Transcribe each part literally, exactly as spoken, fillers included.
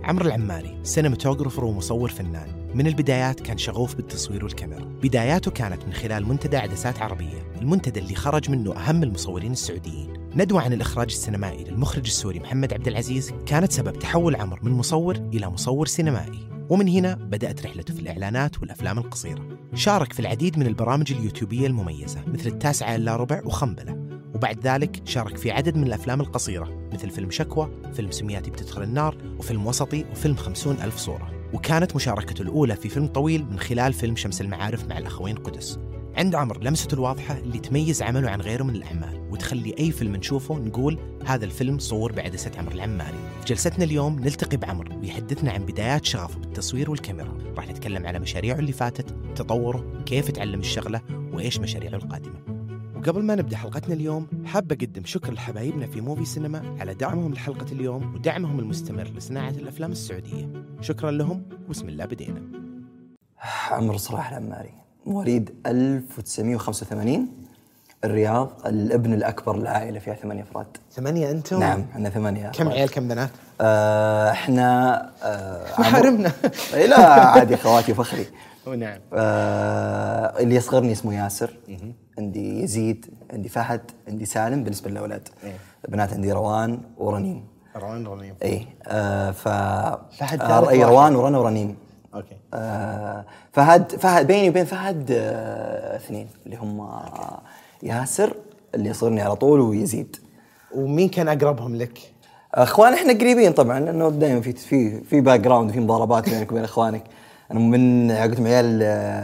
عمرو العماري سينماتوغرافر ومصور فنان. من البدايات كان شغوف بالتصوير والكاميرا. بداياته كانت من خلال منتدى عدسات عربية، المنتدى اللي خرج منه أهم المصورين السعوديين. ندوة عن الإخراج السينمائي للمخرج السوري محمد عبد العزيز كانت سبب تحول عمرو من مصور إلى مصور سينمائي، ومن هنا بدأت رحلته في الإعلانات والأفلام القصيرة. شارك في العديد من البرامج اليوتيوبية المميزة مثل التاسعة إلا ربع وخنبلة، وبعد ذلك شارك في عدد من الأفلام القصيرة مثل فيلم شكوى، فيلم سمياتي بتدخل النار، وفيلم وسطي، وفيلم خمسون ألف صورة. وكانت مشاركته الأولى في فيلم طويل من خلال فيلم شمس المعارف مع الأخوين قدس. عند عمرو لمسته الواضحة اللي تميز عمله عن غيره من الأعمال، وتخلي أي فيلم نشوفه نقول هذا الفيلم صور بعدسة عمرو العماري. جلستنا اليوم نلتقي بعمرو ويحدثنا عن بدايات شغفه بالتصوير والكاميرا. راح نتكلم على مشاريعه اللي فاتت، تطوره، كيف تعلم الشغلة، وإيش مشاريعه القادمة. وقبل ما نبدأ حلقتنا اليوم حاب أقدم شكر لحبايبنا في موفي سينما على دعمهم لحلقة اليوم ودعمهم المستمر لصناعة الأفلام السعودية. شكرا لهم، وبسم الله بدينا. عمرو صلاح العماري مواليد ألف وتسعمائة وخمسة وثمانين، الرياض، الابن الأكبر للعائلة، فيها ثمانية أفراد. ثمانية أنتم؟ نعم، عندنا ثمانية. كم عيال كم بنات؟ آه احنا آه محارمنا. لا عادي، خواتي وفخري. ونعم. آه اللي يصغرني اسمه ياسر، عندي يزيد، عندي فهد، عندي سالم. بالنسبة للأولاد إيه؟ البنات عندي روان ورنيم. روان ورنيم. اي آه ف فهد آه اي روان ورنا ورنيم. اوكي. آه فهد فهد بيني وبين فهد آه اثنين اللي هم آه ياسر اللي يصغرني على طول ويزيد. ومين كان أقربهم لك؟ اخوان احنا قريبين طبعا، لانه دائما في في في باك جراوند، في مضاربات بينك وبين اخوانك. انا من قلت عيال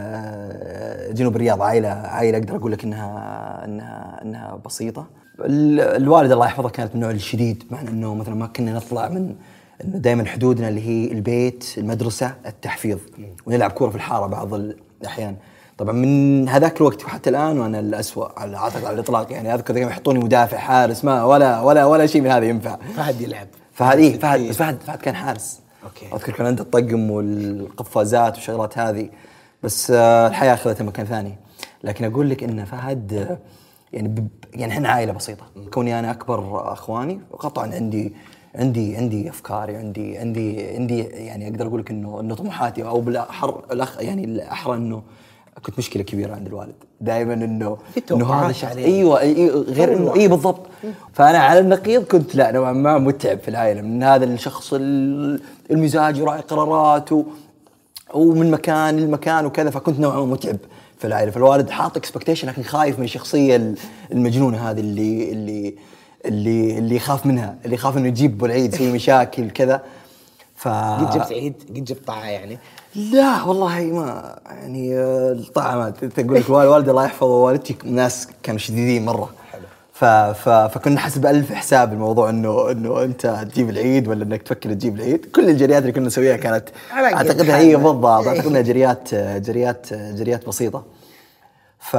آه جنوب الرياض، عائله عائله اقدر اقول لك انها انها انها بسيطه. الوالده الله يحفظها كانت من النوع الشديد، مع انه مثلا ما كنا نطلع من انه دائما حدودنا اللي هي البيت، المدرسه، التحفيظ، ونلعب كوره في الحاره بعض الاحيان. طبعا من هذاك الوقت وحتى الان وانا الاسوأ على اعتقد على الاطلاق. يعني اذكر دائما يحطوني مدافع، حارس، ما ولا ولا ولا شيء من هذا ينفع. فهد يلعب. فهد إيه فهد فهد فهد كان حارس. اوكي. اذكر كان عنده الطقم والقفازات والشغلات هذه، بس آه الحياه اخذتها مكان ثاني. لكن اقول لك ان فهد آه يعني ب... يعني احنا عائله بسيطه، كوني انا اكبر اخواني، وقطعا عندي عندي عندي افكاري، عندي عندي عندي يعني اقدر اقول لك انه انه طموحاتي، او بالاحر الاخ يعني الاحرى انه كنت مشكله كبيره عند الوالد دائما انه انه هذا الشخص. ايوه غير انه اي بالضبط. فانا على النقيض كنت لا نوعا ما متعب في العائله من هذا الشخص المزاج يراعي قراراته ومن مكان لمكان وكذا، فكنت نوعا ما متعب في العائله. فالوالد حاط اكسبكتيشن، لكن خايف من الشخصيه المجنونه هذه اللي اللي اللي اللي يخاف منها، اللي يخاف انه يجيب ابو العيد يسوي مشاكل كذا. ف قد جبت عيد؟ قد جبت طاعه يعني؟ لا والله ما يعني الطاعه ما تقول لك. والدي الله يحفظه ووالدتي ناس كانوا شديدين مره. ف ف فكنا نحسب ألف حساب الموضوع، انه انه انت تجيب العيد ولا انك تفكر تجيب العيد. كل الجريات اللي كنا نسويها كانت اعتقد هي بالضبط، اعتقد جريات جريات جريات بسيطه. ف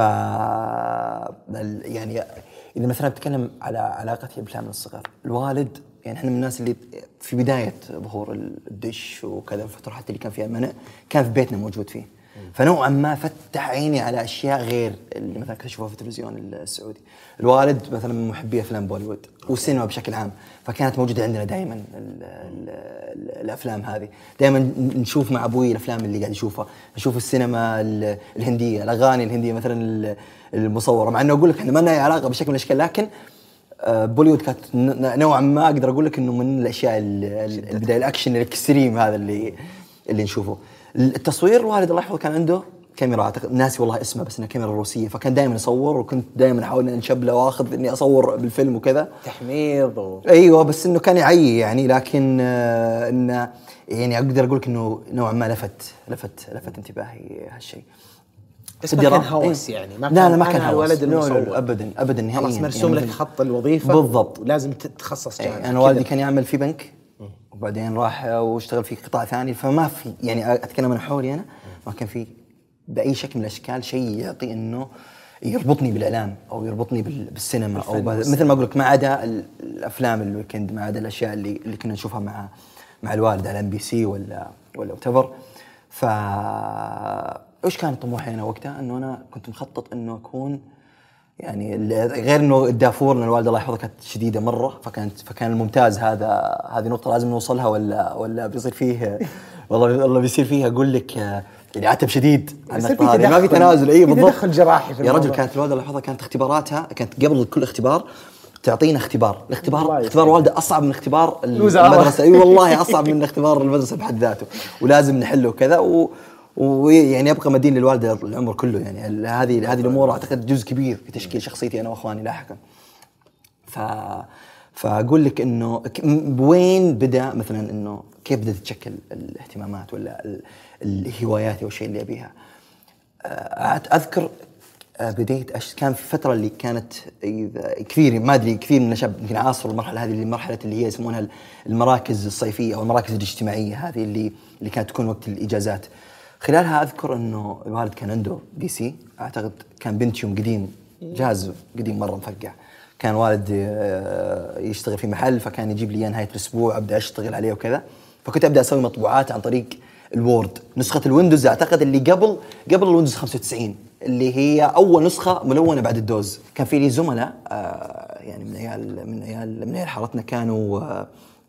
يعني اذا مثلا بتكلم على علاقتي بافلام الصغر، الوالد يعني احنا من الناس اللي في بدايه ظهور الدش وكذا، الفتره حتى اللي كان فيها منع كان في بيتنا موجود فيه. فنوعا ما فتح عيني على اشياء غير اللي مثلا كنت اشوفها في التلفزيون السعودي. الوالد مثلا من محبي افلام بوليوود والسينما بشكل عام، فكانت موجوده عندنا دائما الافلام هذه. دائما نشوف مع ابوي الافلام اللي قاعد يشوفها، نشوف السينما الهنديه، الاغاني الهنديه مثلا المصوره، مع انه اقول لك احنا ما لنا علاقه بشكل من الاشكال، لكن بوليوود كانت نوعا ما اقدر اقول لك انه من الاشياء البدايه الاكشن الاكستريم هذا اللي اللي نشوفه. التصوير الوالد الله يحفظه كان عنده كاميرا، اعتقد ناسي والله اسمها، بس انها كاميرا روسيه، فكان دائما يصور، وكنت دائما احاول ان انشبله واخذ اني اصور بالفيلم وكذا، تحميض و... ايوه. بس انه كان يعي يعني، لكن آه انه يعني اقدر اقول لك انه نوعا ما لفت لفت لفت انتباهي هالشيء. بس ما كان هوس يعني؟ ما كان لا لا ما كان هوس. الولد المصور لا لا ابدا ابدا نهائيا. خلاص مرسوم يعني لك خط الوظيفه بالضبط، ولازم تتخصص جانب. انا يعني والدي كان يعمل في بنك وبعدين راح واشتغل في قطاع ثاني، فما في يعني اتكلم من حولي انا ما كان في باي شكل من الاشكال شيء يعطي انه يربطني بالاعلام او يربطني بالسينما او مثل ما اقول لك، ما عدا الافلام الويكند، ما عدا الاشياء اللي اللي كنا نشوفها مع مع الوالد على ام بي سي ولا ولا وتفر. ف ايش كان طموحي انا وقتها؟ انه انا كنت مخطط انه اكون يعني غير انه الدافور ان الوالده الله يحفظها كانت شديده مره، فكانت فكان الممتاز هذا هذه نقطه لازم نوصلها ولا ولا بيصير فيه والله والله بيصير فيها اقول لك يعني عتب شديد على النقطه هذه، ما في تنازل. اي بالضبط، تدخل جراحي في يا رجل. كانت الوالده الله يحفظها كانت اختباراتها كانت قبل كل اختبار تعطينا اختبار، الاختبار اختبار والده اصعب من اختبار المدرسه. اي أيوة والله اصعب من اختبار المدرسه بحد ذاته، ولازم نحله كذا و ويعني ابقى مدين للوالده العمر كله. يعني هذه هذه الامور اعتقد جزء كبير في تشكيل شخصيتي انا واخواني لاحقا. ف فاقول لك انه وين بدا مثلا انه كيف بدات تتشكل الاهتمامات ولا الهوايات والشيء اللي ابيها. اذكر بديت أش... كان في الفتره اللي كانت كثير ما ادري كثير من الشباب يمكن عاصروا المرحله هذه اللي مرحله اللي هي يسمونها المراكز الصيفيه او المراكز الاجتماعيه، هذه اللي اللي كانت تكون وقت الاجازات. خلالها اذكر انه الوالد كان عنده بي سي، اعتقد كان بنتيوم قديم، جهاز قديم مره مفقع. كان والد يشتغل في محل، فكان يجيب لي نهايه الاسبوع ابدا اشتغل عليه وكذا. فكنت ابدا اسوي مطبوعات عن طريق الوورد، نسخه الويندوز اعتقد اللي قبل قبل الويندوز خمسة وتسعين، اللي هي اول نسخه ملونه بعد الدوز. كان في لي زملاء آه يعني من عيال من عيال من عيال حارتنا كانوا آه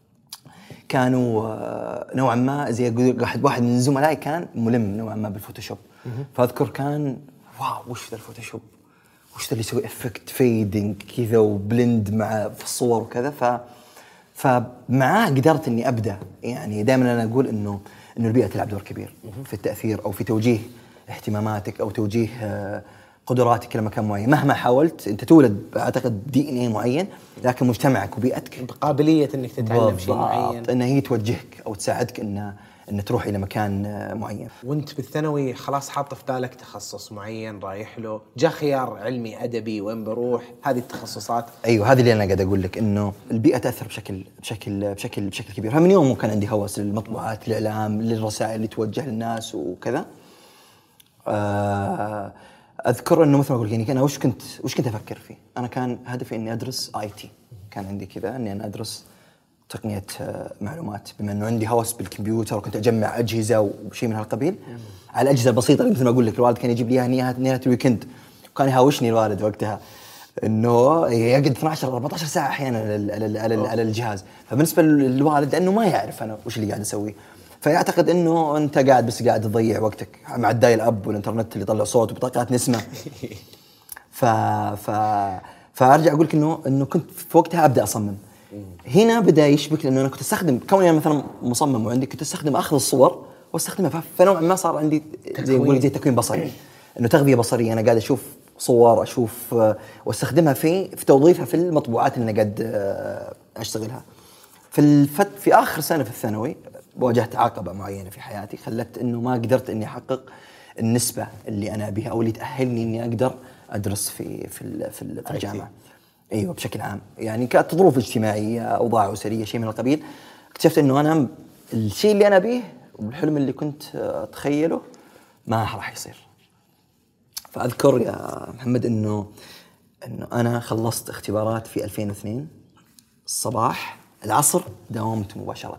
كانوا آه نوعا ما زي واحد واحد من زملائي كان ملم نوعا ما بالفوتوشوب. فاذكر كان واو وش ذا الفوتوشوب، وش ذا اللي يسوي افكت فيدنج كذا وبلند مع في الصور وكذا. ف فمعاه قدرت اني ابدا. يعني دائما انا اقول انه انه البيئه تلعب دور كبير في التاثير او في توجيه اهتماماتك او توجيه قدراتك لمكان معين. مهما حاولت انت تولد اعتقد دي ان اي معين، لكن مجتمعك وبيئتك بقابليه انك تتعلم شيء معين، ان هي توجهك او تساعدك ان ان تروح الى مكان معين. وانت بالثانوي خلاص حاطه في بالك تخصص معين رايح له، جاء خيار علمي ادبي وين بروح، هذه التخصصات؟ ايوه هذه اللي انا قاعد اقول لك، انه البيئه تاثر بشكل بشكل بشكل بشكل كبير. من يوم كان عندي هوس للمطبوعات، الاعلام، للرسائل اللي توجه للناس وكذا. اذكر انه مثل ما اقول يعني انا وش كنت وش كنت افكر فيه. انا كان هدفي اني ادرس اي تي، كان عندي كذا اني انا ادرس تقنيه معلومات، بما انه عندي هوس بالكمبيوتر وكنت اجمع اجهزه وشيء من هالقبيل. على الاجهزه البسيطه اللي مثل ما اقول لك الوالد كان يجيب لي اياها نهايه الويكند، وكان يهاوشني الوالد وقتها انه يقعد اثنتي عشرة أربعة عشر ساعه احيانا على على على الجهاز. فبالنسبه للوالد لانه ما يعرف انا وش اللي قاعد اسوي، فيعتقد انه انت قاعد بس قاعد تضيع وقتك مع الدايل اب والانترنت اللي يطلع صوت وبطاقات نسمه. ف ف فارجع اقول لك انه انه كنت في وقتها ابدا اصمم. هنا بدا يشبك، لانه انا كنت استخدم كوني انا مثلا مصمم وعندي كنت استخدم اخذ الصور واستخدمها، فنوعا ما صار عندي زي يقول زي تكوين بصري، انه تغذيه بصريه. انا قاعد اشوف صور اشوف واستخدمها في في توظيفها في المطبوعات اللي انا قاعد اشتغلها. في الفت في اخر سنه في الثانوي واجهت عقبه معينه في حياتي خلت انه ما قدرت اني احقق النسبه اللي انا ابيها او اللي تاهلني اني اقدر ادرس في في في الجامعه. ايوه بشكل عام، يعني كانت ظروف اجتماعيه، اوضاع اسريه، شيء من القبيل. اكتشفت انه انا الشيء اللي انا بيه والحلم اللي كنت اتخيله ما راح يصير. فاذكر يا محمد انه انه انا خلصت اختبارات في ألفين واثنين الصباح، العصر داومت مباشره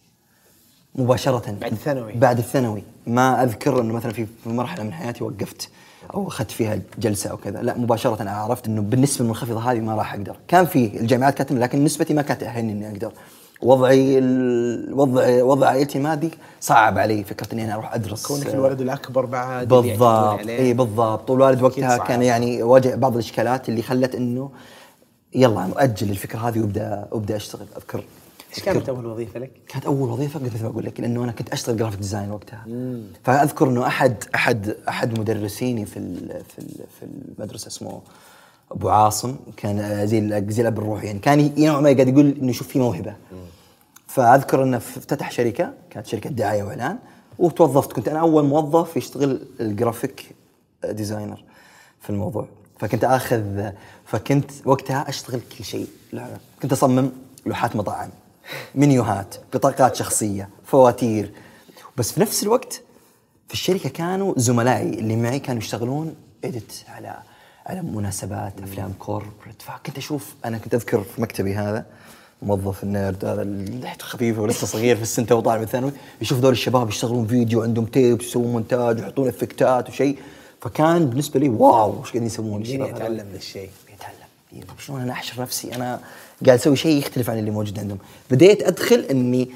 مباشره بعد الثانوي. بعد الثانوي ما اذكر انه مثلا في مرحله من حياتي وقفت او اخذت فيها جلسه او كذا، لا مباشره انا عرفت انه بالنسبه المنخفضه هذه ما راح اقدر. كان في الجامعات كانت لكن نسبتي ما كانت تاهلني اني اقدر. وضعي الوضع وضع عائلتي مادي صعب علي فكره اني انا اروح ادرس، كونك الولد الاكبر بعد بالضبط. اي بالضبط. والوالد وقتها كان يعني واجه بعض الاشكالات اللي خلت انه يلا نؤجل الفكره هذه وابدا ابدا اشتغل. اذكر ايش كانت اول وظيفه لك؟ كانت اول وظيفه مثل ما اقول لك لانه انا كنت اشتغل جرافيك ديزاين وقتها. مم. فاذكر انه احد احد احد مدرسيني في في في المدرسه اسمه ابو عاصم، كان زي زي الاب الروحي، يعني كان نوعا ما قاعد يقول انه شوف في موهبه. مم. فاذكر انه افتتح شركه كانت شركه دعايه واعلان، وتوظفت. كنت انا اول موظف يشتغل الجرافيك ديزاينر في الموضوع. فكنت اخذ فكنت وقتها اشتغل كل شيء. كنت اصمم لوحات مطاعم، منيوهات، بطاقات شخصيه، فواتير. بس في نفس الوقت في الشركه كانوا زملائي اللي معي كانوا يشتغلون اديت على على مناسبات افلام كوربريت. فكنت اشوف انا كنت اذكر في مكتبي هذا موظف النيرد هذا اللي لحيته خفيفه ولسه صغير في السنه وطالع من الثانوي، يشوف دول الشباب يشتغلون فيديو عندهم تيبس يسوون مونتاج ويحطون افكتات وشيء. فكان بالنسبه لي واو وش قاعدين يسوون الشباب يتعلم ذا الشيء يتعلم. طب شلون انا احشر نفسي انا قاعد اسوي شيء يختلف عن اللي موجود عندهم. بديت ادخل اني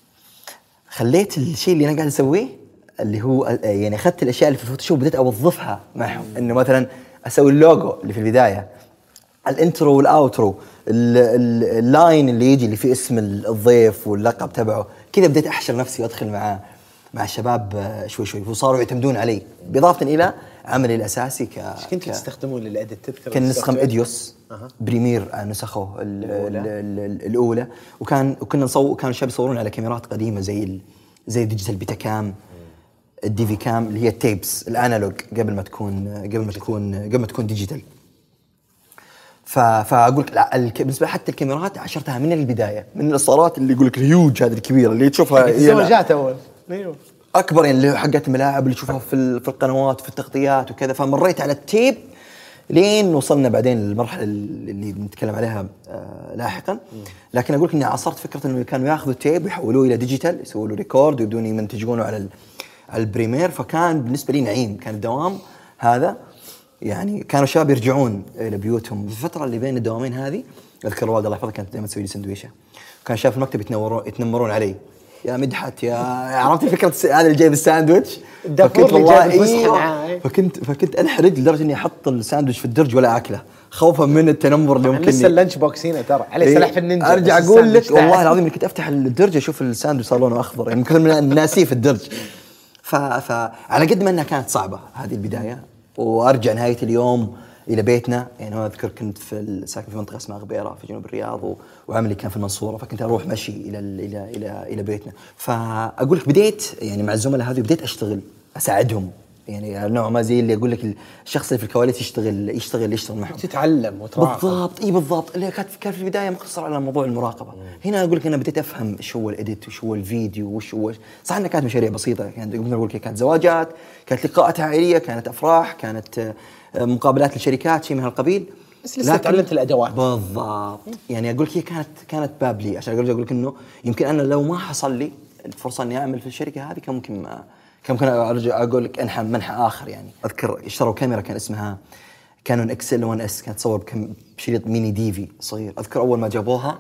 خليت الشيء اللي انا قاعد اسويه اللي هو يعني اخذت الاشياء اللي في الفوتوشوب بديت اوظفها معهم. انه مثلا اسوي اللوجو اللي في البدايه، الانترو والاوترو، اللاين اللي يجي اللي فيه اسم الضيف واللقب تبعه كذا. بديت احشر نفسي وادخل مع مع الشباب شوي شوي وصاروا يعتمدون علي، باضافه الى عملي الاساسي ك ايش كنتوا تستخدمون للاديت تذكر؟ كان نسخه اديوس أه. بريمير نسخه الأولى. الاولى وكان وكنا نصور كانوا الشباب يصورون على كاميرات قديمه زي ال... زي ديجيتال بيتا كام، الدي في كام اللي هي التيبس الانالوج قبل ما تكون قبل ما تكون قبل ما تكون ديجيتال. ف فاقول لك لا الك... بالنسبه حتى الكاميرات عشرتها من البدايه، من الاصدارات اللي يقول لك الهيوج هذه الكبيره اللي تشوفها هي جات اول ايوه اكبر يعني اللي حقت الملاعب اللي تشوفها في في القنوات وفي التغطيات وكذا. فمريت على التيب لين وصلنا بعدين للمرحله اللي بنتكلم عليها آه لاحقا. لكن اقول لك اني عاصرت فكره انه كانوا ياخذوا التيب ويحولوه الى ديجيتال، يسووا له ريكورد ويبدون يمنتجونه على على البريمير. فكان بالنسبه لي نعيم، كان الدوام هذا يعني كانوا شباب يرجعون الى بيوتهم في الفتره اللي بين الدوامين هذه. اذكر الوالده الله يحفظها كانت دائما تسوي لي سندويشه، كان شاف المكتب يتنورون يتنمرون علي يا مدحت يا عرفتي فكره هذا اللي جايب الساندويتش فكنت والله أيوه. فكنت فكنت انحرج لدرجه اني احط الساندويتش في الدرج ولا اكله خوفا من التنمر اللي ممكن. لسه اللانش بوكس هنا ترى عليه سلاح في النينجا. ارجع اقول لك والله العظيم كنت افتح الدرج اشوف الساندويتش صار لونه اخضر يعني كل من الناسيه في الدرج. ف فعلى قد ما انها كانت صعبه هذه البدايه، وارجع نهايه اليوم الى بيتنا. يعني انا اذكر كنت في ساكن في منطقه اسمها غبيره في جنوب الرياض وعملي كان في المنصوره، فكنت اروح مشي الى الى الى الى بيتنا. فاقول لك بديت يعني مع الزملاء هذول بديت اشتغل اساعدهم، يعني نوع ما زي اللي اقول لك الشخص اللي في الكواليس يشتغل يشتغل يشتغل معهم، تتعلم وتراقب. بالضبط اي بالضبط. اللي كانت كان في البدايه مقتصر على موضوع المراقبه. مم. هنا اقول لك انا بديت افهم ايش هو الاديت وش هو الفيديو وش هو. صح انها كانت مشاريع بسيطه، كانت يعني اقول لك كانت زواجات، كانت لقاءات عائليه، كانت افراح، كانت مقابلات للشركات شيء من هالقبيل، بس لسه تعلمت الادوات. بالضبط. يعني اقول لك هي كانت كانت باب لي عشان اقول لك انه يمكن انا لو ما حصل لي الفرصه اني اعمل في الشركه هذه كان ممكن ما كان ممكن ارجع اقول لك انحى منحى اخر. يعني اذكر اشتروا كاميرا كان اسمها كانون اكسل واحد اس، كانت تصور بشريط ميني ديفي صغير. اذكر اول ما جابوها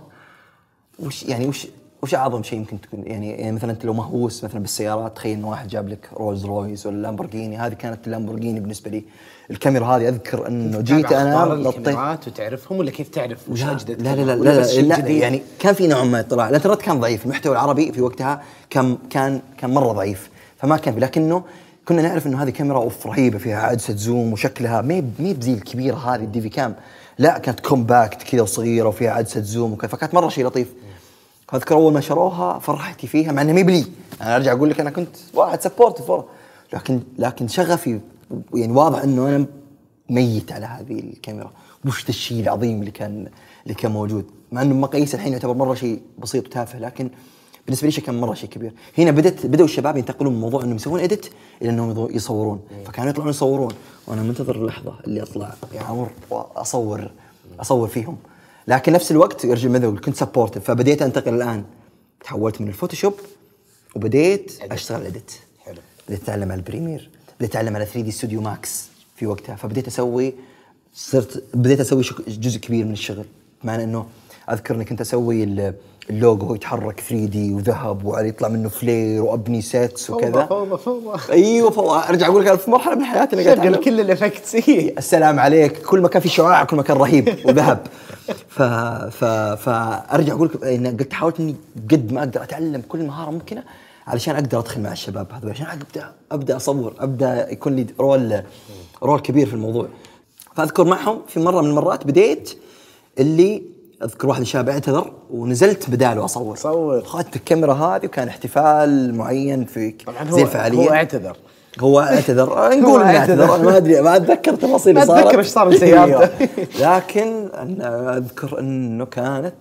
وش يعني وش وش اعظم شيء ممكن تكون يعني, يعني مثلا انت لو مهووس مثلا بالسيارات، تخيل انه واحد جاب لك رولز رويس ولا لامبورجيني. هذه كانت اللامبورجيني بالنسبه لي الكاميرا هذه. اذكر انه جيت انا الكاميرات وتعرفهم ولا كيف تعرف وش اجدد؟ لا لا لا, لا, لا, لا يعني كان في نوع من اطلاع. الانترنت كان ضعيف، المحتوى العربي في وقتها كان كان كان مره ضعيف، فما كان. لكنه كنا نعرف انه هذه كاميرا اوف رهيبه فيها عدسه زوم وشكلها ما ما بزي الكبيره هذه الدي في كام، لا كانت كومباكت كذا وصغيره وفيها عدسه زوم وكذا، فكانت مره شيء لطيف. اذكر اول ما شروها فرحتي فيها مع انها مي بلي. انا ارجع اقول لك انا كنت واحد سبورت فور، لكن لكن شغفي يعني واضح انه انا ميت على هذه الكاميرا. وش الشيء العظيم اللي كان اللي كان موجود، مع انه مقاييس الحين يعتبر مره شيء بسيط وتافه، لكن بالنسبه لي كان مره شيء كبير. هنا بدت بداوا الشباب ينتقلون من موضوع انهم يسوون اديت الى انهم يصورون، فكانوا يطلعون يصورون وانا منتظر اللحظه اللي اطلع يا عمر واصور اصور فيهم. لكن نفس الوقت يرجع مثل كنت سبورتيف، فبديت انتقل الان، تحولت من الفوتوشوب وبديت اشتغل اديت. حلو. بديت اتعلم على البريمير، بديت اتعلم على ثري دي ستوديو ماكس في وقتها، فبديت اسوي صرت بديت اسوي جزء كبير من الشغل. معنى انه اذكر اني كنت اسوي اللوجو يتحرك ثري دي وذهب وعليه يطلع منه فلير وابني سيتس وكذا. فوضى فوضى ايوه فوضى. ارجع اقول لك في مرحله من حياتي انا قاعد اشغل كل الافكتس. السلام عليك، كل ما كان في شعاع كل ما كان رهيب وذهب. ف ف فارجع اقول لك ان قلت حاولت اني قد ما اقدر اتعلم كل مهاره ممكنه علشان اقدر ادخل مع الشباب هذول، عشان ابدا ابدا اصور، ابدا يكون لي رول رول كبير في الموضوع. فاذكر معهم في مره من المرات بديت اللي اذكر واحد الشباب اعتذر ونزلت بداله اصور. صور اخذت الكاميرا هذه وكان احتفال معين في زي الفعاليه. هو اعتذر هو اعتذر نقول اعتذر، انا ما ادري ما اتذكر تفاصيل ما اتذكر ايش صار بسيارته. لكن انا اذكر انه كانت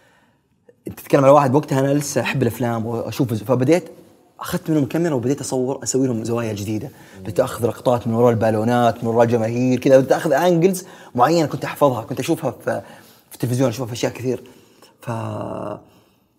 تتكلم على واحد بوقتها انا لسه احب الافلام واشوف، فبديت اخذت منهم الكاميرا وبديت اصور اسوي لهم زوايا جديده. بديت اخذ لقطات من وراء البالونات من وراء الجماهير كذا، بديت اخذ انجلز معينه كنت احفظها، كنت اشوفها في في التلفزيون، اشوفها في اشياء كثير. ف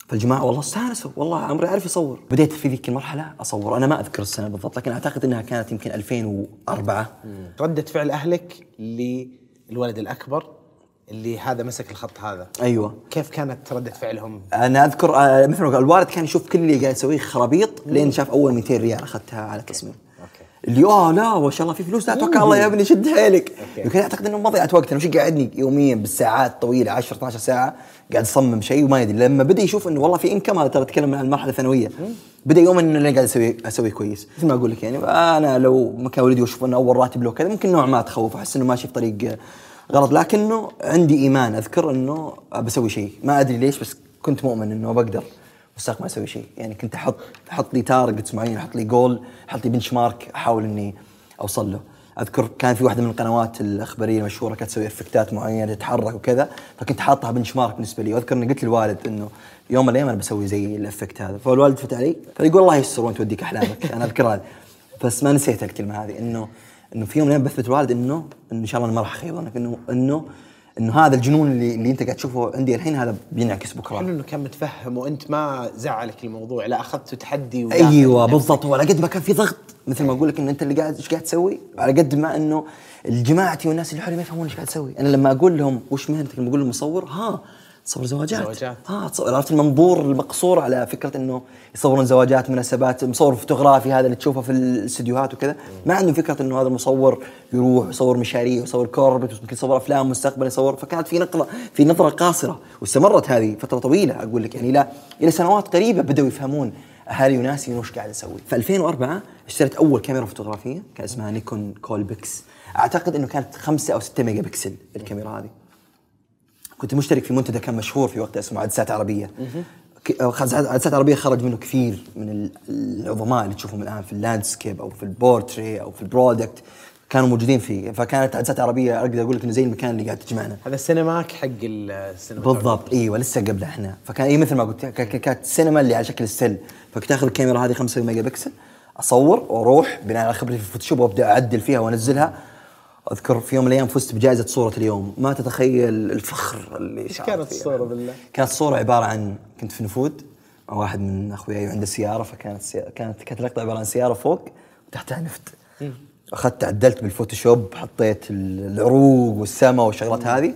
فالجماعه والله استانسوا، والله عمري عارف يصور. بديت في ذيك المرحله اصور، انا ما اذكر السنه بالضبط لكن اعتقد انها كانت يمكن ألفين وأربعة. ردة فعل اهلك للولد الاكبر اللي هذا مسك الخط هذا، ايوه، كيف كانت ردة فعلهم؟ انا اذكر آه مثل ما قال الوالد كان يشوف كل اللي قاعد يسويه خرابيط لين شاف اول مئتين ريال اخذتها على تصميم. اللي اه لا ما شاء الله في فلوس، لا توكل الله يا ابني شد حيلك. يمكن اعتقد انه مضيعه وقت، انا وش قاعدني يوميا بالساعات طويله عشرة اثنا عشر ساعه قاعد اصمم شيء وما يدري. لما بدا يشوف انه والله في انكم، هذا ترى اتكلم عن المرحله الثانويه، بدا يوم انه اللي قاعد اسوي اسوي كويس. مثل ما اقول لك يعني انا لو مكان ولدي واشوف انه اول راتب له كذا ممكن نوع ما اتخوف، احس انه ماشي في طريق غلط، لكنه عندي ايمان. اذكر انه بسوي شيء ما ادري ليش، بس كنت مؤمن انه بقدر مستقبل ما اسوي شيء. يعني كنت احط احط لي تارجتس معين، احط لي جول، احط لي بنش مارك احاول اني اوصل له. اذكر كان في واحده من القنوات الاخباريه المشهوره كانت تسوي افكتات معينه تتحرك وكذا، فكنت حاطها بنش مارك بالنسبه لي. واذكر اني قلت للوالد انه يوم من الايام انا بسوي زي الافكت هذا، فالوالد فتح علي فيقول الله يستر وانت توديك احلامك. انا اذكر هذا بس ما نسيت الكلمه هذه، انه انه في يوم من الايام بثبت الوالد انه ان شاء الله انا ما راح اخيب ظنك، انه انه انه هذا الجنون اللي, اللي انت قاعد تشوفه عندي الحين هذا بينعكس بكره. حلو انه كان متفهم وانت ما زعلك الموضوع، لا اخذته تحدي. ايوه بالضبط، وعلى قد ما كان في ضغط مثل ما اقول لك انه انت اللي قاعد ايش قاعد تسوي، على قد ما انه الجماعتي والناس اللي حولي ما يفهمون ايش قاعد تسوي. انا لما اقول لهم وش مهنتك، لما اقول لهم مصور، ها تصور زواجات, زواجات. ها تصور، عرفت المنظور المقصور على فكره انه يصورون زواجات، مناسبات، مصور فوتوغرافي هذا اللي تشوفه في الاستديوهات وكذا، ما عندهم فكره انه هذا المصور يروح يصور مشاريع ويصور كوربت وممكن يصور افلام مستقبلا يصور. فكانت في نقله في نظره قاصره، واستمرت هذه فتره طويله اقول لك يعني لا الى سنوات قريبه بداوا يفهمون اهالي وناسي وش قاعد اسوي. في ألفين وأربعة اشتريت اول كاميرا فوتوغرافيه كان اسمها نيكون كولبكس، اعتقد انه كانت خمسة او ستة ميجا بكسل الكاميرا هذه. كنت مشترك في منتدى كان مشهور في وقتها اسمه عدسات عربيه. عدسات عربيه خرج منه كثير من العظماء اللي تشوفهم الان في اللاندسكيب او في البورتري او في البرودكت، كانوا موجودين فيه. فكانت عدسات عربيه اقدر اقول لك انه زي المكان اللي قاعد تجمعنا. هذا السينماك حق السينما بالضبط، ايوه لسه قبل احنا. فكان اي مثل ما قلت كانت السينما اللي على شكل السل، فكنت اخذ الكاميرا هذه خمسة ميجا بكسل اصور واروح بناء على خبرتي في الفوتوشوب وابدا اعدل فيها وانزلها. اذكر في يوم من الايام فزت بجائزه صوره اليوم، ما تتخيل الفخر اللي شعرت. كانت الصوره بالله؟ كانت الصوره عباره عن كنت في نفود مع واحد من اخوياي عنده سياره، فكانت سيارة كانت كانت اللقطه عباره عن سياره فوق وتحتها نفط. اخذت عدلت بالفوتوشوب، حطيت العروق والسما والشغلات هذه.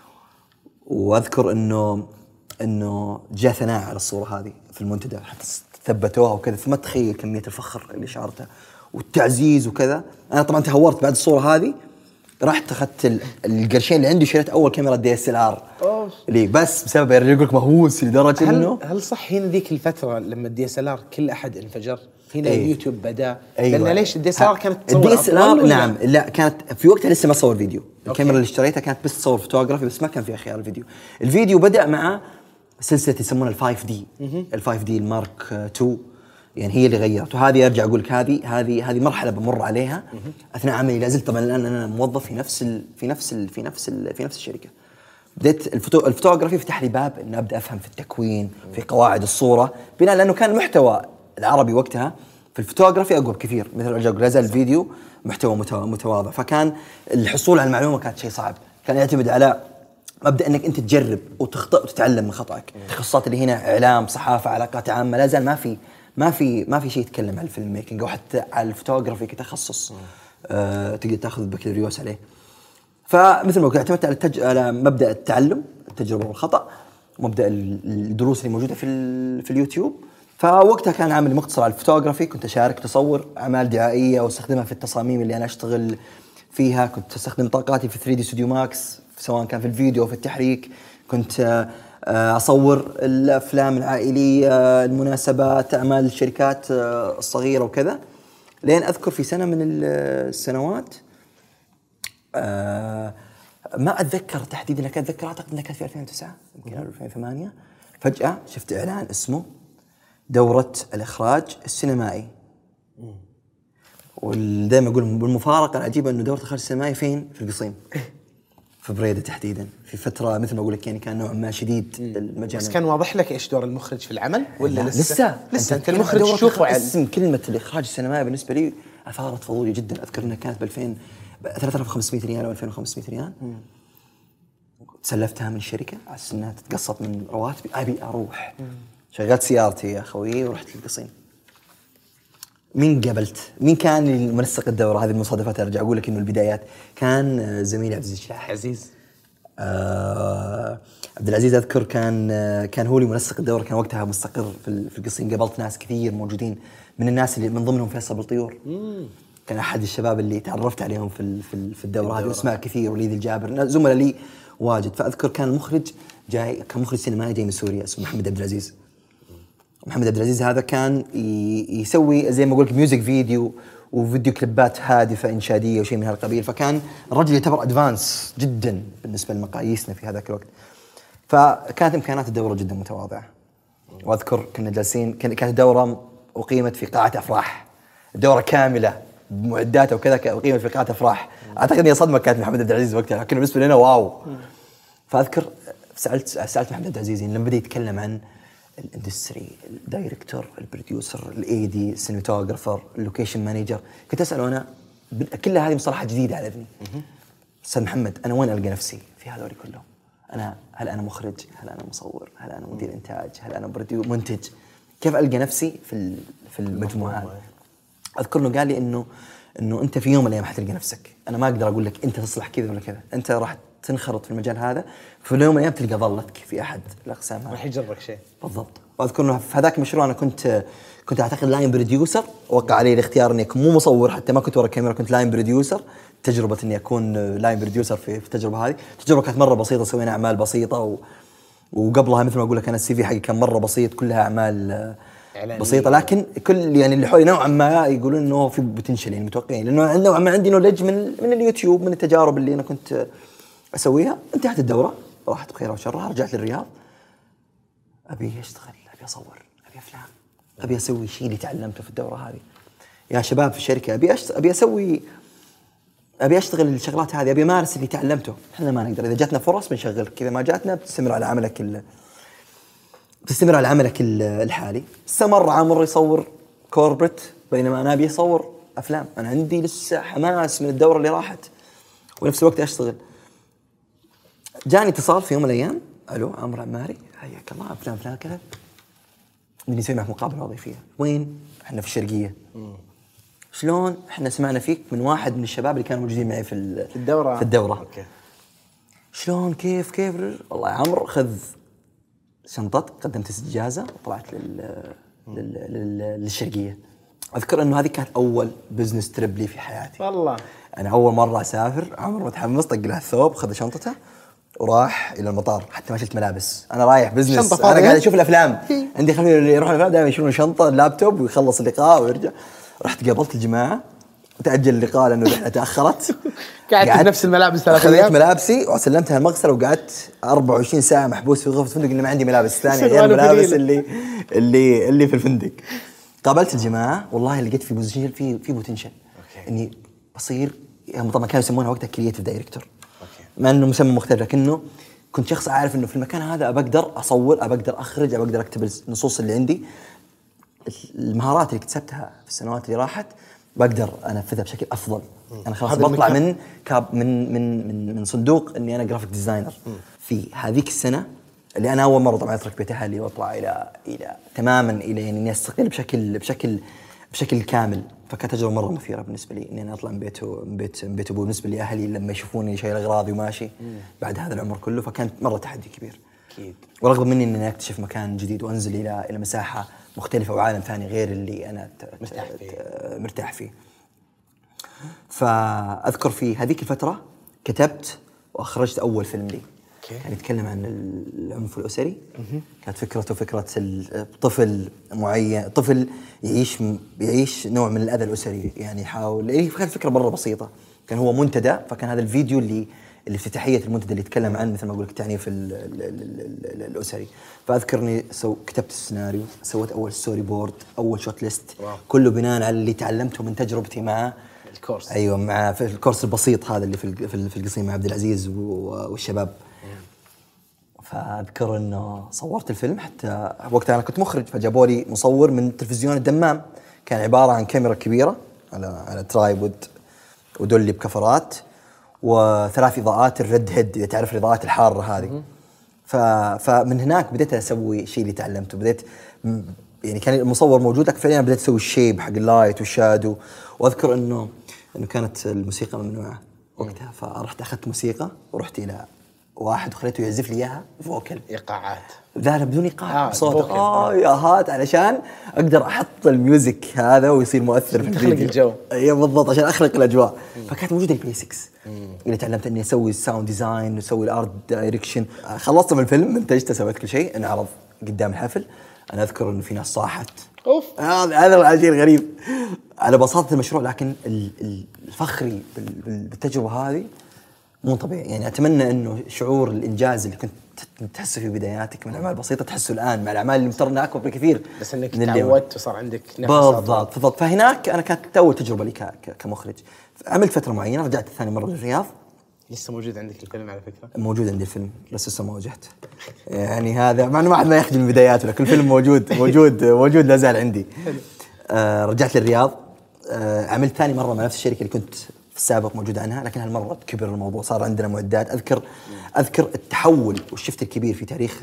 واذكر انه انه جاء ثناء على الصوره هذه في المنتدى، حتى ثبتوها وكذا، فما تخيل كميه الفخر اللي شعرته والتعزيز وكذا. انا طبعا تهورت بعد الصوره هذه، رحت اخذت القرشين اللي عندي وشريت اول كاميرا دي اس ال ار لي، بس بسبب يرجع لك مهووس لدرجه هل انه هل صح هنا ذيك الفتره لما الدي اس ال ار كل احد انفجر هنا؟ أيوة. اليوتيوب بدا. أيوة. لان ليش الدي اس ال ار كانت تصور الدي اس ال ار؟ نعم، ولا؟ لا كانت في وقتها لسه ما تصور فيديو. الكاميرا اللي اشتريتها كانت بس تصور فوتوغرافي، بس ما كان فيها خيار الفيديو. الفيديو بدا مع سلسله يسمونها الفايف دي، الفايف دي المارك اثنين، يعني هي اللي غيرت. وهذه ارجع اقول لك هذه هذه هذه مرحله بمر عليها اثناء عملي. لا زلت طبعا الان انا موظف في نفس ال في نفس ال في نفس ال في نفس الشركه. بديت الفوتو الفوتوغرافي فتح لي باب ان ابدا افهم في التكوين، في قواعد الصوره، بناء لانه كان المحتوى العربي وقتها في الفوتوغرافي اقوى بكثير. مثل ارجع اقول لا الفيديو محتوى متواضع، فكان الحصول على المعلومه كانت شيء صعب. كان يعتمد على مبدا انك انت تجرب وتخطئ وتتعلم من خطأك. التخصصات اللي هنا اعلام، صحافه، علاقات عامه، لا زال ما في ما في ما في شيء يتكلم عن الفيلم ميكينج او حتى على الفوتوغرافي كتخصص آه تقدر تاخذ بكالوريوس عليه. فمثل ما قلت اعتمدت على, التج... على مبدا التعلم، التجربه والخطا، ومبدا الدروس اللي موجوده في ال... في اليوتيوب. فوقتها كان عامل مقتصر على الفوتوغرافي، كنت اشارك تصور اعمال دعائيه واستخدمها في التصاميم اللي انا اشتغل فيها. كنت استخدم طاقاتي في ثري دي ستوديو ماكس سواء كان في الفيديو او في التحريك. كنت أصور الأفلام العائلية، المناسبات، أعمال الشركات الصغيرة وكذا. لين أذكر في سنة من السنوات ما أتذكر تحديدا، لكن أتذكر أعتقد أنها كانت في ألفين وتسعة يمكن ألفين وثمانية، فجأة شفت إعلان اسمه دورة الإخراج السينمائي. ودائما أقول بالمفارقة العجيبة أنه دورة الإخراج السينمائي فين؟ في القصيم، في بريدة تحديدا، في فترة مثل ما أقول لك يعني كان نوع ما شديد المجال. بس كان واضح لك إيش دور المخرج في العمل ولا لسه؟ لسه لسه أنت المخرج تشوفه على اسم كلمة الإخراج السينمائي بالنسبة لي أثارت فضولي جدا. أذكر أنها كانت بألفين ثلاثة آلاف وخمسمائة ريال أو ألفين وخمسمائة ريال. تسلفتها من الشركة على أنها تتقسط من رواتبي. أبي أروح شغلت سيارتي يا خوي ورحت للقصيم. مين قابلت؟ مين كان منسق الدورة؟ هذه المصادفات أرجع أقول لك إنه البدايات كان زميلي عبد العزيز شلاح. عزيز آه عبد العزيز أذكر كان كان هو اللي منسق الدورة، كان وقتها مستقر في في القصيم. قابلت ناس كثير موجودين من الناس اللي من ضمنهم فيصل بالطيور. كان أحد الشباب اللي تعرفت عليهم في في في الدورة هذه، اسماء كثير، وليد الجابر، زملاء لي واجد. فأذكر كان المخرج جاي، كان مخرج سينمائي جاي من سوريا اسمه محمد عبد العزيز. محمد عبد العزيز هذا كان يسوي زي ما أقول لك ميوزك فيديو وفيديو كليبات هادفة إنشادية وشيء من هالقبيل. فكان الرجل يعتبر أدفانس جدا بالنسبة لمقاييسنا في هذاك الوقت. فكانت إمكانات الدورة جدا متواضعة. وأذكر كنا جالسين، كانت الدورة أقيمت في قاعة أفراح، الدورة كاملة بمعداتها وكذا أقيمت في قاعة أفراح. أعتقد إني صدمة كانت محمد عبد العزيز وقتها، لكن بالنسبة لنا واو. فأذكر سألت سألت محمد عبد العزيز لما بدأ يتكلم عن الاندستري، الدايركتور، البروديوسر، الاي دي، السينماتوجرافر، اللوكيشن مانجر، كنت اساله انا كل هذه مصطلحات جديده على اذني. استاذ محمد انا وين القى نفسي في هذول كلهم؟ انا هل انا مخرج؟ هل انا مصور؟ هل انا مدير انتاج؟ هل انا بروديو منتج؟ كيف القى نفسي في في المجموعه هذه؟ اذكر انه قال لي انه انه انت في يوم من الايام حتلقى نفسك. انا ما اقدر اقول لك انت تصلح كذا ولا كذا، انت راح تنخرط في المجال هذا، في اليوم من الايام تلقى ظلتك في احد الاقسام هذه، راح يجربك شيء. بالضبط. واذكر انه في هذاك المشروع انا كنت كنت اعتقد لاين بروديوسر، وقع علي الاختيار اني اكون مو مصور، حتى ما كنت ورا الكاميرا، كنت لاين بروديوسر. تجربه اني اكون لاين بروديوسر في التجربه هذه، التجربه كانت مره بسيطه، سوينا اعمال بسيطه و... وقبلها مثل ما اقول لك انا السي في حقي كان مره بسيط، كلها اعمال بسيطه، لكن كل يعني اللي حولي نوعا ما يقولون انه في بوتنشل، يعني متوقعين، لانه نوعا ما عندي نولج من من اليوتيوب، من التجارب اللي انا كنت اسويها. انتهت الدوره، راحت بخير وشرها، رجعت للرياض. ابي اشتغل، ابي اصور، ابي افلام، ابي اسوي شيء اللي تعلمته في الدوره هذه. يا شباب في الشركه ابي أشت... ابي اسوي ابي اشتغل الشغلات هذه، ابي امارس اللي تعلمته. احنا ما نقدر، اذا جاتنا فرص بنشغلك، اذا ما جاتنا بتستمر على عملك ال... بتستمر على عملك الحالي. استمر عمر يصور كوربريت، بينما انا ابي اصور افلام. انا عندي لسه حماس من الدوره اللي راحت، ونفس الوقت اشتغل. جاني اتصال في يوم من الايام، الو عمرو عماري، حياك الله، افلام فلان كذا، بدي نسوي معك مقابله وظيفيه. وين؟ احنا في الشرقيه. مم. شلون؟ احنا سمعنا فيك من واحد من الشباب اللي كانوا موجودين معي في في الدوره في الدوره اوكي. شلون؟ كيف كيف؟ والله يا عمرو خذ شنطتك، قدمت استجازه وطلعت لل... لل... لل... للشرقيه. اذكر انه هذه كانت اول بزنس تريب لي في حياتي والله. انا اول مره اسافر. عمرو متحمس، طق له الثوب، خذ شنطته وراح الى المطار. حتى ما شلت ملابس، انا رايح بزنس، انا قاعد اشوف الافلام. عندي خلفيه اللي يروح الافلام دائما يشيلون شنطه، اللابتوب، ويخلص اللقاء ويرجع. رحت قابلت الجماعه وتاجل اللقاء لانه الرحله تاخرت. قعدت بنفس الملابس ثلاث ايام، خذيت ملابسي وسلمتها المغسله، وقعدت أربعة وعشرين ساعه محبوس في غرفه الفندق، اني ما عندي ملابس ثانيه غير الملابس اللي اللي اللي في الفندق. قابلت الجماعه، والله لقيت في بوتنشل، في في بوتنشل اني بصير، هم طبعا كانوا يسمونها وقتها كرييتيف دايركتور، مع انه مسمى مختلف، لكنه كنت شخص عارف انه في المكان هذا بقدر اصور، بقدر اخرج، بقدر اكتب النصوص اللي عندي. المهارات اللي اكتسبتها في السنوات اللي راحت بقدر انفذها بشكل افضل. انا خلاص بطلع من كاب من من من من صندوق اني انا جرافيك ديزاينر. في هذيك السنه اللي انا اول مره طبعا اترك بيت اهلي واطلع الى الى تماما الى يعني اني استقل بشكل بشكل بشكل كامل. فكانت تجربه مره مثيره بالنسبه لي اني انا اطلع من بيت من بيت من بيت ابوي. بالنسبه لي اهلي لما يشوفوني شايل اغراضي وماشي مم. بعد هذا العمر كله، فكانت مره تحدي كبير اكيد. ورغم مني اني اكتشف مكان جديد وانزل الى الى مساحه مختلفه وعالم ثاني غير اللي انا مرتاح فيه, مرتاح فيه. فاذكر في هذيك الفتره كتبت واخرجت اول فيلم لي، كان يتكلم عن العنف الأسري. كانت فكرته فكرة الطفل معين، طفل يعيش يعيش نوع من الأذى الأسري، يعني يحاول، يعني كانت فكرة مرة بسيطة. كان هو منتدى، فكان هذا الفيديو اللي اللي افتتاحية المنتدى اللي يتكلم عن مثل ما أقول لك التعنيف الأسري. فأذكرني سو كتبت السيناريو، سويت أول ستوري بورد، أول شوت ليست، كله بناء على اللي تعلمته من تجربتي مع الكورس. أيوة، مع في الكورس البسيط هذا اللي في في القصيم مع عبد العزيز والشباب. فأذكر إنه صورت الفيلم، حتى وقتها أنا كنت مخرج، فجابوا لي مصور من تلفزيون الدمام، كان عبارة عن كاميرا كبيرة على على ترايبود ودولي بكفرات وثلاث إضاءات الريد هيد، اللي تعرف الإضاءات الحارة هذه. ف... فمن هناك بديت اسوي الشيء اللي تعلمته. بديت يعني كان المصور موجود لكن فعليا بديت اسوي الشيب حق اللايت والشادو. واذكر انه انه كانت الموسيقى ممنوعه وقتها، فرحت اخذت موسيقى ورحت الى واحد وخليته يعزف لي اياها فوكل ايقاعات. لا لا بدون ايقاع، آه صوت اه يا هات علشان اقدر احط الميوزك هذا ويصير مؤثر في تخلق الجو. اي بالضبط، عشان اخلق الاجواء. فكانت موجوده البيسكس اللي تعلمت اني اسوي الساوند ديزاين واسوي الارت دايركشن. خلصت من الفيلم، منتجته، سويت كل شيء، انعرض قدام الحفل. انا اذكر انه في ناس صاحت اوف، هذا هذا الشيء الغريب على بساطه المشروع، لكن الفخري بالتجربه هذه مو طبيعي. يعني اتمنى انه شعور الانجاز اللي كنت تحسه في بداياتك من اعمال بسيطه تحسه الان مع الاعمال اللي مفترض انها اكبر بكثير، بس انك تعودت وصار عندك نفس. بالضبط بالضبط. فهناك انا كانت اول تجربه لي كمخرج. عملت فتره معينه، رجعت ثاني مره للرياض. لسه موجود عندك الفيلم على فكره؟ موجود عندي الفيلم بس لسه ما واجهت. يعني هذا مع انه ما حد ما يخجل من بداياته، لكن الفيلم موجود موجود موجود لا زال عندي. آه رجعت للرياض. آه عملت ثاني مره مع نفس الشركه اللي كنت في السابق موجود عنها، لكن هالمره كبر الموضوع، صار عندنا معدات. اذكر اذكر التحول والشفت الكبير في تاريخ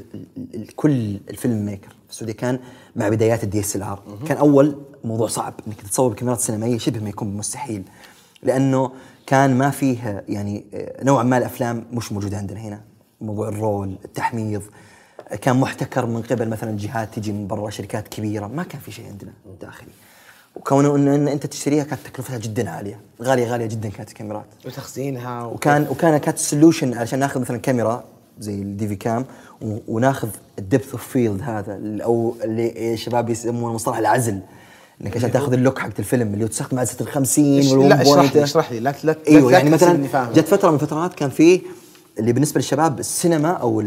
كل الفيلم ميكر في السعوديه كان مع بدايات الدي اس ال ار. كان اول موضوع صعب انك تصور بكاميرات سينمائيه، شبه ما يكون مستحيل، لانه كان ما فيه يعني نوعا ما الافلام مش موجوده عندنا هنا. موضوع الرول، التحميض كان محتكر من قبل مثلا جهات تجي من برا، شركات كبيره، ما كان في شيء عندنا داخلي. وكونه انه إن انت تشتريها كانت تكلفتها جدا عاليه، غاليه غاليه جدا كانت الكاميرات وتخزينها و... وكان وكان كانت السوليوشن علشان ناخذ مثلا كاميرا زي الدي في كام وناخذ الدبث اوف فيلد هذا، او اللي الشباب يسمونه مصطلح العزل، انك عشان تاخذ اللوك حق الفيلم اللي تستخدم عدسه ال خمسين وال لا اشرح لي اشرح لي لا لا ايوه. يعني مثلا جت فتره من الفترات كان في اللي بالنسبه للشباب السينما او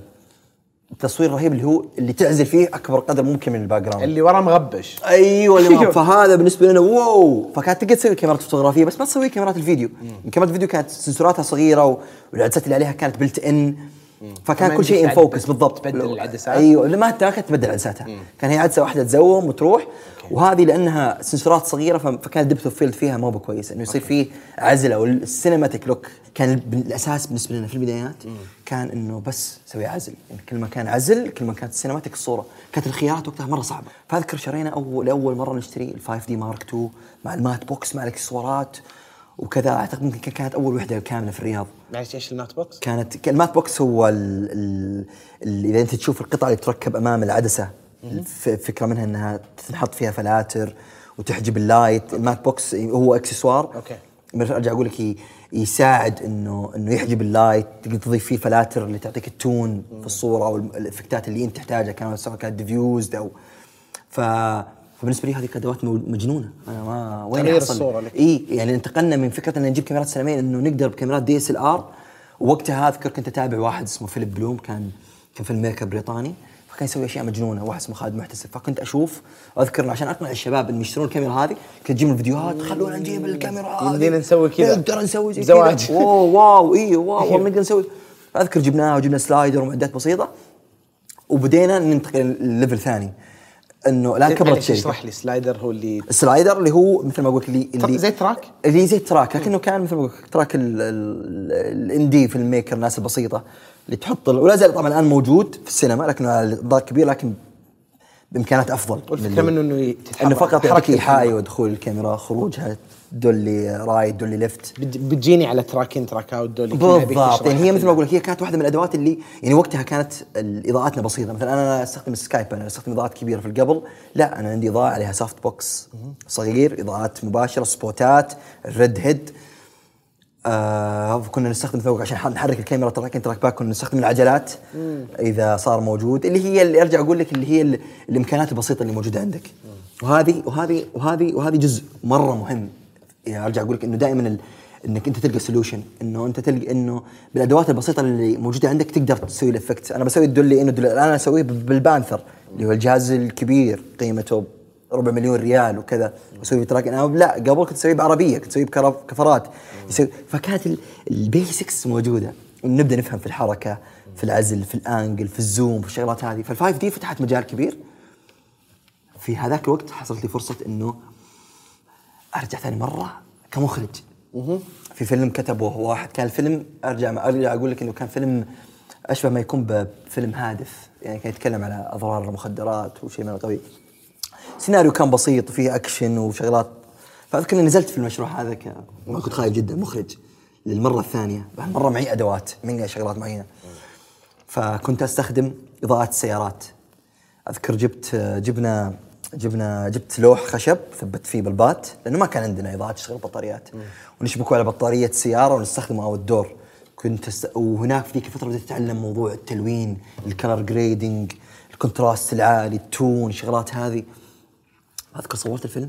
التصوير الرهيب اللي هو اللي تعزل فيه اكبر قدر ممكن من الباك جراوند، اللي ورا مغبش. ايوه اللي مغبش. فهذا بالنسبه لنا واو. فكانت تقدر تسوي كاميرات فوتوغرافيه بس ما تسوي كاميرات الفيديو. كاميرات الفيديو كانت سنسوراتها صغيره والعدسات اللي عليها كانت بلت ان، فكان كل شيء ان فوكس بالضبط. تبدل العدسات. ايوه ما كانت تبدل عدساتها، كان هي عدسه واحده تزوم وتروح. أوكي. وهذه لانها سنسورات صغيره فكان دبث اوف فيلد فيها مو بكويس، انه يصير فيه عزل او السينماتيك لوك. كان الاساس بالنسبه لنا في البدايات كان انه بس سوي عزل، يعني كل ما كان عزل كل ما كانت السينماتيك الصوره. كانت الخيارات وقتها مره صعبه. فاذكر شرينا اول لاول مره نشتري الفايف دي مارك تو مع المات بوكس مع الاكسسوارات وكذا. اعتقد ممكن كانت اول وحده كامله في الرياض. معلش ايش المات بوكس؟ كانت المات بوكس هو ال ال ال اذا انت تشوف القطعه اللي تركب امام العدسه، الفكره منها انها تنحط فيها فلاتر وتحجب اللايت. المات بوكس هو اكسسوار. اوكي. ارجع اقول لك يساعد انه انه يحجب اللايت، تقدر تضيف فيه فلاتر اللي تعطيك التون في الصوره او الافكتات اللي انت تحتاجها، كانت سواء كانت ديفيوزد او ف فبالنسبه لي هذه ادوات مجنونه. انا ما وين احصل اي يعني انتقلنا من فكره ان نجيب كاميرات سينمائيه انه نقدر بكاميرات دي اس ال ار. ووقتها اذكر كنت اتابع واحد اسمه فيليب بلوم، كان كان فيلم ميكر بريطاني، فكان يسوي اشياء مجنونه. واحد اسمه خالد محتسب، فكنت اشوف واذكر عشان اقنع الشباب انهم يشترون الكاميرا هذه كنت اجيب الفيديوهات خلونا نجيب الكاميرا هذه يمدينا نسوي كذا، نقدر نسوي زي زواج. كذا. واو واو اي واو والله نقدر نسوي. فاذكر جبناها وجبنا سلايدر ومعدات بسيطه وبدينا ننتقل لليفل ثاني. انه الان كبرت شيء. اشرح لي سلايدر. هو اللي السلايدر اللي هو مثل ما قلت لي اللي زي تراك اللي زي تراك، لكنه كان مثل ما قلت تراك الاندي في الميكر، الناس البسيطه اللي تحط، ولا زال طبعا الان موجود في السينما لكنه على ضغط كبير لكن بامكانات افضل. والفكره منه انه انه فقط يعطيك ايحائي ودخول الكاميرا، خروجها، دولي رايت دولي ليفت. بتجيني على تراكين تراك اوت دولي بالضبط. يعني هي مثل ما اقول لك هي كانت واحده من الادوات اللي يعني وقتها كانت اضاءاتنا بسيطه. مثلا انا استخدم السكايب، انا استخدم اضاءات كبيره في القبل، لا انا عندي اضاءه عليها سوفت بوكس صغير، اضاءات مباشره، سبوتات، الريد هيد. آه كنا نستخدم فوق عشان نحرك الكاميرا تراكين تراك باك، كنا نستخدم العجلات مم. اذا صار موجود، اللي هي اللي ارجع اقول لك اللي هي ال الامكانيات البسيطه اللي موجوده عندك. مم. وهذه وهذه وهذه وهذه جزء مره مهم. يعني ارجع اقول لك انه دائما ال انك انت تلقى سوليوشن، انه انت تلقى انه بالادوات البسيطه اللي موجوده عندك تقدر تسوي الافكت. انا بسوي الدولي انه الدولي انا اسويه بالبانثر اللي هو الجهاز الكبير قيمته ربع مليون ريال وكذا، اسوي تراك. انا لا قبل كنت اسويه بعربيه، كنت اسويه بكفرات. فكانت البيسكس موجوده، ونبدا نفهم في الحركه، في العزل، في الانجل، في الزوم، في الشغلات هذه. فالفايف دي فتحت مجال كبير. في هذاك الوقت حصلت لي فرصه انه ارجع ثاني مره كمخرج في فيلم كتبه واحد. كان الفيلم ارجع ارجع اقول لك انه كان فيلم اشبه ما يكون بفيلم هادف، يعني كان يتكلم على اضرار المخدرات وشيء من القبيل. سيناريو كان بسيط وفيه اكشن وشغلات. فاذكر اني نزلت في المشروع هذا ك... كنت خايف جدا، مخرج للمره الثانيه، بهالمره معي ادوات معي شغلات معينه. فكنت استخدم اضاءات السيارات. اذكر جبت جبنا جبنا جبت لوح خشب ثبت فيه بالبات، لانه ما كان عندنا اضاءات تشغل بطاريات، ونشبكه على بطاريه سياره ونستخدمه او الدور. كنت است... وهناك في ذيك الفتره بديت اتعلم موضوع التلوين، الكلر جريدنج، الكونتراست العالي، التون، الشغلات هذه. اذكر صورت الفيلم،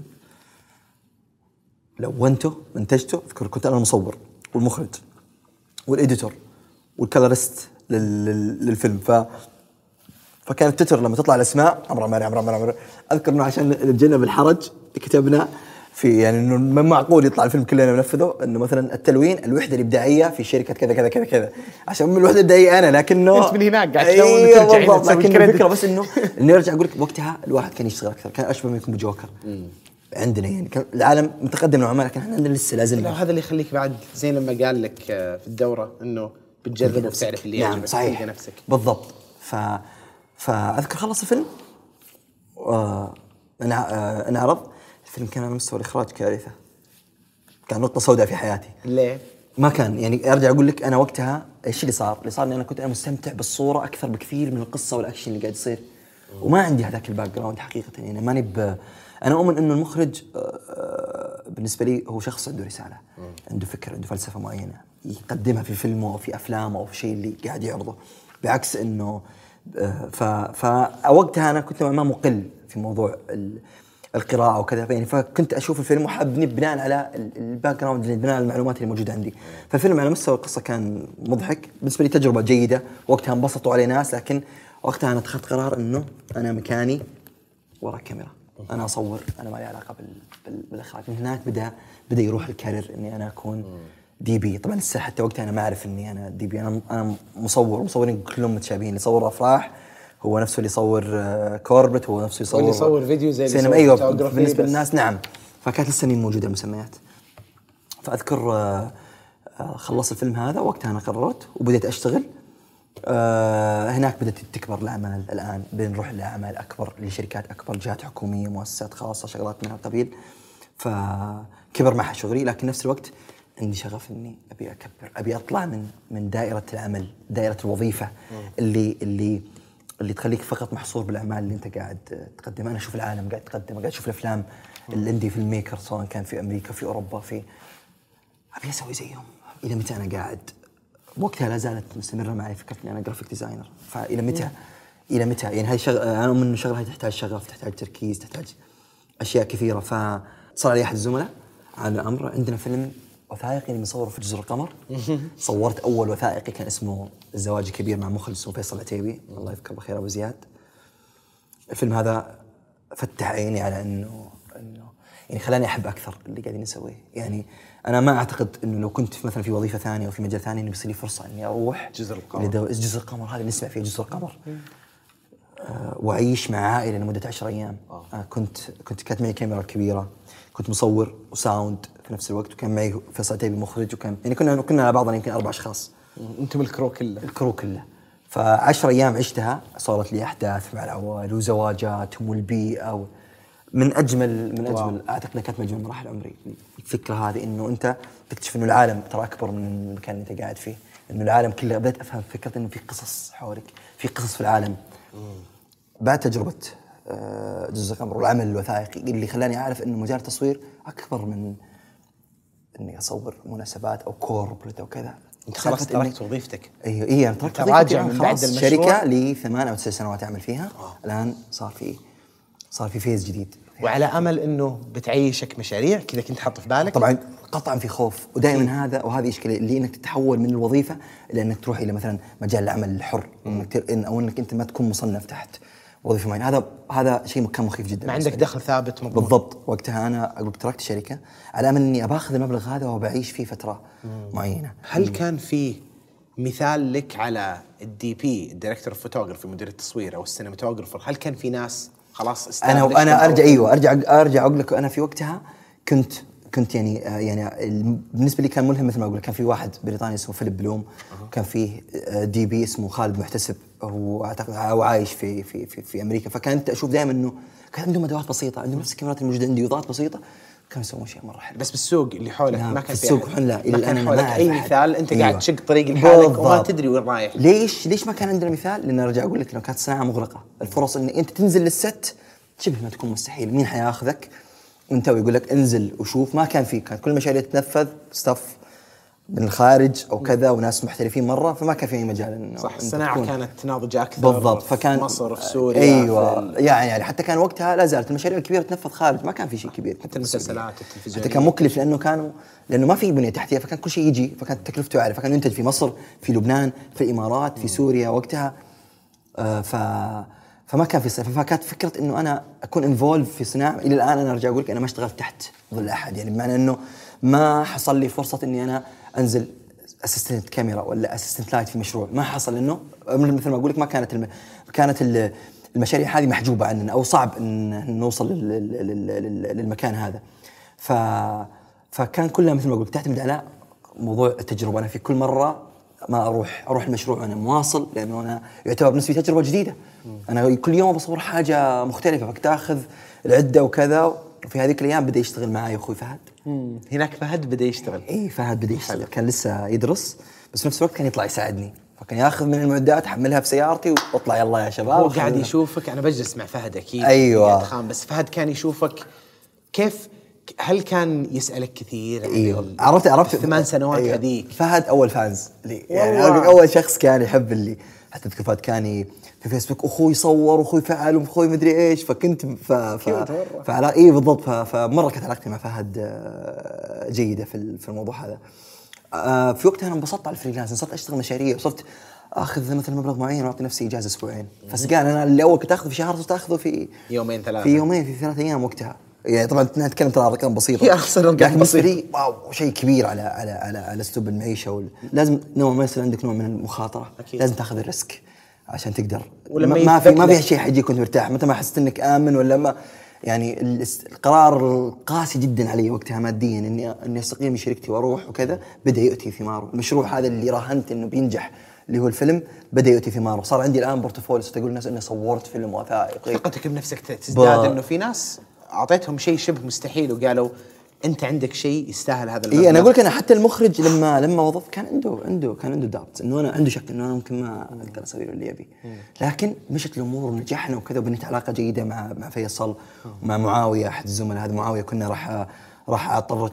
لونته، منتجته. اذكر كنت انا المصور والمخرج والإديتور والكالرست لل... للفيلم. ف فكان التتر لما تطلع الاسماء عمرو عمري عمرو عمري عمرو. اذكر انه عشان نتجنب الحرج كتبنا في، يعني انه ما معقول يطلع الفيلم كلنا ننفذه، انه مثلا التلوين الوحده الابداعيه في شركه كذا كذا كذا كذا، عشان من الوحده الابداعيه انا، لكنه انت من هناك قاعد تلون وترجع هنا. لكن الفكره بس انه اني ارجع اقول لك وقتها الواحد كان يشتغل اكثر، كان اشبه ما يكون بجوكر عندنا. يعني كان العالم متقدم نوعا ما، لكن احنا عندنا لسه لازم. هذا اللي يخليك بعد زي لما قال لك في الدوره انه بتجرب وبتعرف اللي يعجبك. نعم صحيح نفسك بالضبط. ف فاذكر خلص الفيلم آه انا آه انعرض الفيلم، كان على مستوى الاخراج كارثه، كان نقطه سوداء في حياتي. ليه؟ ما كان، يعني ارجع اقول لك انا وقتها ايش اللي صار؟ اللي صار اني انا كنت انا مستمتع بالصوره اكثر بكثير من القصه والاكشن اللي قاعد يصير، وما عندي هذاك الباك جراوند حقيقه. يعني ماني ب انا اؤمن انه المخرج آه بالنسبه لي هو شخص عنده رساله، عنده فكره، عنده فلسفه معينه يقدمها في فيلمه او في افلامه او في شيء اللي قاعد يعرضه، بعكس انه ف فوقتها انا كنت ما مقل في موضوع القراءه وكذا. يعني فكنت اشوف الفيلم وحابني بناء على الباك جراوند، بناء على المعلومات اللي موجوده عندي. فالفيلم على مستوى القصه كان مضحك بالنسبه لي، تجربه جيده، وقتها انبسطوا عليه ناس، لكن وقتها انا اتخذت قرار انه انا مكاني ورا الكاميرا، انا اصور، انا ما لي علاقه بال... بال... بالاخراج. من هناك بدا بدا يروح الكارير اني انا اكون دي بي. طبعا لسه حتى وقتها انا ما اعرف اني انا دي بي، انا انا مصور، مصورين كلهم متشابهين. اللي يصور افراح هو نفسه اللي يصور كوربت، هو نفسه يصور واللي يصور فيديو زي اللي يصور ايوه بالنسبه للناس. نعم. فكانت لسه مين موجوده المسميات. فاذكر خلص الفيلم هذا، وقتها انا قررت وبديت اشتغل. هناك بدات تكبر الاعمال. الان بنروح لاعمال اكبر، لشركات اكبر، جهات حكوميه، مؤسسات خاصه، شغلات من هالقبيل. فكبر معها شغلي، لكن نفس الوقت عندي شغف اني ابي اكبر، ابي اطلع من من دائره العمل، دائره الوظيفه اللي اللي اللي تخليك فقط محصور بالاعمال اللي انت قاعد تقدمها. انا اشوف العالم قاعد تقدم، قاعد اشوف الافلام الاندي فيلم ميكر، سواء كان في امريكا، في اوروبا، في ابي اسوي زيهم. الى متى انا قاعد؟ وقتها لا زالت مستمره معي فكره اني انا جرافيك ديزاينر. فالى متى؟ الى متى؟ يعني هاي شغ... انا من الشغله هاي تحتاج شغف، تحتاج تركيز، تحتاج اشياء كثيره. فصار لي احد الزملاء على امر، عندنا فيلم وثائقي اللي بنصوره في جزر القمر. صورت اول وثائقي كان اسمه الزواج الكبير مع مخرج اسمه فيصل عتيبي، الله يذكره بالخير، ابو زياد. الفيلم هذا فتح عيني على انه انه يعني خلاني احب اكثر اللي قاعدين نسويه. يعني انا ما اعتقد انه لو كنت مثلا في وظيفه ثانيه او في مجال ثاني انه بيصير لي فرصه اني اروح جزر القمر. جزر القمر هذا اللي نسمع فيه جزر القمر. أه واعيش مع عائله لمده عشر ايام. أه كنت كنت كانت معي كاميرا كبيره، كنت مصور وساوند في نفس الوقت، وكان معي فيصل عتيبي مخرج، وكان يعني كنا كنا على بعضنا يمكن اربع اشخاص. انتم الكرو كله؟ الكرو كله. فعشر ايام عشتها، صارت لي احداث مع العوائل وزواجاتهم والبيئه. من اجمل من اجمل واو. اعتقد كانت من اجمل مراحل عمري الفكره هذه، انه انت تكتشف انه العالم ترى اكبر من المكان اللي انت قاعد فيه، انه العالم كله. بدأت افهم فكره انه في قصص حولك، في قصص في العالم. مم. بعد تجربه جزر القمر والعمل الوثائقي اللي خلاني اعرف انه مجال التصوير اكبر من اني اصور مناسبات او كوربريت او كذا. انت خلاص تركت وظيفتك؟ اي اي انا تركت وظيفتي من بعد المشروع. شركه لي ثمان او تسع سنوات اعمل فيها. أوه. الان صار في صار في فيز جديد، وعلى امل انه بتعيشك مشاريع كذا كنت حاطه في بالك؟ طبعا قطعا في خوف، ودائما هذا وهذه اشكاليه اللي انك تتحول من الوظيفه الى انك تروح الى مثلا مجال العمل الحر، انك او انك انت ما تكون مصنف تحت وظيفه معينه. هذا هذا شيء كان مخيف جدا. ما عندك دخل ثابت مضمون. بالضبط. وقتها انا اقول تركت الشركه على امل اني اباخذ المبلغ هذا وبعيش فيه فتره مم. معينه. هل كان في مثال لك على الدي بي الدايركتور اوف فوتوغرافي، مدير التصوير او السينماتوجرافر، هل كان في ناس خلاص انا انا ارجع ايوه ارجع ارجع اقول لك انا في وقتها كنت كنت يعني آه يعني ال- بالنسبه لي كان ملهم مثل ما اقول. كان في واحد بريطاني اسمه فيليب بلوم، كان فيه آه دي بي اسمه خالد محتسب، هو اعتقد عايش في في في, في امريكا. فكانت اشوف دائما انه كان عندهم ادوات بسيطه، عندهم نفس الكاميرات الموجوده عندي وضغط بسيطه، كانوا يسوون شيء مره حلو. بس بالسوق اللي حولك ما كان في السوق أحد. حن لا، ما إلا كان أنا حولك ما اي أعرف أحد. مثال، انت أيوة. قاعد تشق طريق لحالك وما بالضبط. تدري وين رايح. ليش ليش ما كان عندنا مثال؟ لان ارجع اقول لك لو كانت صناعه مغلقه، الفرص ان انت تنزل للست شبه ما تكون مستحيل. مين حياخذك انت ويقول لك انزل وشوف؟ ما كان في، كانت كل المشاريع تتنفذ ستاف من الخارج او كذا وناس محترفين مره، فما كان في اي مجال انه صح، أنت الصناعه تكون. كانت ناضجه اكثر. بالضبط. فكان في مصر، في سوريا، ايوه في يعني يعني حتى كان وقتها لا زالت المشاريع الكبيره تنفذ خارج، ما كان في شيء كبير. حتى المسلسلات التلفزيونيه حتى كان مكلف لانه كانوا لانه ما في بنيه تحتيه، فكان كل شيء يجي، فكانت تكلفته عاليه، فكان ينتج في مصر، في لبنان، في الامارات، في سوريا وقتها. آه ف فما كان في صيف. فكانت فكره انه انا اكون انفولف في صناعه. الى الان انا ارجع اقول لك انا ما اشتغلت تحت ظل احد، يعني بمعنى انه ما حصل لي فرصه اني انا انزل اسيستنت كاميرا ولا اسيستنت لايت في مشروع، ما حصل. انه مثل ما اقول لك ما كانت الم... كانت ال... المشاريع هذه محجوبه عننا، او صعب ان نوصل لل... لل... لل... للمكان هذا. ف... فكان كلها مثل ما اقول تعتمد على موضوع التجربه. انا في كل مره ما اروح اروح المشروع وانا مواصل، لانه انا يعتبر بالنسبه لي تجربه جديده. انا كل يوم بصور حاجه مختلفه، فكتاخذ العده وكذا. وفي هذيك الايام بدا يشتغل معي اخوي فهد. مم. هناك فهد بدا يشتغل. اي فهد بدا يشتغل، كان لسه يدرس بس في نفس الوقت كان يطلع يساعدني، فكان ياخذ من المعدات حملها في سيارتي واطلع يلا يا شباب. هو قاعد يشوفك، انا بجلس مع فهد اكيد. ايوه خام، بس فهد كان يشوفك كيف؟ هل كان يسالك كثير؟ ايوه عرفت عرفت الثمان سنوات أيوة. هذيك فهد اول فانز لي، يعني اول شخص كان يحب اللي حتى اذكر فهد كان في فيسبوك اخوي صور واخوي فعل واخوي مدري ايش، فكنت ف ف فعلا اي بالضبط. فمره كانت علاقتي مع فهد جيده في في الموضوع هذا. في وقتها انا انبسطت على الفريلانس، صرت اشتغل مشاريع، وصرت اخذ مثلا مبلغ معين واعطي نفسي اجازه اسبوعين. فسقان انا اللي اول كنت اخذه في شهر صرت اخذه في يومين ثلاثه في يومين في ثلاث ايام وقتها. يعني طبعا نتكلم ترى ارقام بسيطه، يا اصلا لكن بالنسبه لي واو شيء كبير على على على على اسلوب المعيشه. وال... لازم نوع ما يصير عندك نوع من المخاطره. أكيد. لازم تاخذ الريسك عشان تقدر. ما في ما في شيء حيجي كنت مرتاح متى ما حسيت انك امن ولا ما. يعني القرار قاسي جدا علي وقتها ماديا اني اني استقيل من شركتي واروح وكذا، بدا يؤتي ثماره. المشروع هذا اللي راهنت انه بينجح اللي هو الفيلم بدا يؤتي ثماره. صار عندي الان بورتفوليو، صرت اقول للناس اني صورت فيلم وثائقي. ثقتك بنفسك تزداد، انه في ناس اعطيتهم شيء شبه مستحيل وقالوا انت عندك شيء يستاهل هذا المبلغ. اي انا اقول لك انا حتى المخرج لما لما وظف كان عنده عنده كان عنده دابت انه انا عنده شك انه انا ممكن ما اقدر اسوي اللي ابي، لكن مشت الامور ونجحنا وكذا، وبنيت علاقه جيده مع مع فيصل ومع معاويه احد الزملاء. هذا معاويه كنا راح راح اتطرق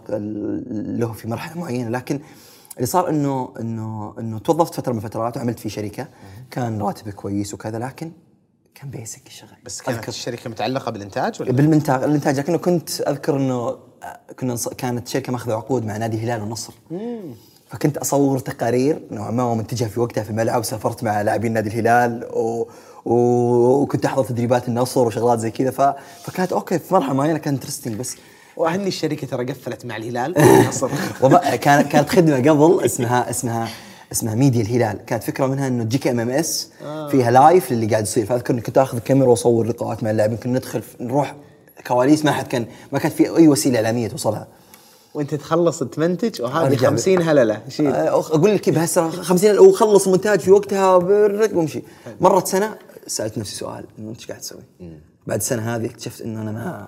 له في مرحله معينه، لكن اللي صار انه انه انه توظفت فتره من الفترات وعملت في شركه كان راتبي كويس وكذا، لكن كان بيسك الشغل. بس كانت الشركه متعلقه بالانتاج ولا بالمنتاج الانتاج؟ لكنه كنت اذكر انه كنا كانت شركه ماخذه عقود مع نادي الهلال والنصر. مم. فكنت اصور تقارير نوعا ما ومنتجها في وقتها في الملعب. سافرت مع لاعبين نادي الهلال و... و... وكنت احضر تدريبات النصر وشغلات زي كذا. ف... فكانت اوكي في مرحله معينه كانت انترستنج. بس واهني الشركه ترى قفلت مع الهلال والنصر. وما كانت كانت خدمه قبل اسمها اسمها اسمها ميديا الهلال. كانت فكره منها انه تجيك ام ام اس فيها لايف للي قاعد يصير. فاذكر اني كنت اخذ كاميرا واصور لقاءات مع اللاعبين، كنا ندخل نروح كواليس، ما حد كان ما كانت في اي وسيله اعلاميه توصلها. وانت تخلص تمنتج وهذه خمسين هلله شيل. اقول لك بهالسرعه خمسين وخلص المونتاج في وقتها برك وامشي. مرت سنه سالت نفسي سؤال انه انت ايش قاعد تسوي؟ بعد السنه هذه اكتشفت انه انا ما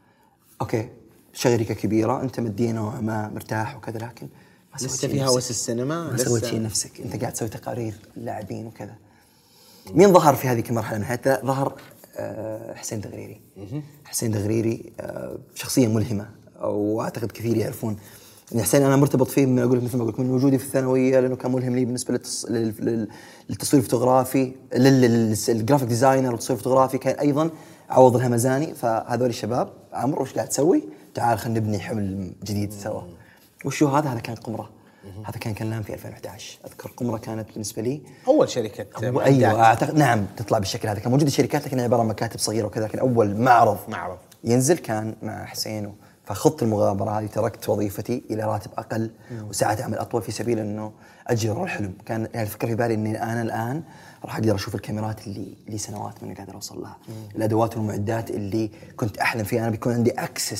اوكي شركه كبيره انت ماديا نوعا ما مرتاح وكذا، لكن لسه في هوس السينما، ما سويت شيء نفسك. انت قاعد تسوي تقارير اللاعبين وكذا. مين ظهر في هذه المرحله من حياته؟ ظهر حسين دغريري. حسين دغريري شخصيه ملهمه، واعتقد كثير يعرفون ان حسين انا مرتبط فيه من اقول مثل ما قلت من وجودي في الثانويه، لانه كان ملهم لي بالنسبه للتص... للتصوير الفوتوغرافي، للجرافيك ديزاينر والتصوير الفوتوغرافي. كان ايضا عوض الهمزاني. فهذول الشباب عمرو وش قاعد تسوي؟ تعال خلينا نبني حمل جديد سوا. وشو هذا؟ هذا كان قمره. هذا كان كلام في ألفين وأحد عشر. اذكر قمره كانت بالنسبه لي اول شركه. ايوه اعتقد نعم تطلع بالشكل هذا. كان موجود الشركات لكن عباره عن مكاتب صغيره وكذا، لكن اول معرض معرض ينزل كان مع حسين. فخضت المغامره هذه، تركت وظيفتي الى راتب اقل وساعات عمل اطول في سبيل انه اجري ورا الحلم. كان يعني الفكره في بالي اني انا الان راح اقدر اشوف الكاميرات اللي لي سنوات من قادر اوصل لها، الادوات والمعدات اللي كنت احلم فيها انا بيكون عندي اكسس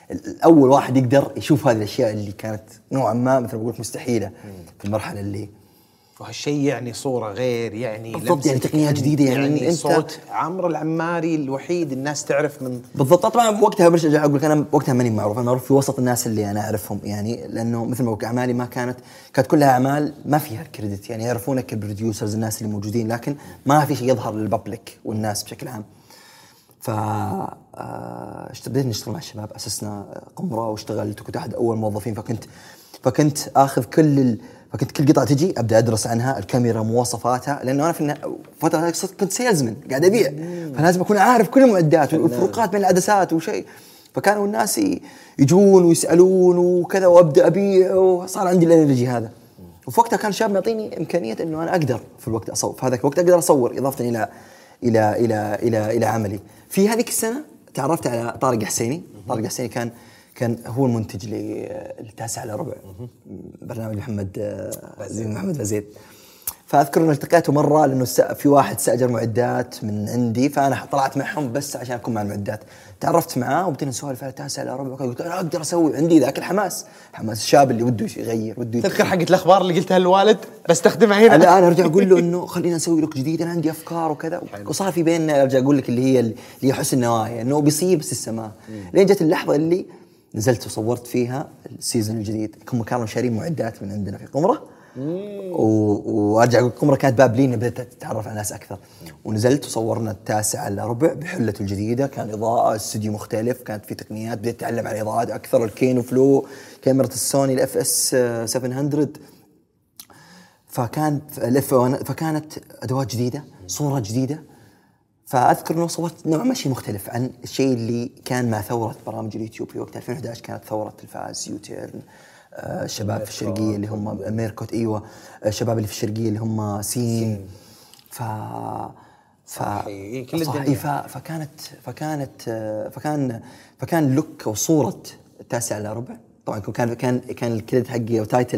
الاول واحد يقدر يشوف هذه الاشياء اللي كانت نوعا ما مثل ما بقول مستحيله في المرحله اللي. وهالشيء يعني صورة غير، يعني بالضبط، يعني تقنيات جديدة، يعني, يعني انت صوت عمرو العماري الوحيد الناس تعرف من بالضبط. طبعا وقتها برجع اقول لك انا وقتها ماني معروف، انا معروف في وسط الناس اللي انا اعرفهم، يعني لانه مثل ما قلت اعمالي ما كانت كانت كلها اعمال ما فيها الكريدت، يعني يعرفونك كبروديوسرز الناس اللي موجودين، لكن ما في شيء يظهر للببليك والناس بشكل عام. ف بديت نشتغل مع الشباب، اسسنا قمرة واشتغلت وكنت احد اول موظفين، فكنت فكنت اخذ كل ال... فكنت كل قطعه تجي ابدا ادرس عنها الكاميرا مواصفاتها، لانه انا في فتره كنت سيلزمن قاعد ابيع، فلازم اكون عارف كل المعدات والفروقات بين العدسات وشيء. فكانوا الناس يجون ويسالون وكذا وابدا ابيع، وصار عندي الانرجي هذا. وفي وقتها كان الشاب معطيني امكانيه انه انا اقدر في الوقت اصور، في هذاك الوقت اقدر اصور اضافه الى الى الى الى الى عملي. في هذيك السنه تعرفت على طارق حسيني. طارق حسيني كان كان هو المنتج للتاسع على ربع، برنامج محمد محمد فزيد. فاذكر انه التقيته مره لانه في واحد استاجر معدات من عندي، فانا طلعت معهم بس عشان اكون مع المعدات. تعرفت معاه وبدينا نسولف على التاسع على ربع، قلت انا اقدر اسوي، عندي ذاك الحماس، حماس الشاب اللي وده يغير، وده تذكر حقه الاخبار اللي قلتها للوالد بستخدمها هنا. لا انا ارجع اقول له انه خلينا نسوي لك جديد، انا عندي افكار وكذا. وصار في بيننا ارجع اقول لك اللي هي اللي هي حسن النوايا، انه بيصير بس السماء. لين جت اللحظه اللي نزلت وصورت فيها السيزون الجديد. هم كانوا شارين معدات من عندنا في قمرة، وارجع اقول قمرة كانت باب لي، بدأت اتعرف على ناس اكثر. ونزلت وصورنا التاسع على ربع بحلته الجديده، كان اضاءه استوديو مختلف، كانت في تقنيات، بديت اتعلم على الاضاءات اكثر، الكينو فلو، كاميرا السوني الاف اس سبعمية. فكان فكانت ادوات جديده، صوره جديده. فاذكر انه صورت نوع ما شيء مختلف عن الشيء اللي كان مع ثوره برامج اليوتيوب في وقت ألفين وإحدى عشر. كانت ثوره تلفاز، يوتيرن، آه الشباب في الشرقيه اللي هم ميركوت، ايوه الشباب اللي في الشرقيه اللي هم سين. ف ف صحيح. فكانت فكانت فكان فكان لوك وصوره التاسع على ربع. طبعا كان كان كان الكريدت حقي او تايتل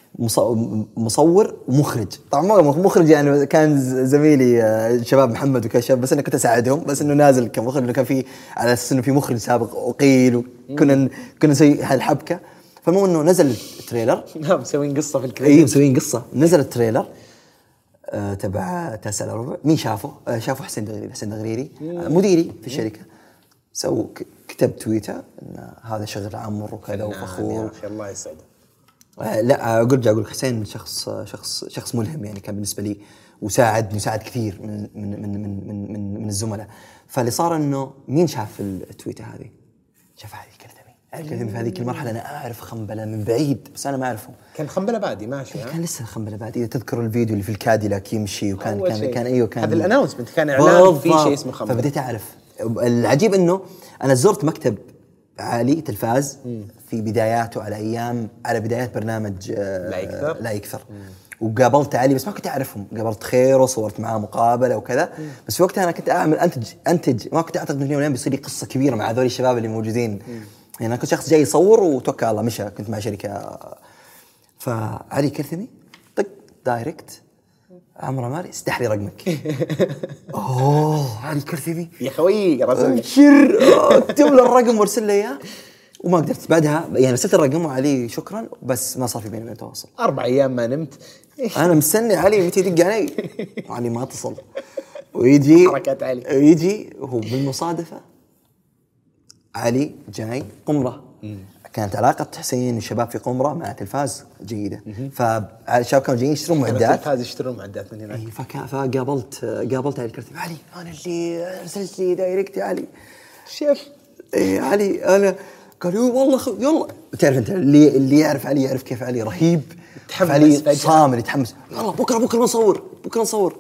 مصور ومخرج. طبعا مو مخرج، يعني كان زميلي شباب محمد وكشاب، بس انا كنت اساعدهم، بس انه نازل كمخرج، انه كان في على اساس انه في مخرج سابق وقيل، وكنا كنا نسوي هالحبكه. فالمهم انه نزل التريلر. نعم مسوين قصه في الكريدت. اي مسوين قصه. نزل التريلر آه تبع تاسع على ربع. مين شافه؟ آه شافه حسين دغريري. حسين دغريري آه مديري في الشركه. سو كتب تويتر ان هذا شغل عمر وكذا وفخور. الله يسعده. آه لا اقول اقول لك حسين شخص شخص شخص ملهم، يعني كان بالنسبه لي وساعد مساعد كثير من من من من من, من, من الزملاء. فاللي صار انه مين شاف التويتر هذه؟ شاف علي كرثمي. علي كرثمي في هذيك المرحله انا اعرف خنبله من بعيد، بس انا ما اعرفه. كان خنبله بادي ماشي. كان لسه خنبله بادي. اذا تذكر الفيديو اللي في الكاديلاك يمشي، وكان كان كان ايوه كان هذا الاناونسمنت، كان اعلان في شيء اسمه خنبله. فبديت اعرف. العجيب انه انا زرت مكتب عالي تلفاز في بداياته، على ايام على بدايات برنامج لا يكثر لا يكثر وقابلت علي، بس ما كنت اعرفهم. قابلت خير وصورت معاه مقابله وكذا. مم. بس في وقتها انا كنت اعمل انتج انتج ما كنت اعتقد انه اليوم بيصير لي قصه كبيره مع هذول الشباب اللي موجودين. مم. يعني انا كنت شخص جاي يصور وتوكل على الله مشى. كنت مع شركه. فعلي كرثمي طق دايركت عمرو عماري استح لي رقمك. اوه علي كرثمي يا خوي راسل شر اكتب له الرقم وارسل لي اياه. وما قدرت بعدها، يعني ارسلت الرقم وعلي شكرا، بس ما صار في بيننا تواصل. اربع ايام ما نمت. انا مستني علي متى يدق علي، علي ما اتصل. ويجي حركات علي ويجي هو بالمصادفه علي جاي قمره. مم. كانت علاقه حسين والشباب في قمره مع تلفاز جيده. فالشباب كانوا جايين يشترون معدات، تلفاز يشترون معدات من هناك. اي فكا فقابلت قابلت علي الكرثمي. علي انا اللي ارسلت لي دايركت يا علي شيف. اي علي انا قال والله خ... يلا تعرف انت اللي اللي يعرف علي يعرف كيف علي رهيب. علي صامل يتحمس. يلا بكره بكره نصور بكره نصور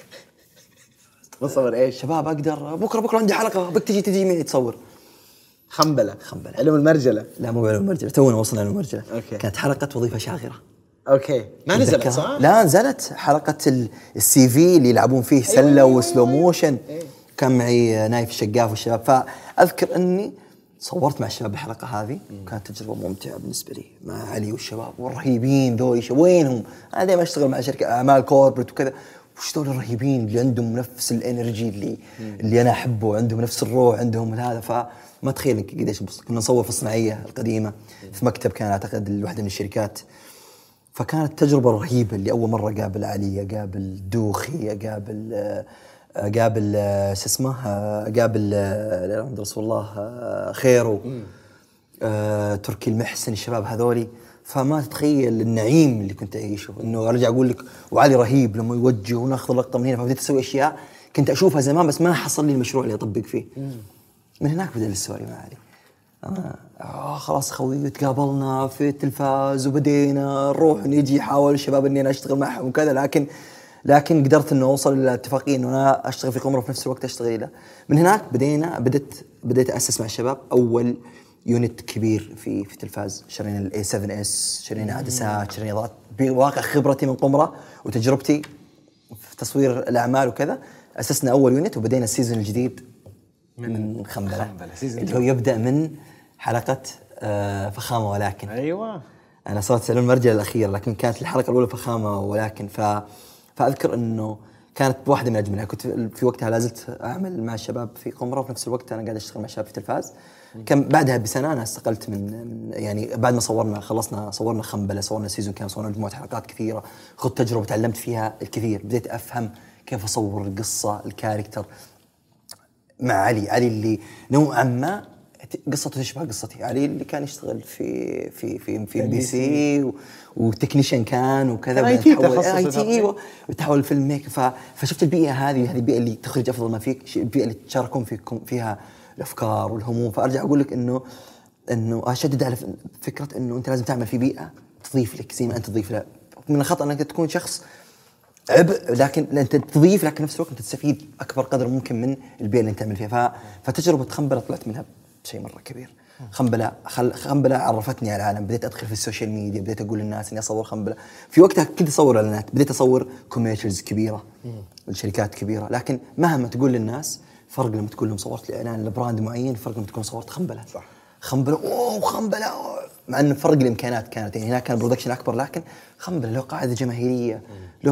نصور ايش شباب؟ اقدر بكره بكره عندي حلقه بك تجي تجي معي تصور. خنبله خنبله علم المرجله. لا مو علم المرجله، تونا وصلنا علم المرجله. أوكي. كانت حلقه وظيفه شاغره. اوكي ما نزلت صح؟ لا نزلت حلقه السي في اللي يلعبون فيه سله. أيوة وسلو موشن. أيوة. كان معي نايف الشقاف والشباب. فاذكر اني صورت مع الشباب الحلقه هذه. كانت تجربه ممتعه بالنسبه لي مع علي والشباب والرهيبين ذولي. وينهم؟ انا دائما اشتغل مع شركه اعمال كوربريت وكذا، وش دول الرهيبين اللي عندهم نفس الانرجي اللي اللي انا احبه، عندهم نفس الروح، عندهم هذا. فما تخيل قديش كنا نصور في الصناعيه القديمه في مكتب كان اعتقد واحده من الشركات. فكانت تجربه رهيبه اللي اول مره قابل علي، قابل دوخي، قابل قابل شو اسمه، قابل الحمد رسول الله خيرو، آه، تركي المحسن، الشباب هذولي. فما تتخيل النعيم اللي كنت أعيشه. إنه أرجع أقول لك وعلي رهيب لما يوجه وناخذ لقطة من هنا. فبديت أسوي أشياء كنت أشوفها زمان بس ما حصل لي المشروع اللي أطبق فيه. من هناك بدأ السوري مع علي. آه, آه خلاص خوي تقابلنا في التلفاز وبدينا نروح ونيجي، حاول الشباب إني أنا أشتغل معهم وكذا، لكن لكن قدرت إنه أوصل إلى اتفاقية إنه أنا أشتغل في قمرة وفي نفس الوقت أشتغل له. من هناك بدينا بدأت بديت أسس مع الشباب أول يونت كبير في في تلفاز. شرينا الاي سبعة اس، شرينا عدسات، شرينا ضغط. بواقع خبرتي من قمرة وتجربتي في تصوير الأعمال وكذا، أسسنا أول يونت وبدينا السيزون الجديد من, من خنبلة، اللي هو يبدأ من حلقة آه فخامة ولكن. أيوة أنا صارت سألون المرجع الأخير، لكن كانت الحلقة الأولى فخامة ولكن. ف فأذكر إنه كانت واحدة من أجملها. كنت في وقتها لازلت أعمل مع الشباب في قمرة، وفي نفس الوقت أنا قاعد أشتغل مع الشباب في تلفاز. كم بعدها بسنة أنا استقلت من يعني بعد ما صورنا خلصنا صورنا خنبلة، صورنا سيزون كان، صورنا مجموعة حلقات كثيرة، خذت تجربة تعلمت فيها الكثير. بديت أفهم كيف أصور القصة، الكاركتر. مع علي علي اللي نوعا ما قصته تشبه قصتي. علي اللي كان يشتغل في في في في البي سي وتكنيشن كان وكذا، اي تي اي تي وتحول الفيلم ميك. فشفت البيئة هذه، هذه البيئة اللي تخرج أفضل ما فيك، البيئة اللي تشاركون فيكم فيها الأفكار والهموم. فأرجع أقول لك إنه إنه أشدد على فكرة إنه أنت لازم تعمل في بيئة تضيف لك زي ما أنت تضيف لها. من الخطأ أنك تكون شخص عبء، لكن أنت تضيف لكن نفس الوقت أنت تستفيد أكبر قدر ممكن من البيئة اللي أنت تعمل فيها. فتجربة خنبلة طلعت منها شيء مرة كبير. خنبلة خل... خنبلة عرفتني على العالم. بديت أدخل في السوشيال ميديا، بديت أقول للناس إني أصور خنبلة. في وقتها كنت أصور إعلانات، بديت أصور كوميرشلز كبيرة لشركات كبيرة. لكن مهما تقول للناس فرق لما تقول لهم صورت الإعلان لبراند معين، فرق لما تكون صورت خنبلة. صح. خنبلة أوه خنبلة أوه. مع أن فرق الإمكانات كانت يعني هناك كان برودكشن أكبر، لكن خنبلة له قاعدة جماهيرية،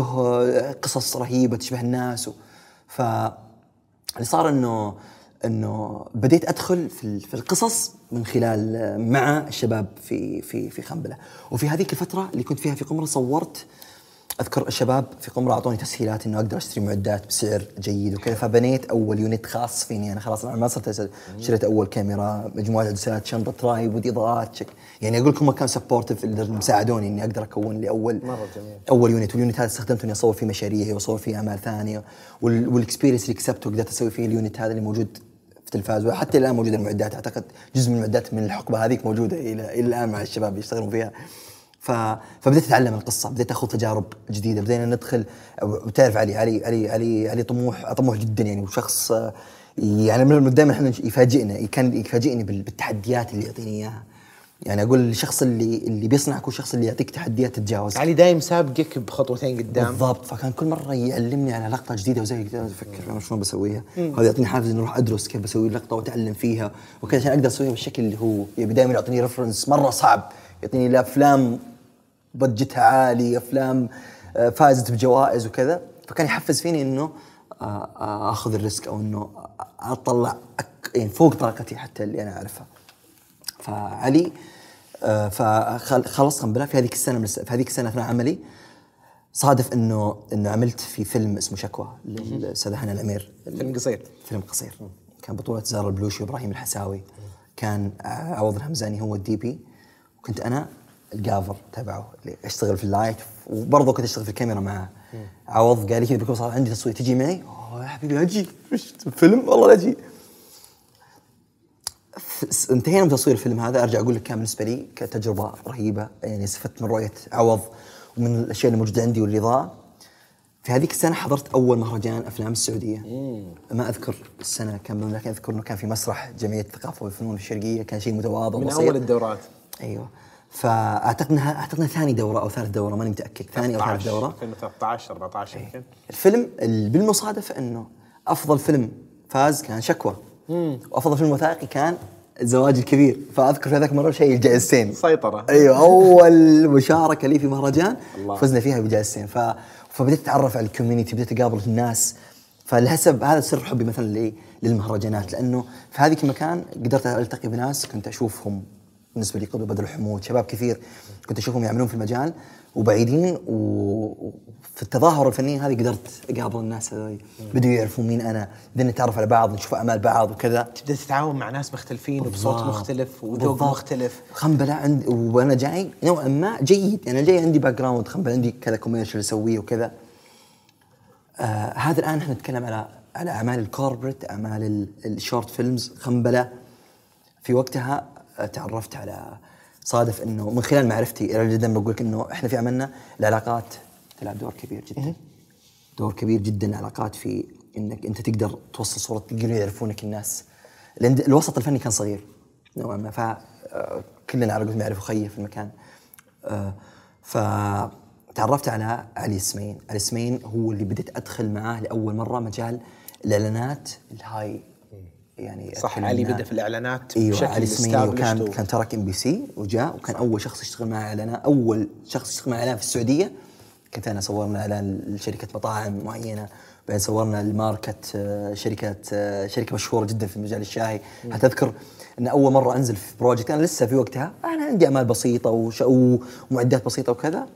له قصص رهيبة تشبه الناس. و... ف اللي صار إنه إنه بديت أدخل في في القصص من خلال مع الشباب في في في خنبلة. وفي هذيك الفترة اللي كنت فيها في قمرة صورت، أذكر الشباب في قمرة أعطوني تسهيلات إنه أقدر أشتري معدات بسعر جيد وكذا. فبنيت أول يونت خاص فيني أنا. خلاص أنا ما صرت شريت أول كاميرا، مجموعة عدسات، شنطة ترايبود، إضاءات شك. يعني أقول لكم كان سبورتيف اللي مساعدوني إني أقدر أكون لي أول مرة جميل. أول يونت. واليونت هذا استخدمته إني أصور فيه مشاريعي وأصور فيه أعمال ثانية. والإكسبيرينس اللي كسبته قدرت أسوي فيه اليونت هذا اللي موجود في تلفاز. وحتى الآن موجودة المعدات، أعتقد جزء من المعدات من الحقبة هذيك موجودة إلى إلى الآن مع الشباب يشتغلون فيها. ف... فبديت أتعلم القصة، بديت أخوض تجارب جديدة، بدينا ندخل. وتعرف علي علي علي علي علي طموح طموح جدا يعني، وشخص يعني من دائما إحنا يفاجئنا، كان يفاجئني بالتحديات اللي يعطيني إياها. يعني أقول الشخص اللي اللي بيصنعك هو الشخص اللي يعطيك تحديات تتجاوز. علي دايم سابقك بخطوتين قدام. بالضبط. فكان كل مرة يعلمني على لقطة جديدة وزي كذا أفكر أنا شلون بسويها. هذا يعطيني حافز إني أروح أدرس كيف بسوي اللقطة وأتعلم فيها وكذا عشان أقدر أسويها بالشكل اللي هو يبي. دائما يعطيني ريفرنس مرة صعب، يعطيني لأفلام بجتها عالي، أفلام فازت بجوائز وكذا. فكان يحفز فيني إنه أخذ الريسك أو إنه أطلع يعني فوق طاقتي حتى اللي أنا أعرفها. فعلي فخلصت خنبلة في هذيك السنة. في هذيك السنة أثناء عملي صادف إنه إنه عملت في فيلم اسمه شكوى للأستاذ حنان العمير. فيلم قصير. فيلم قصير. كان بطولة زهرة البلوشي وإبراهيم الحساوي. كان عوض الهمزاني هو الدي بي، وكنت أنا الجافر تبعه اللي أشتغل في اللايت، وبرضه كنت أشتغل في الكاميرا معه. عوض قال لي كذا بكل صار عندي تصوير تجي معي؟ أوه يا حبيبي أجي. فيلم والله لا أجي. انتهينا من تصوير الفيلم هذا. أرجع أقول لك كان بالنسبة لي كتجربة رهيبة يعني. استفدت من رؤية عوض ومن الأشياء اللي موجودة عندي والرضا. في هذيك السنة حضرت أول مهرجان أفلام السعودية. مم. ما أذكر السنة كم، لكن أذكر إنه كان في مسرح جمعية الثقافة والفنون الشرقية. كان شيء متواضع من بسيط. أول الدورات. أيوة. فأعتقد إنها أعتقد إنها ثاني دورة أو ثالث دورة، ماني متأكد. ثاني أو ثالث دورة. ألفين وثلاثة عشر أربعة عشر يمكن. الفيلم بالمصادفة إنه أفضل فيلم فاز كان شكوى. مم. وأفضل فيلم وثائقي كان الزواج الكبير. فأذكر في ذاك مرة شيء الجائزتين. سيطرة. أيوة. أول مشاركة لي في مهرجان فزنا فيها بجائزتين. ف فبديت اتعرف على الكوميونتي، بديت اقابل الناس. فلهسب هذا سر حبي مثلا للمهرجانات، لانه في هذيك المكان قدرت التقي بناس كنت اشوفهم بالنسبه لي قبل بدر حمود، شباب كثير كنت اشوفهم يعملون في المجال وبعيدين، وفي التظاهر الفني هذه قدرت اقابل الناس هذول، بدوا يعرفون مين انا، بدنا نتعرف على بعض، نشوف اعمال بعض وكذا. تبدا تتعاون مع ناس مختلفين وبصوت مختلف وذوق مختلف. خنبله عندي وانا جاي نوعا ما جيد، انا جاي عندي باك جراوند خنبله، عندي كذا كوميرشال اسويه وكذا. آه هذا الان احنا نتكلم على على اعمال الكوربريت، اعمال الشورت فيلمز. خنبله في وقتها تعرفت على، صادف انه من خلال معرفتي الى جدا بقول لك انه احنا في عملنا العلاقات تلعب دور كبير جدا، دور كبير جدا العلاقات في انك انت تقدر توصل صوره يقدروا يعرفونك الناس، لان الوسط الفني كان صغير نوعا ما، فكلنا على قولتهم يعرفوا خيه في المكان. فتعرفت على علي السمين. علي السمين هو اللي بديت ادخل معاه لاول مره مجال الاعلانات الهاي، يعني صح. علي بدا في الاعلانات أيوة بشكل استابلشت، وكان كان ترك ام بي سي وجاء، وكان اول شخص يشتغل مع اعلانات، اول شخص يشتغل مع اعلان في السعوديه. كنت انا صورنا اعلان لشركه مطاعم معينه، بعدين صورنا الماركه شركه شركه مشهوره جدا في مجال الشاي. حتى اذكر ان اول مره انزل في بروجكت، انا لسه في وقتها انا عندي اعمال بسيطه وش... ومعدات بسيطه وكذا.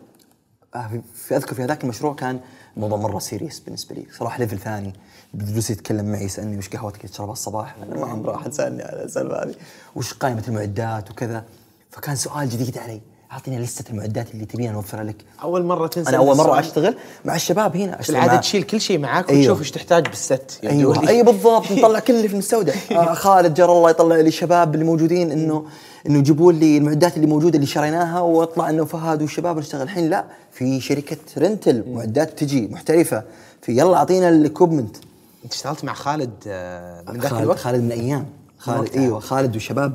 في اذكر في هذاك المشروع كان الموضوع مره سيريس بالنسبه لي صراحه، ليفل ثاني. بجلس يتكلم معي يسالني وش قهوتك تشربها الصباح، انا ما عمري راح تسالني على السالفه هذه، وش قائمه المعدات وكذا. فكان سؤال جديد علي، اعطيني لسته المعدات اللي تبينا نوفرها لك. اول مره تنسى. انا اول مره اشتغل مع الشباب هنا، اشتغل العاده تشيل كل شيء معاك وتشوف أيوه. ايش تحتاج بالست. ايوه اي بالضبط، نطلع كل اللي في المستودع. آه خالد جر الله يطلع لي الشباب اللي موجودين انه انه يجيبوا لي المعدات اللي موجوده اللي شريناها، واطلع انه فهد والشباب نشتغل. الحين لا، في شركه رنتل معدات تجي محترفه، في يلا اعطينا الاكوبمنت. انت اشتغلت مع خالد من ذاك الوقت؟ خالد من ايام خالد ايوه خالد والشباب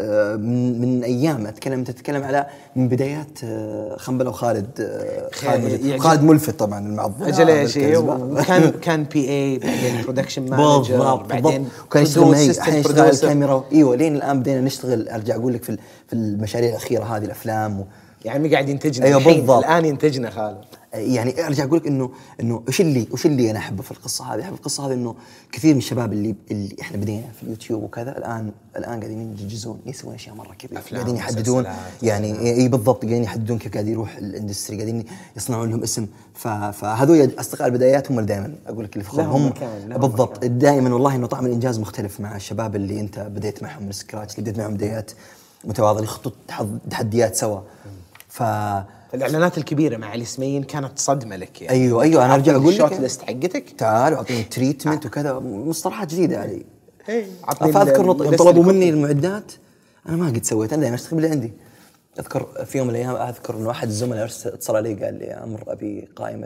من من ايام اتكلم تتكلم على من بدايات خنبله. وخالد خالد, خالد ملفت طبعا المعظم اجل ايش، وكان كان بي اي بعدين برودكشن مانجر، بعدين وكان يشتغل معي احيانا يشتغل الكاميرا. ايوه لين الان بدينا نشتغل. ارجع اقول لك في في المشاريع الاخيره هذه الافلام و... يعني قاعد ينتجنا. أيوة الحين الان ينتجنا خالد. يعني ارجع اقول لك انه انه ايش اللي ايش اللي انا احبه في القصه هذه. احب القصه هذه انه كثير من الشباب اللي اللي احنا بدينا في اليوتيوب وكذا الان الان قاعدين ينجزون، يسوون اشياء مره كبيره، قاعدين يحددون يعني اي بالضبط، قاعدين يحددون كيف قاعد يروح الاندستري، قاعدين يصنعون لهم اسم. فهذول اصدقاء البدايات هم اللي دائما اقول لك اللي فخورهم بالضبط دائما. والله انه طعم الانجاز مختلف مع الشباب اللي انت بديت معهم من سكراتش، اللي بديت معهم بدايات متواضعه، يخطوا تحديات سوا. ف الاعلانات الكبيره مع علي سمين كانت صدمه لك يعني. ايوه ايوه انا ارجع اقول لك الشوت ليست حقتك، تعال واعطيني تريتمنت وكذا، مصطلحات جديده علي. اي فاذكر طلبوا مني المعدات، انا ما قد سويت، انا دائما اشتغل باللي عندي. اذكر في يوم من الايام اذكر انه احد الزملاء اتصل علي قال لي يا عمر ابي قائمه،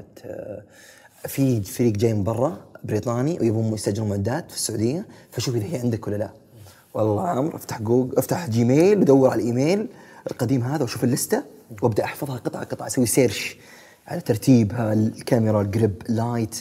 في فريق جاي من برا بريطاني ويبون يستاجرون معدات في السعوديه، فشوف اذا هي عندك ولا لا. والله يا عمر افتح جوجل، افتح جيميل ودور على الايميل القديم هذا وشوف اللسته وابدا احفظها قطعه قطعه، اسوي سيرش على ترتيبها، الكاميرا، الجريب، لايت،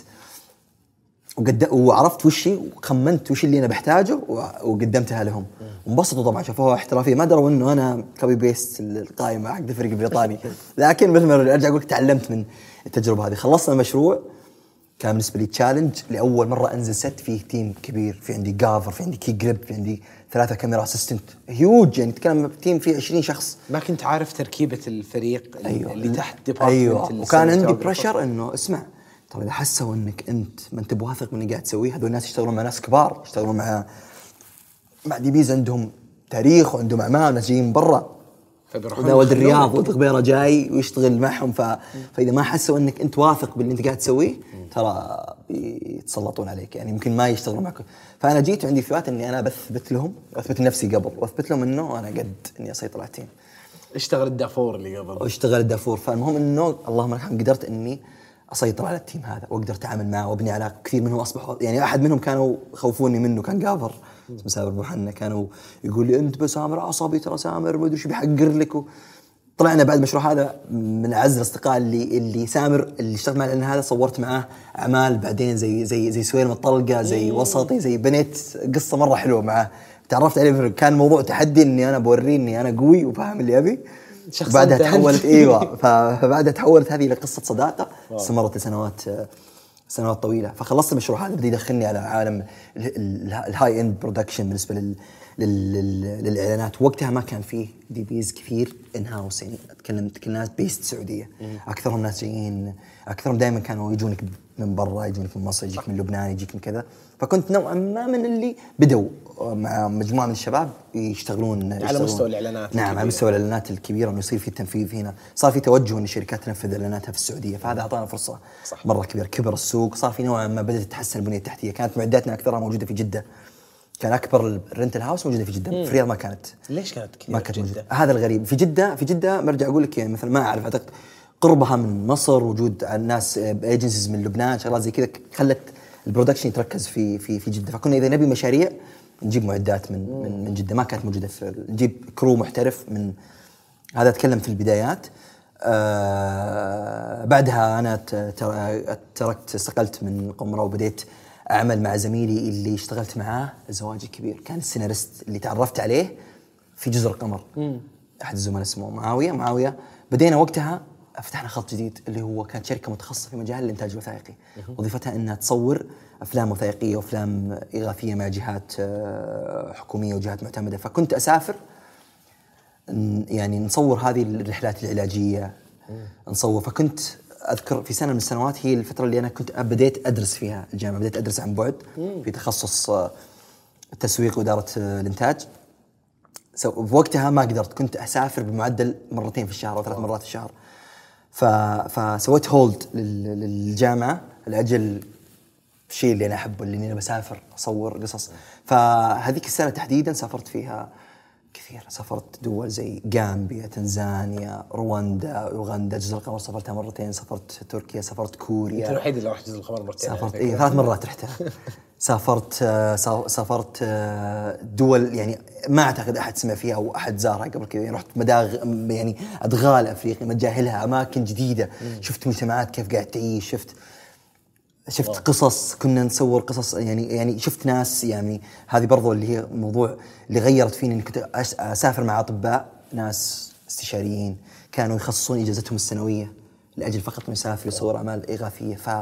وقد وعرفت وش وخمنت وش اللي انا بحتاجه وقدمتها لهم. انبسطوا طبعا، شافوها احترافيه، ما دروا انه انا كوبي بيست القائمه حق الفريق البريطاني. لكن مثل ما ارجع اقول لك تعلمت من التجربه هذه. خلصنا المشروع، كان بالنسبه لي تشالنج، لاول مره انزل ست فيه تيم كبير، في عندي جافر، في عندي كي جريب، في عندي ثلاثه كاميرا اسيستنت هيوج، يعني تتكلم تيم فيه عشرين شخص. ما كنت عارف تركيبه الفريق أيوة. اللي تحت ديبارتمنت. ايوه وكان عندي بريشر انه اسمع ترى اذا حسوا انك انت ما انت بواثق من اللي قاعد تسويه، هذول الناس يشتغلون مع ناس كبار، يشتغلون مع مع دي بيز عندهم تاريخ وعندهم اعمال، ناس جايين من برا، وده ولد الرياض ولد غبيره جاي ويشتغل معهم. ف... فاذا ما حسوا انك انت واثق باللي انت قاعد تسويه ترى يتسلطون عليك، يعني يمكن ما يشتغلون معك. فانا جيت وعندي ثبات اني انا بثبت لهم واثبت لنفسي قبل، واثبت لهم انه انا قد اني اسيطر على التيم. اشتغل الدافور اللي قبل واشتغل الدافور. فالمهم انه اللهم لك الحمد قدرت اني اسيطر على التيم هذا واقدر اتعامل معه وابني علاقه. كثير منهم اصبحوا يعني احد منهم كانوا يخوفوني منه، كان جافر اسمه سامر ابو حنا، كانوا يقول لي انت بسامر عصبي، ترى سامر ما ادري ايش بيحقر لك. طلعنا بعد المشروع هذا من اعز الاصدقاء اللي اللي سامر اللي اشتغلت معه، لان هذا صورت معاه اعمال بعدين زي زي زي سويرم الطلقه، زي وسطي، زي بنيت قصه مره حلوه معاه. تعرفت عليه، كان موضوع تحدي اني انا بوريه اني انا قوي وفاهم اللي ابي. بعدها تحولت ايوه فبعدها تحولت هذه الى قصه صداقه استمرت لسنوات سنوات طويله. فخلصت المشروع هذا، بدي يدخلني على عالم الهاي اند برودكشن بالنسبه لل لل للاعلانات. وقتها ما كان فيه دي بيز كثير ان هاوس، يعني اتكلم كل الناس بيست سعوديه، اكثرهم ناس جايين، اكثرهم دائما كانوا يجونك من برا، يجونك من مصر، يجيك من لبنان، يجيك من كذا. فكنت نوعا ما من اللي بدوا مع مجموعه من الشباب يشتغلون على يشتغلون. مستوى الاعلانات. نعم، على مستوى الاعلانات الكبيره، انه يصير في تنفيذ هنا. صار في توجه ان الشركات تنفذ اعلاناتها في السعوديه، فهذا اعطانا فرصه صح. مره كبيره، كبر السوق، صار في نوعا ما بدات تتحسن البنيه التحتيه. كانت معداتنا اكثرها موجوده في جده، كان اكبر الرنتل هاوس موجوده في جده. في الرياض ما كانت. ليش كانت كثير؟ ما كانت موجوده. هذا الغريب في جده. في جده برجع اقول لك يعني مثلا ما اعرف، اعتقد قربها من مصر، وجود الناس ايجنسيز من لبنان، شغلات زي كذا خلت البرودكشن يتركز في في في جده. فكنا اذا نبي مشاريع نجيب معدات من من من جده، ما كانت موجوده في، نجيب كرو محترف من هذا. اتكلم في البدايات. آه بعدها انا تركت، استقلت من قمره وبديت اعمل مع زميلي اللي اشتغلت معاه زواجي كبير، كان السيناريست اللي تعرفت عليه في جزر القمر. مم. احد الزملاء اسمه معاويه معاويه بدينا وقتها فتحنا خط جديد اللي هو كانت شركه متخصصه في مجال الانتاج الوثائقي. وظيفتها انها تصور افلام وثائقيه وافلام اغاثيه مع جهات حكوميه وجهات معتمده. فكنت اسافر يعني نصور هذه الرحلات العلاجيه، نصور. فكنت اذكر في سنه من السنوات هي الفتره اللي انا كنت بديت ادرس فيها الجامعه، بديت ادرس عن بعد في تخصص التسويق واداره الانتاج. وقتها ما قدرت، كنت اسافر بمعدل مرتين في الشهر او ثلاث مرات في الشهر. فسويت هولد للجامعه لاجل الشيء اللي انا احبه، اللي انا بسافر اصور قصص. فهذيك السنه تحديدا سافرت فيها كثير، سافرت دول زي غامبيا، تنزانيا، رواندا، اوغندا، جزر القمر سافرتها مرتين، سافرت تركيا، سافرت كوريا. انت الوحيد اللي رحت جزر القمر مرتين؟ سافرت اي ثلاث مرات رحتها. سافرت سافرت دول يعني ما اعتقد احد سمع فيها او احد زارها قبل كذا. يعني رحت مداغ يعني ادغال افريقيا ما تجاهلها، اماكن جديده، شفت مجتمعات كيف قاعد تعيش، شفت شفت واو. قصص كنا نصور قصص يعني يعني شفت ناس. يعني هذه برضو اللي هي موضوع اللي غيرت فيني، اني كنت اسافر مع اطباء، ناس استشاريين كانوا يخصصون اجازتهم السنويه لاجل فقط نسافر يصور اعمال اغاثيه. ف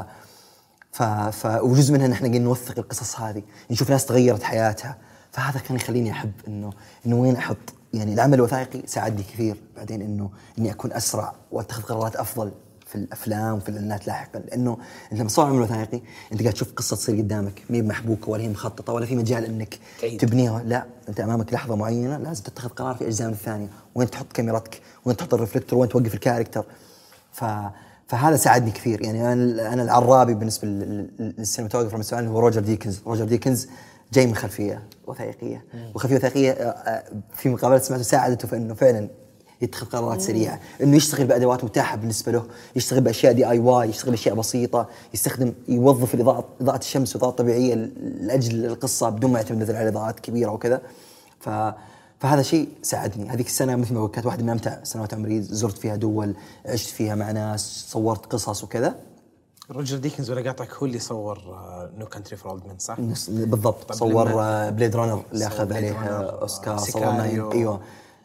ف فوجزء منها ان احنا قاعدين نوثق القصص هذه، نشوف ناس تغيرت حياتها. فهذا كان يخليني احب انه انه وين احط يعني العمل الوثائقي. ساعدني كثير بعدين انه اني اكون اسرع واتخذ قرارات افضل في الافلام وفي الاعلانات لاحقا. لانه انت لما تصور عمل وثائقي انت قاعد تشوف قصه تصير قدامك، ما هي محبوكه ولا هي مخططه ولا في مجال انك تعيد. تبنيها. لا، انت امامك لحظه معينه لازم تتخذ قرار في الاجزاء الثانيه، وين تحط كاميرتك، وين تحط الريفلكتور، وين توقف الكاركتر. ف فهذا ساعدني كثير. يعني انا انا العرابي بالنسبه للسينماتوجرافر المسؤول هو روجر ديكنز. روجر ديكنز جاي من خلفيه وثائقيه، وخلفيه وثائقيه في مقابلات سمعته ساعدته في انه فعلا يتخذ قرارات سريعه، انه يشتغل بادوات متاحه بالنسبه له، يشتغل باشياء دي اي واي، يشتغل باشياء بسيطه، يستخدم يوظف الاضاءه اضاءه الشمس والاضاءه الطبيعيه لاجل القصه بدون ما يعتمد على اضاءات كبيره وكذا. ف فهذا شيء ساعدني. هذيك السنه مثل ما كانت واحده من امتع سنوات عمري، زرت فيها دول، عشت فيها مع ناس، صورت قصص وكذا. روجر ديكنز ولا قاطعك هو اللي صور نو كانتري فور اولد مان صح؟ بالضبط. صور بليد رانر اللي اخذ عليه اوسكار. صورنا ايوه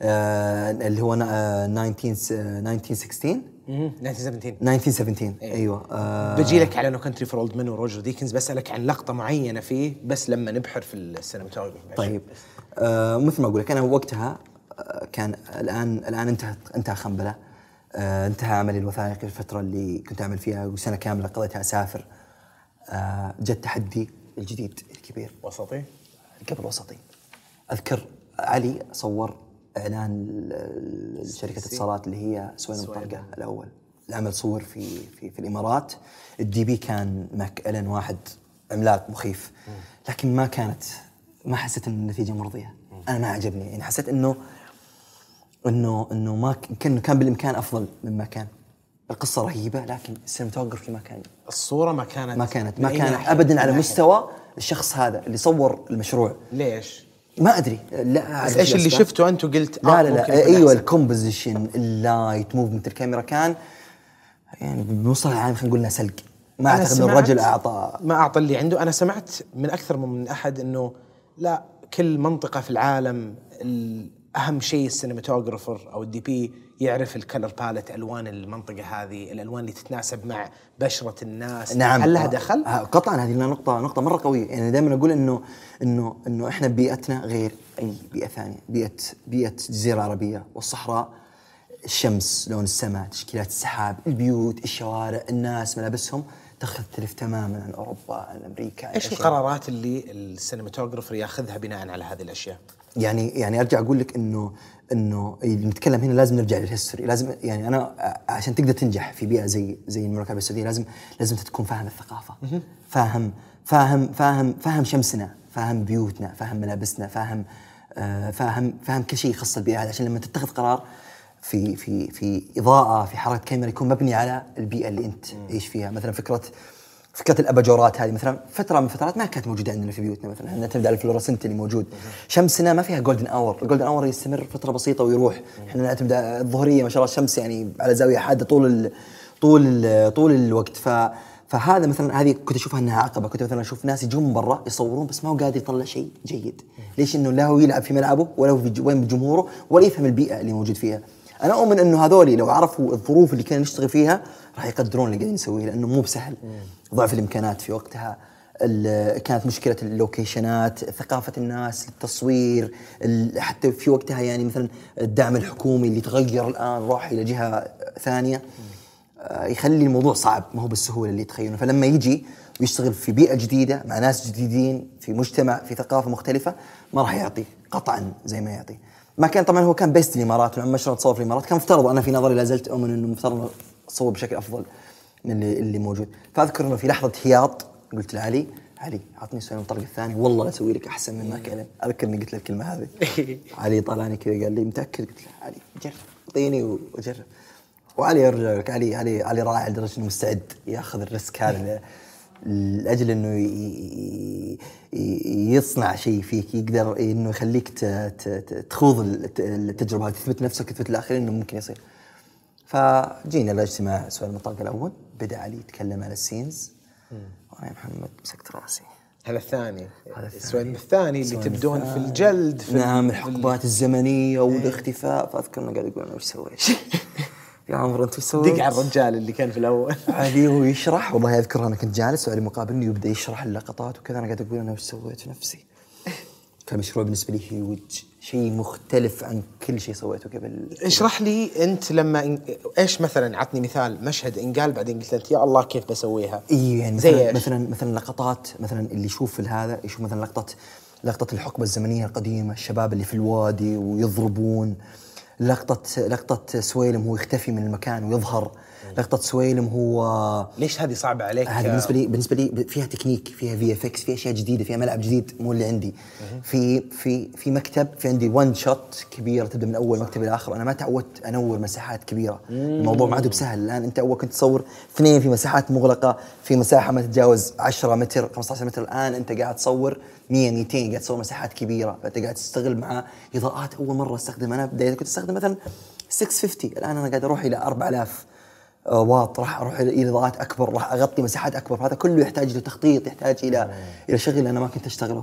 آه اللي هو ألف وتسعمية وستة عشر ألف وتسعمية وسبعتاشر ايوه. آه بجي لك على نو كانتري فور اولد مان وروجر ديكنز، بسالك عن لقطه معينه فيه بس لما نبحر في السينماتوجرافي. طيب آه مثل ما اقول لك انا وقتها آه كان الان الان انتهى انتهى خنبله، آه انتهى عملي الوثائقي. الفتره اللي كنت اعمل فيها وسنه كامله قضيتها اسافر. آه جت تحدي الجديد الكبير، وسطي قبل وسطي. اذكر علي صور اعلان شركه اتصالات اللي هي سوينا مطرقه الاول. العمل صور في في في الامارات. الدي بي كان ماك إلين واحد عملاق مخيف، لكن ما كانت ما حسيت ان النتيجه مرضيه. انا ما عجبني، يعني حسيت انه انه انه ما كان كان بالامكان افضل مما كان. القصه رهيبه لكن السينماتوجرافي ما كان، الصوره ما كانت ما كانت ما كانت ابدا على مستوى الشخص هذا اللي صور المشروع. ليش؟ ما ادري. لا بس ايش اللي شفته انت وقلت لا لا لا ايوه الكومبوزيشن، اللايت، موفمنت الكاميرا كان يعني بمصطلح العام خلينا نقول سلق. ما اعتقد ان الرجل اعطى ما اعطى اللي عنده. انا سمعت من اكثر من احد انه لا، كل منطقه في العالم اهم شيء السينماتوجرافر او الدي بي يعرف الكلر باليت، الوان المنطقه هذه، الالوان اللي تتناسب مع بشره الناس. نعم. هل لها دخل؟ قطعا، هذه نقطه نقطه مره قويه. يعني دائما اقول انه انه انه احنا بيئتنا غير اي بيئه ثانيه. بيئه بيئه الجزيره العربيه والصحراء، الشمس، لون السماء، تشكيلات السحاب، البيوت، الشوارع، الناس، ملابسهم تختلف تماما عن اوروبا، عن امريكا. ايش القرارات اللي السينماتوجرافر ياخذها بناء على هذه الاشياء؟ يعني يعني ارجع اقول لك انه انه اللي نتكلم هنا لازم نرجع للهيستوري. لازم يعني انا عشان تقدر تنجح في بيئه زي زي المملكه العربيه السعوديه لازم لازم تكون فاهم الثقافه، فاهم فاهم فاهم فاهم شمسنا، فاهم بيوتنا، فاهم ملابسنا، فاهم آه فاهم فاهم كل شيء يخص البيئه هذه، عشان لما تتخذ قرار في في في اضاءه، في حركه كاميرا، يكون مبني على البيئه اللي انت تعيش فيها. مثلا فكره فكرة الأباجورات هذه مثلا فترة من الفترات ما كانت موجودة عندنا في بيوتنا. مثلا احنا نعتمد على الفلورسنت اللي موجود. شمسنا ما فيها جولدن اور، الجولدن اور يستمر فترة بسيطة ويروح. احنا نعتمد على الظهرية، ما شاء الله الشمس يعني على زاوية حادة طول ال طول ال طول الوقت. ف فهذا مثلا هذه كنت اشوفها انها عقبة. كنت مثلا اشوف ناس يجون من برا يصورون بس ما هو قادر يطلع شيء جيد. ليش؟ انه لا هو يلعب في ملعبه ولا هو في وين بجمهوره ولا يفهم البيئة اللي موجود فيها. انا اؤمن انه هذولي لو عرفوا الظروف اللي كنا نشتغل فيها راح يقدرون اللي قاعدين نسويه، لانه مو بسهل. ضعف الامكانات في وقتها، كانت مشكله اللوكيشنات، ثقافه الناس للتصوير، حتى في وقتها يعني مثلا الدعم الحكومي اللي تغير الان راح الى جهه ثانيه، يخلي الموضوع صعب، ما هو بالسهوله اللي تخيلونه. فلما يجي ويشتغل في بيئه جديده مع ناس جديدين في مجتمع في ثقافه مختلفه ما راح يعطي قطعا زي ما يعطي. ما كان طبعا هو كان بيست الامارات، ولما مشروع تصور في الامارات كان مفترض، انا في نظري لا زلت اؤمن انه مفترض اصور بشكل افضل من اللي, اللي موجود. فاذكر انه في لحظه هياط قلت لعلي: علي عطني سؤال من الطرف الثاني والله لا اسوي لك احسن مما كان. اذكر اني قلت له الكلمه هذه. علي طلعني كذا قال لي: متاكد؟ قلت له: علي جرب، اعطيني واجرب. وعلي يرجع لك، علي علي علي رائع لدرجه انه مستعد ياخذ الريسك هذا لاجل انه يصنع شيء فيك، يقدر انه يخليك تخوض التجربه، تثبت نفسك، تثبت الاخرين انه ممكن يصير. فجينا الاجتماع، سؤال المطاق الاول بدا علي يتكلم على السينز، وانا يا محمد مسكت راسي. هذا الثاني، السؤال الثاني اللي تبدون في الجلد، في نعم، الحقبات الزمنيه والاختفاء. فاذكر انه قاعد يقول: انا وش سويت؟ يا عمر انت وش سويت؟ دق على الرجال اللي كان في الاول. علي هو يشرح، والله اذكر انا كنت جالس وعلي مقابلني ويبدا يشرح اللقطات وكذا، انا قاعد اقول: انا وش سويت في نفسي؟ كان مشروع بالنسبه لي هيوج، شيء مختلف عن كل شيء سويته قبل. اشرح لي انت لما إن... ايش مثلا، عطني مثال مشهد انقال بعدين قلت انت يا الله كيف بسويها. اي يعني مثلا مثلا مثلا لقطات، مثلا اللي يشوف هذا يشوف مثلا لقطه لقطه الحقبه الزمنيه القديمه، الشباب اللي في الوادي ويضربون، لقطة لقطة سويلم هو يختفي من المكان ويظهر، لقطة سويلم هو. ليش هذه صعبة عليك؟ هذه بالنسبة لي بالنسبة لي فيها تكنيك، فيها في اف اكس، فيها أشياء جديدة، فيها ملعب جديد مو اللي عندي. في في في مكتب، في عندي وان شوت كبيرة تبدأ من أول مكتب إلى آخر. أنا ما تعودت أنور مساحات كبيرة. مم. الموضوع ما عاد بسهل الآن. أنت أول كنت تصور اثنين في مساحات مغلقة، في مساحة ما تتجاوز عشرة متر خمسة عشر متر. الآن أنت قاعد تصور مية ميتين، قاعد تصور مساحات كبيرة، فأنت قاعد تستغل مع إضاءات أول مرة استخدم. أنا بداية كنت أستخدم مثلا ستمية وخمسين، الآن أنا قاعد أروح إلى أربعة آلاف واط، راح أروح إلى إضاءات أكبر، راح أغطي مساحات أكبر. هذا كله يحتاج له تخطيط، يحتاج إلى مم. إلى شغل أنا ما كنت أشتغله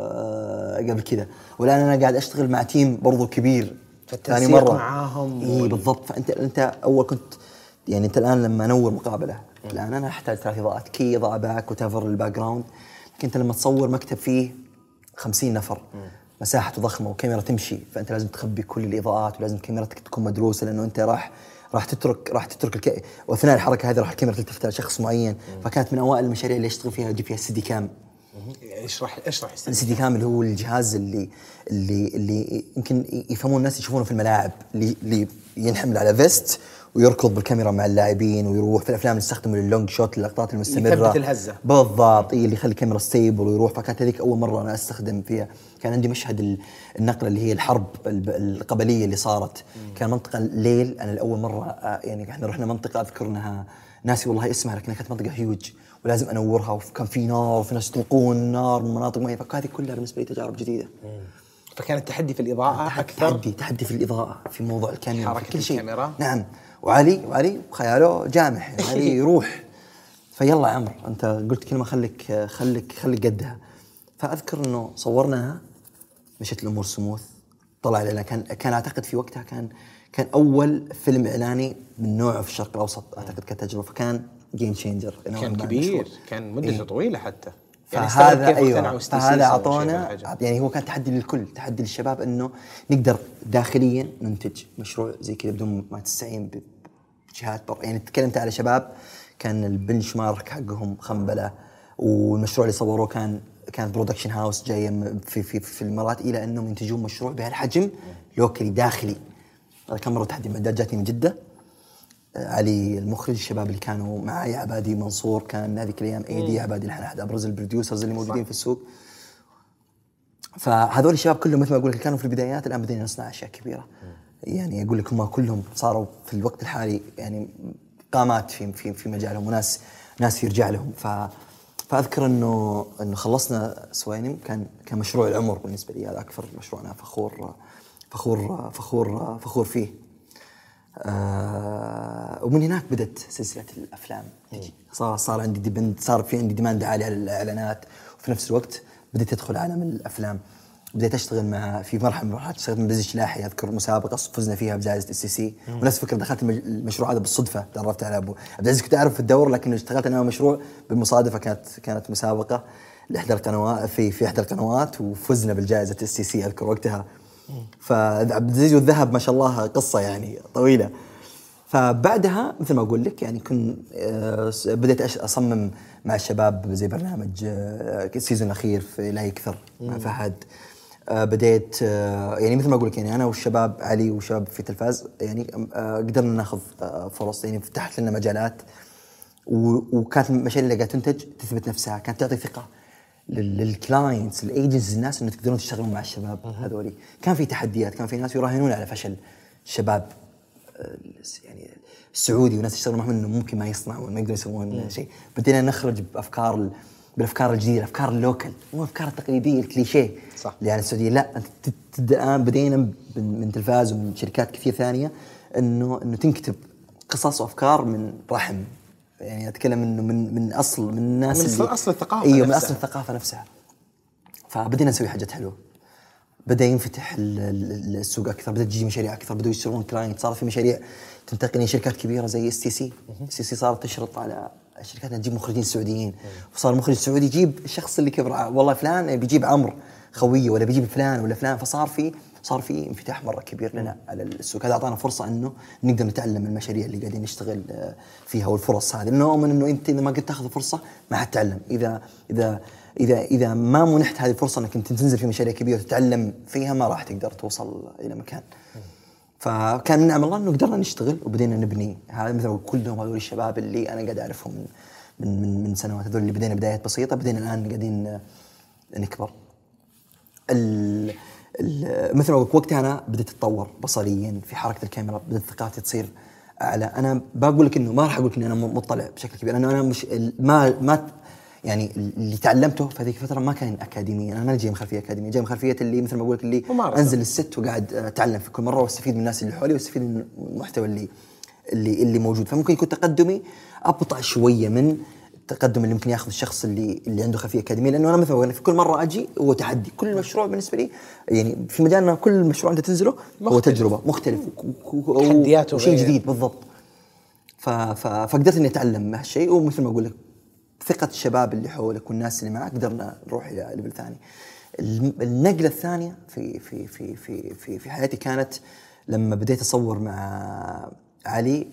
قبل كذا. والآن أنا قاعد أشتغل مع تيم برضو كبير ثاني مرة معاهم. إيه بالضبط. فأنت أنت أول كنت يعني أنت الآن لما أنور مقابلة مم. الآن أنا أحتاج ثلاث إضاءات، كي إضاءة باك وتفر الباك جراوند. لكن أنت لما تصور مكتب فيه خمسين نفر، مم. مساحته ضخمة وكاميرا تمشي، فأنت لازم تخبي كل الإضاءات، ولازم كاميرتك تكون مدروسة، لأنه أنت راح راح تترك راح تترك الك... واثناء الحركه هذه راح الكاميرا تلتفت على شخص معين. مم. فكانت من اوائل المشاريع اللي اشتغل فيها جي بي اس دي كام. اشرح اشرح السي دي كام اللي هو الجهاز اللي اللي اللي يمكن يفهمون الناس يشوفونه في الملاعب، اللي, اللي ينحمل على فيست ويركض بالكاميرا مع اللاعبين ويروح. في الافلام اللي يستخدموا اللونج شوت، اللقطات المستمره، يثبت الهزه بالضبط، اللي يخلي الكاميرا ستيبل ويروح. فكانت هذيك اول مره انا استخدم فيها. كان عندي مشهد النقله اللي هي الحرب القبليه اللي صارت. مم. كان منطقه ليل، انا الاول مره يعني احنا رحنا منطقه اذكر انها ناسي والله اسمها، لكن كانت منطقه هيوج ولازم انورها، وكان في نار وفي ناس يطلقون نار من مناطق معينه. فهذه كلها بالنسبه لي تجارب جديده. مم. فكان التحدي في الاضاءه تحدي اكثر. تحدي تحدي في الاضاءه، في موضوع الكاميرا، حركه في كل شيء. الكاميرا. نعم. وعلي وعلي خياله جامح، علي يروح. فيلا يا عمر انت قلت كلمه خليك خليك خليك قدها. فاذكر انه صورناها، مشت الامور سموث، طلع لنا كان كان اعتقد في وقتها كان كان اول فيلم اعلاني من نوعه في الشرق الاوسط، اعتقد كتجربه، فكان جيم تشينجر، كان كبير، كان مدته إيه؟ طويله حتى. يعني فهذا ايوه فهذا اعطونا يعني هو كان تحدي للكل، تحدي للشباب انه نقدر داخليا ننتج مشروع زي كذا بدون ما تستعين بجهات برا. يعني تكلمت على شباب كان البنش مارك حقهم خنبله، والمشروع اللي صوروه كان كان برودكشن هاوس جايه في في في الامارات، الى انهم ينتجون مشروع بهالحجم لوكلي داخلي. هذا كان مره تحدي. معدات جاتني من جده، علي المخرج، الشباب اللي كانوا معي، عبادي منصور كان هذيك الايام ايدي، عبادي الحين احد ابرز البروديوسرز اللي موجودين صح. في السوق. فهذول الشباب كلهم مثل ما اقول لك كانوا في البدايات، الان بدينا نصنع اشياء كبيره. يعني اقول لك هم كلهم صاروا في الوقت الحالي يعني قامات في في في مجالهم، وناس ناس يرجع لهم. ف فاذكر انه انه خلصنا سوينم، كان كان مشروع العمر بالنسبه لي، هذا اكثر مشروع انا فخور فخور فخور فخور فيه. آه ومن هناك بدت سلسله الافلام تجي. صار صار عندي ديبند، صار في عندي ديماند عالي على الاعلانات، وفي نفس الوقت بديت ادخل عالم الافلام. بديت اشتغل مع في مرحله من المراحل اشتغلت مع بزيش لاحي، اذكر مسابقه فزنا فيها بجائزه السي سي، ونفس الفكره دخلت المشروع هذا بالصدفه، تعرفت على ابو عبد العزيز كنت اعرف في الدور، لكن اشتغلت انا مشروع بالمصادفه. كانت كانت مسابقه لاحدى القنوات في في احدى القنوات، وفزنا بالجائزه السي سي اذكر وقتها. فعبد العزيز والذهب ما شاء الله قصه يعني طويله. فبعدها مثل ما اقول لك يعني كن بديت اصمم مع الشباب زي برنامج السيزون الاخير في لا يكثر مع فهد. بديت يعني مثل ما اقول لك يعني انا والشباب علي والشباب في تلفاز يعني قدرنا ناخذ فرص، يعني فتحت لنا مجالات، وكانت المشاريع اللي قاعده تنتج تثبت نفسها، كانت تعطي ثقه للكلاينتس الايجنتس، الناس انه تقدرون تشتغلون مع الشباب هذولي. كان في تحديات، كان في ناس يراهنون على فشل الشباب يعني السعودي، وناس يشتغلون معهم انه ممكن ما يصنعون، ما يقدرون يسوون شيء. بدينا نخرج بافكار بالافكار الجديده، الافكار اللوكل، مو الافكار التقليديه الكليشيه صح اللي يعني السعوديه. لا انت الان بدينا من تلفاز ومن شركات كثير ثانيه انه انه تنكتب قصص وافكار من رحم، يعني اتكلم انه من من اصل من الناس من اللي اصل الثقافه ايوه من اصل الثقافه نفسها. فبدينا نسوي حاجات حلوه، بدا ينفتح السوق اكثر، بدات تجي مشاريع اكثر، بدوا يشترون كلاينت، صار في مشاريع تنتقل شركات كبيره زي اس تي سي. اس تي سي صارت تشرط على شركاتنا تجيب مخرجين سعوديين، وصار المخرج السعودي يجيب الشخص اللي كبر، والله فلان بيجيب عمرو خويه ولا بيجيب فلان ولا فلان. فصار في صار في انفتاح مره كبير لنا على السوق. هذا اعطانا فرصه انه نقدر نتعلم المشاريع اللي قاعدين نشتغل فيها والفرص هذه، انه من انه انت اذا ما قد تاخذ فرصه ما حتتعلم. اذا اذا اذا اذا ما منحت هذه الفرصه انك انت تنزل في مشاريع كبيره وتتعلم فيها، ما راح تقدر توصل الى مكان. فكان من نعم الله انه قدرنا نشتغل وبدينا نبني. هذا مثل كلهم هذول الشباب اللي انا قاعد اعرفهم من من من, من سنوات، هذول اللي بدينا بدايات بسيطه، بدينا الان قاعدين نكبر. ال ال مثل ما وقتها انا بديت اتطور بصريا في حركه الكاميرا، بدات ثقافتي تصير اعلى. انا بقول لك انه ما راح اقول لك اني انا مطلع بشكل كبير، لانه انا مش ما ما يعني اللي تعلمته في هذيك الفتره ما كان اكاديميا. انا ما جاي من خلفيه اكاديميه، جاي من خلفيه اللي مثل ما اقول لك اللي ممارسة. انزل الست وقاعد اتعلم في كل مره، واستفيد من الناس اللي حولي، واستفيد من المحتوى اللي اللي اللي موجود. فممكن يكون تقدمي ابطا شويه من التقدم اللي ممكن ياخذ الشخص اللي اللي عنده خلفيه اكاديميه، لانه انا مثلا في كل مره اجي هو تحدي. كل مشروع بالنسبه لي يعني في مجالنا كل مشروع انت تنزله هو تجربه مختلف تحدياته وشيء جديد بالضبط. فقدرت اني اتعلم هالشيء، ومثل ما اقول لك ثقة الشباب اللي حولك والناس اللي معك قدرنا نروح إلى ليفل ثاني. النقلة الثانية في في في في في في حياتي كانت لما بديت أصور مع علي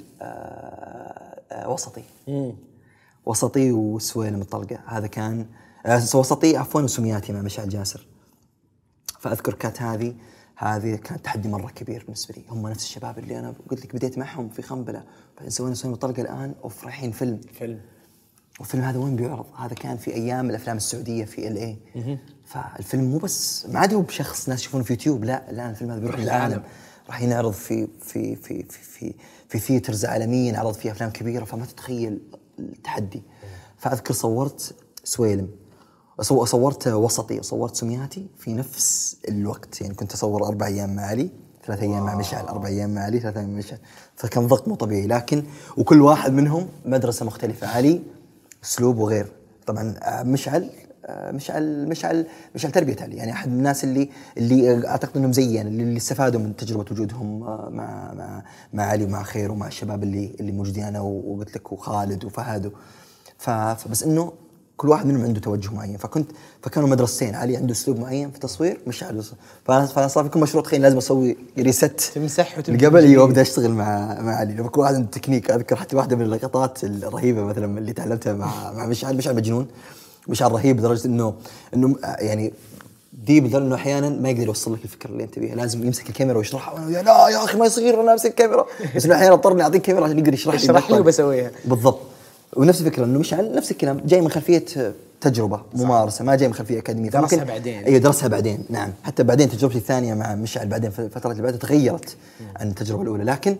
آآ آآ وسطي مم. وسطي وسويلم الطلقة. هذا كان وسطي عفوا وسمياتي مع مشعل جاسر. فأذكر كانت هذه هذه كانت تحدي مرة كبير بالنسبة لي. هم نفس الشباب اللي أنا قلت لك بديت معهم في خنبلة، بعدين سوينا سويلم الطلقة، الآن أوف رايحين فيلم فيلم والفيلم هذا وين بيعرض؟ هذا كان في ايام الافلام السعوديه في ال اي. فالفيلم مو بس ما عاد هو بشخص ناس يشوفونه في يوتيوب، لا الان الفيلم هذا بيروح للعالم، راح ينعرض في في في في في في ثياترز عالميا، عرض فيه افلام كبيره. فما تتخيل التحدي. فاذكر صورت سويلم، صورت وسطي، وصورت سمياتي في نفس الوقت. يعني كنت اصور اربع ايام مع علي، ثلاث ايام مع مشعل، اربع ايام مع علي، ثلاث ايام مع مشعل. فكان ضغط مو طبيعي، لكن وكل واحد منهم مدرسه مختلفه. علي اسلوب وغير، طبعا مشعل مشعل مشعل مشعل تربية علي، يعني أحد الناس اللي اللي أعتقد إنهم زيي اللي, اللي استفادوا من تجربة وجودهم مع مع مع علي ومع خير ومع الشباب اللي اللي موجودين أنا وقلت لك وخالد وفهد. فبس إنه كل واحد منهم عنده توجه معين، فكنت فكانوا مدرستين، علي عنده أسلوب معين في التصوير مشعل، فأنا صار في كل مشروع تخيل لازم أسوي ريست تمسح قبل وابدا اشتغل مع مع علي. كل واحد عنده تكنيك. اذكر حتى واحده من اللقطات الرهيبه مثلا اللي تعلمتها مع مع مشعل مشعل مجنون، مشعل رهيب لدرجه انه انه يعني دي بدل انه احيانا ما يقدر يوصل لك الفكره اللي انت بيها، لازم يمسك الكاميرا ويشرحها وانا يا لا يا اخي ما يصير انا امسك الكاميرا، بس انه احيانا اضطرني اعطيك كاميرا عشان يقدر يشرح لي اشرح لي وبسويها بالضبط. ونفس الفكره انه مشعل نفس الكلام جاي من خلفيه تجربه ممارسه، ما جاي من خلفيه اكاديميه، درسها بعدين. ايوه درسها بعدين. نعم حتى بعدين تجربتي الثانيه مع مشعل بعدين في الفتره اللي بعدها تغيرت عن التجربه الاولى، لكن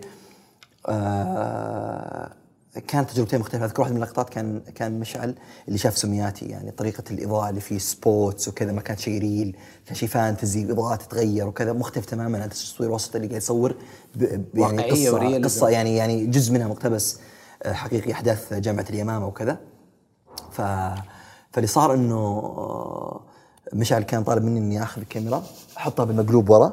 آه كانت تجربتين مختلفه. اذكر واحد من اللقطات كان كان مشعل اللي شاف سمياتي، يعني طريقه الاضاءه اللي فيه سبوتس وكذا ما كانت شيء ريل، كان شيء فانتزي، الاضاءات تتغير وكذا، مختلف تماما عن تصوير وسط اللي قاعد يصور يعني قصه قصه يعني يعني جزء منها مقتبس حقيقي احداث جامعه اليمامه وكذا. ف فاللي صار انه مشعل كان طالب مني اني اخذ الكاميرا احطها بالمقلوب ورا،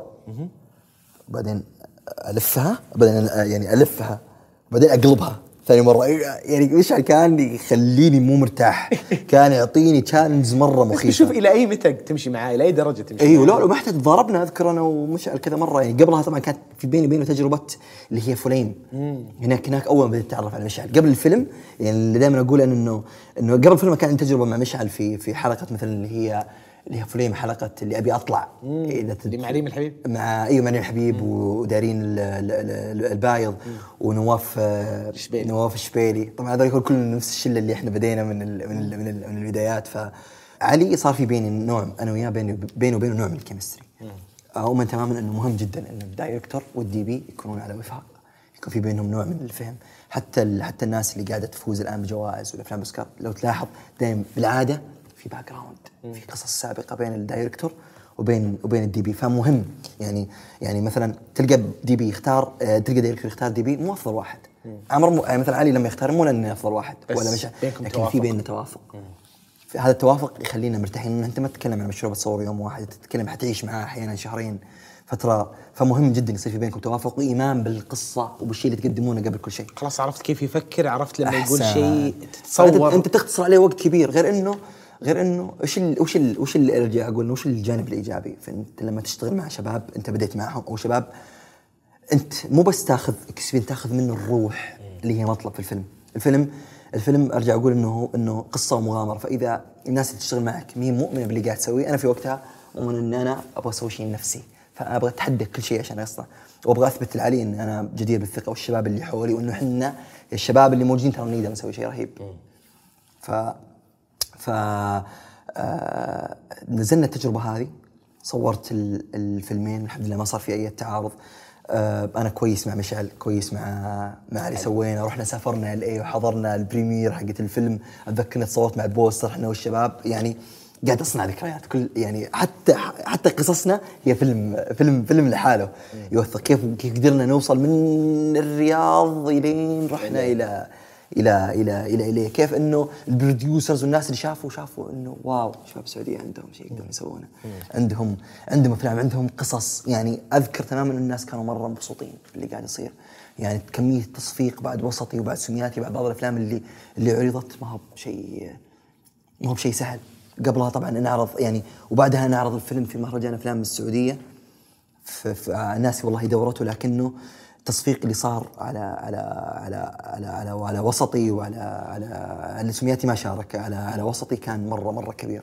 وبعدين الفها، بعدين يعني الفها بعدين اقلبها ثاني مره. يعني مشعل كان يخليني مو مرتاح، كان يعطيني تشالنج مره مخيفه. شوف الى اي متى تمشي معاه، الى اي درجه تمشي؟ ايوه لا ما حتى تضاربنا. اذكر انا ومشعل كذا مره، يعني قبلها طبعا كانت في بيني وبينه تجربه اللي هي فليم. هناك هناك اول ما بديت اتعرف على مشعل قبل الفيلم، يعني اللي دائما اقول انه انه قبل الفيلم كان عندي تجربه مع مشعل في في حلقه مثلا اللي هي اللي هي فليم، حلقه اللي ابي اطلع اذا تد... مع ريم الحبيب، مع ايوه مع ريم الحبيب ودارين البايض ونواف الشبيلي. نواف الشبيلي طبعا هذول يكون كلهم نفس الشله اللي احنا بدينا من ال من ال من, ال من البدايات. فعلي صار في بيني نوع، انا وياه بيني بينه وبينه نوع من الكيمستري. اؤمن تماما انه مهم جدا ان الدايركتور والدي بي يكونون على وفاق، يكون في بينهم نوع من الفهم. حتى حتى الناس اللي قاعده تفوز الان بجوائز والافلام اوسكار لو تلاحظ دائما بالعاده في باك جراوند، في قصص سابقه بين الدايركتور وبين وبين الدي بي. فمهم يعني يعني مثلا تلقى دي بي يختار آه تلقى دايركتور يختار دي بي مو افضل واحد. عمر مو يعني مثلا علي لما يختار مو لانه افضل واحد ولا مش، لكن في بيننا توافق. في هذا التوافق يخلينا مرتاحين انه انت ما تتكلم عن مشروع بتصور يوم واحد، تتكلم حتعيش معاه احيانا شهرين فتره. فمهم جدا يصير في بينكم توافق وايمان بالقصه وبالشيء اللي تقدمونه قبل كل شيء. خلاص عرفت كيف يفكر، عرفت لما أحسن. يقول شيء تتصور انت تختصر عليه وقت كبير. غير انه غير انه وش ال وش ال وش اللي ارجع اقول وش الجانب الايجابي فانت لما تشتغل مع شباب انت بديت معهم او شباب انت مو بس تاخذ اكسبين، تاخذ منه الروح اللي هي مطلب في الفيلم. الفيلم الفيلم ارجع اقول انه انه قصه ومغامره. فاذا الناس اللي تشتغل معك مين مؤمنه باللي قاعد تسويه، انا في وقتها مؤمن ان انا ابغى اسوي شيء لنفسي، فابغى اتحدى كل شيء عشان اصلا وابغى اثبت لعلي ان انا جدير بالثقه والشباب اللي حولي، وانه احنا الشباب اللي موجودين ترى نقدر نسوي شيء رهيب. ف ف آه نزلنا التجربه هذه، صورت الفيلمين الحمد لله ما صار في اي تعارض. آه انا كويس مع مشعل، كويس مع مع اللي سوينا. رحنا سافرنا الاي وحضرنا البريمير حقت الفيلم. اتذكر تصورت مع البوستر احنا والشباب، يعني قاعد اصنع ذكريات. كل يعني حتى حتى قصصنا هي فيلم فيلم فيلم لحاله يوثق كيف كيف قدرنا نوصل من الرياض الين رحنا الى الى الى الى الى كيف انه البروديوسرز والناس اللي شافوا شافوا انه واو شباب السعوديه عندهم شيء يقدرون يسوونه، عندهم عندهم افلام، عندهم قصص. يعني اذكر تماما ان الناس كانوا مره مبسوطين باللي قاعد يصير. يعني كميه تصفيق بعد وسطي وبعد سمياتي بعد بعض الافلام اللي اللي عرضت ما هو شيء ما هو بشيء سهل. قبلها طبعا نعرض يعني وبعدها نعرض الفيلم في مهرجان افلام السعوديه، فالناس والله دورته، لكنه التصفيق اللي صار على على على على على, على وسطي وعلى على على سمياتي ما شارك على على وسطي كان مره مره كبير.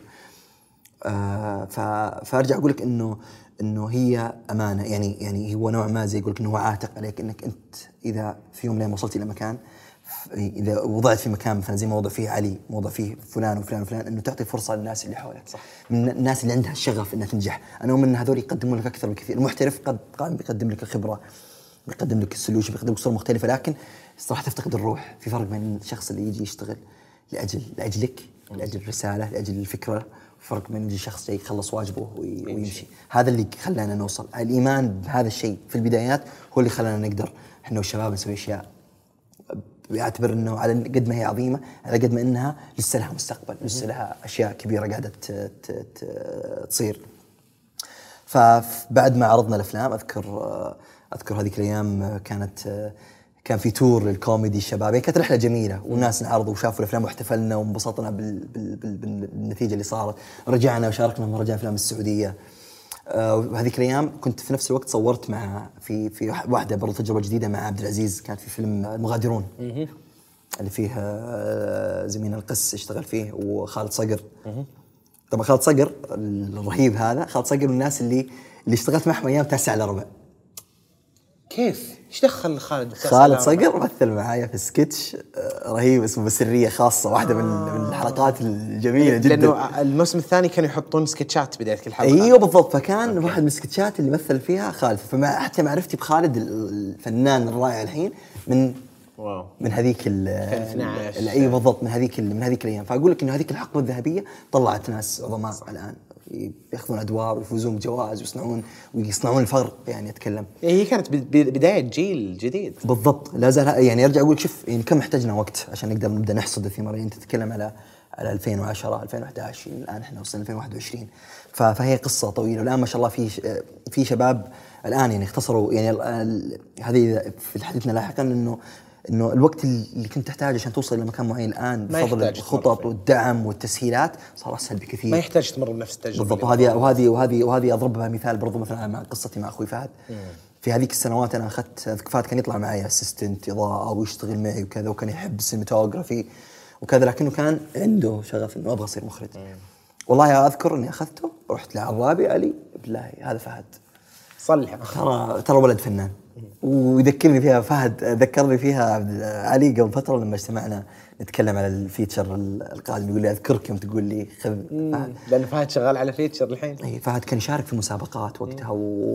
آه فارجع اقول لك انه انه هي امانه. يعني يعني هو نوع ما زي يقول لك انه هو عاتق عليك انك انت اذا في يوم من وصلت الى مكان، اذا وضعت في مكان مثلا زي ما وضع فيه علي، وضع فيه فلان وفلان وفلان، انه تعطي فرصه للناس اللي حولك، صح، من الناس اللي عندها الشغف انها تنجح. انا اؤمن ان هذول يقدمون لك اكثر بكثير. المحترف قد قام بيقدم لك الخبره، بيقدم لك السولوشن، بيقدم لك صوره مختلفه، لكن الصراحه تفتقد الروح. في فرق بين الشخص اللي يجي يشتغل لاجل لاجلك، لاجل الرساله، لاجل الفكره، فرق بين يجي شخص جاي يخلص واجبه ويمشي. هذا اللي خلانا نوصل. الايمان بهذا الشيء في البدايات هو اللي خلانا نقدر احنا والشباب نسوي اشياء يعتبر انه على قد ما هي عظيمه على قد ما انها لسه لها مستقبل، لسه لها اشياء كبيره قاعده تصير. فبعد ما عرضنا الافلام اذكر اذكر هذيك الايام كانت كان في تور للكوميدي الشبابي، كانت رحله جميله والناس انعرضوا وشافوا الافلام واحتفلنا وانبسطنا بال بال بال بالنتيجه اللي صارت. رجعنا وشاركنا مهرجان افلام السعوديه. وهذيك الايام كنت في نفس الوقت صورت مع في في واحده برضه تجربه جديده مع عبد العزيز، كانت في فيلم المغادرون اللي فيه زميلنا القس اشتغل فيه وخالد صقر. طبعا خالد صقر الرهيب هذا، خالد صقر من الناس اللي اللي اشتغلت معهم ايام تاسع الا ربع. كيف؟ ايش دخل خالد؟ خالد صقر مثل معايا في سكتش رهيب اسمه بسرية خاصة، واحدة من آه. من الحلقات الجميلة جدا، لأنه الموسم الثاني كانوا يحطون سكتشات بداية كل حلقة. ايوه بالضبط، فكان أوكي. واحد من السكتشات اللي مثل فيها خالد، فما حتى معرفتي بخالد الفنان الرائع الحين من واو. من هذيك ال اي بالضبط من هذيك من هذيك الايام. فاقول لك انه هذيك الحقبه الذهبيه طلعت ناس عظماء الان ياخذون ادوار ويفوزون بجوائز ويصنعون ويصنعون الفرق. يعني اتكلم هي كانت بدايه جيل جديد بالضبط. لا زال يعني ارجع اقول شوف يعني كم احتاجنا وقت عشان نقدر نبدا نحصد الثمار. انت تتكلم على على ألفين وعشرة ألفين وأحد عشر، الان احنا وصلنا ألفين وواحد وعشرين، فهي قصه طويله. والان ما شاء الله في في شباب الان يعني اختصروا يعني هذه في حديثنا لاحقا انه انه الوقت اللي كنت تحتاجه عشان توصل لمكان معين الان بفضل الخطط والدعم والتسهيلات صار اسهل بكثير. ما يحتاج تمر بنفس التجربه بالضبط. وهذه وهذه وهذه وهذه اضرب بها مثال برضو مثلا مع قصتي مع اخوي فهد. مم. في هذيك السنوات انا اخذت فهد كان يطلع معي اسيستنت اضاءه ويشتغل معي وكذا، وكان يحب السينماتوجرافي وكذا، لكنه كان عنده شغف انه ابغى اصير مخرج. مم. والله اذكر اني اخذته رحت لعرابي علي بالله هذا فهد صلح ترى ترى ولد فنان. ويذكرني فيها فهد، ذكرني فيها علي قبل فترة لما اجتمعنا نتكلم على الفيتشر القادم، يقول لي أذكرك يوم تقول لي خذ فهد، لأن فهد شغال على فيتشر الحين. أي فهد كان يشارك في المسابقات وقتها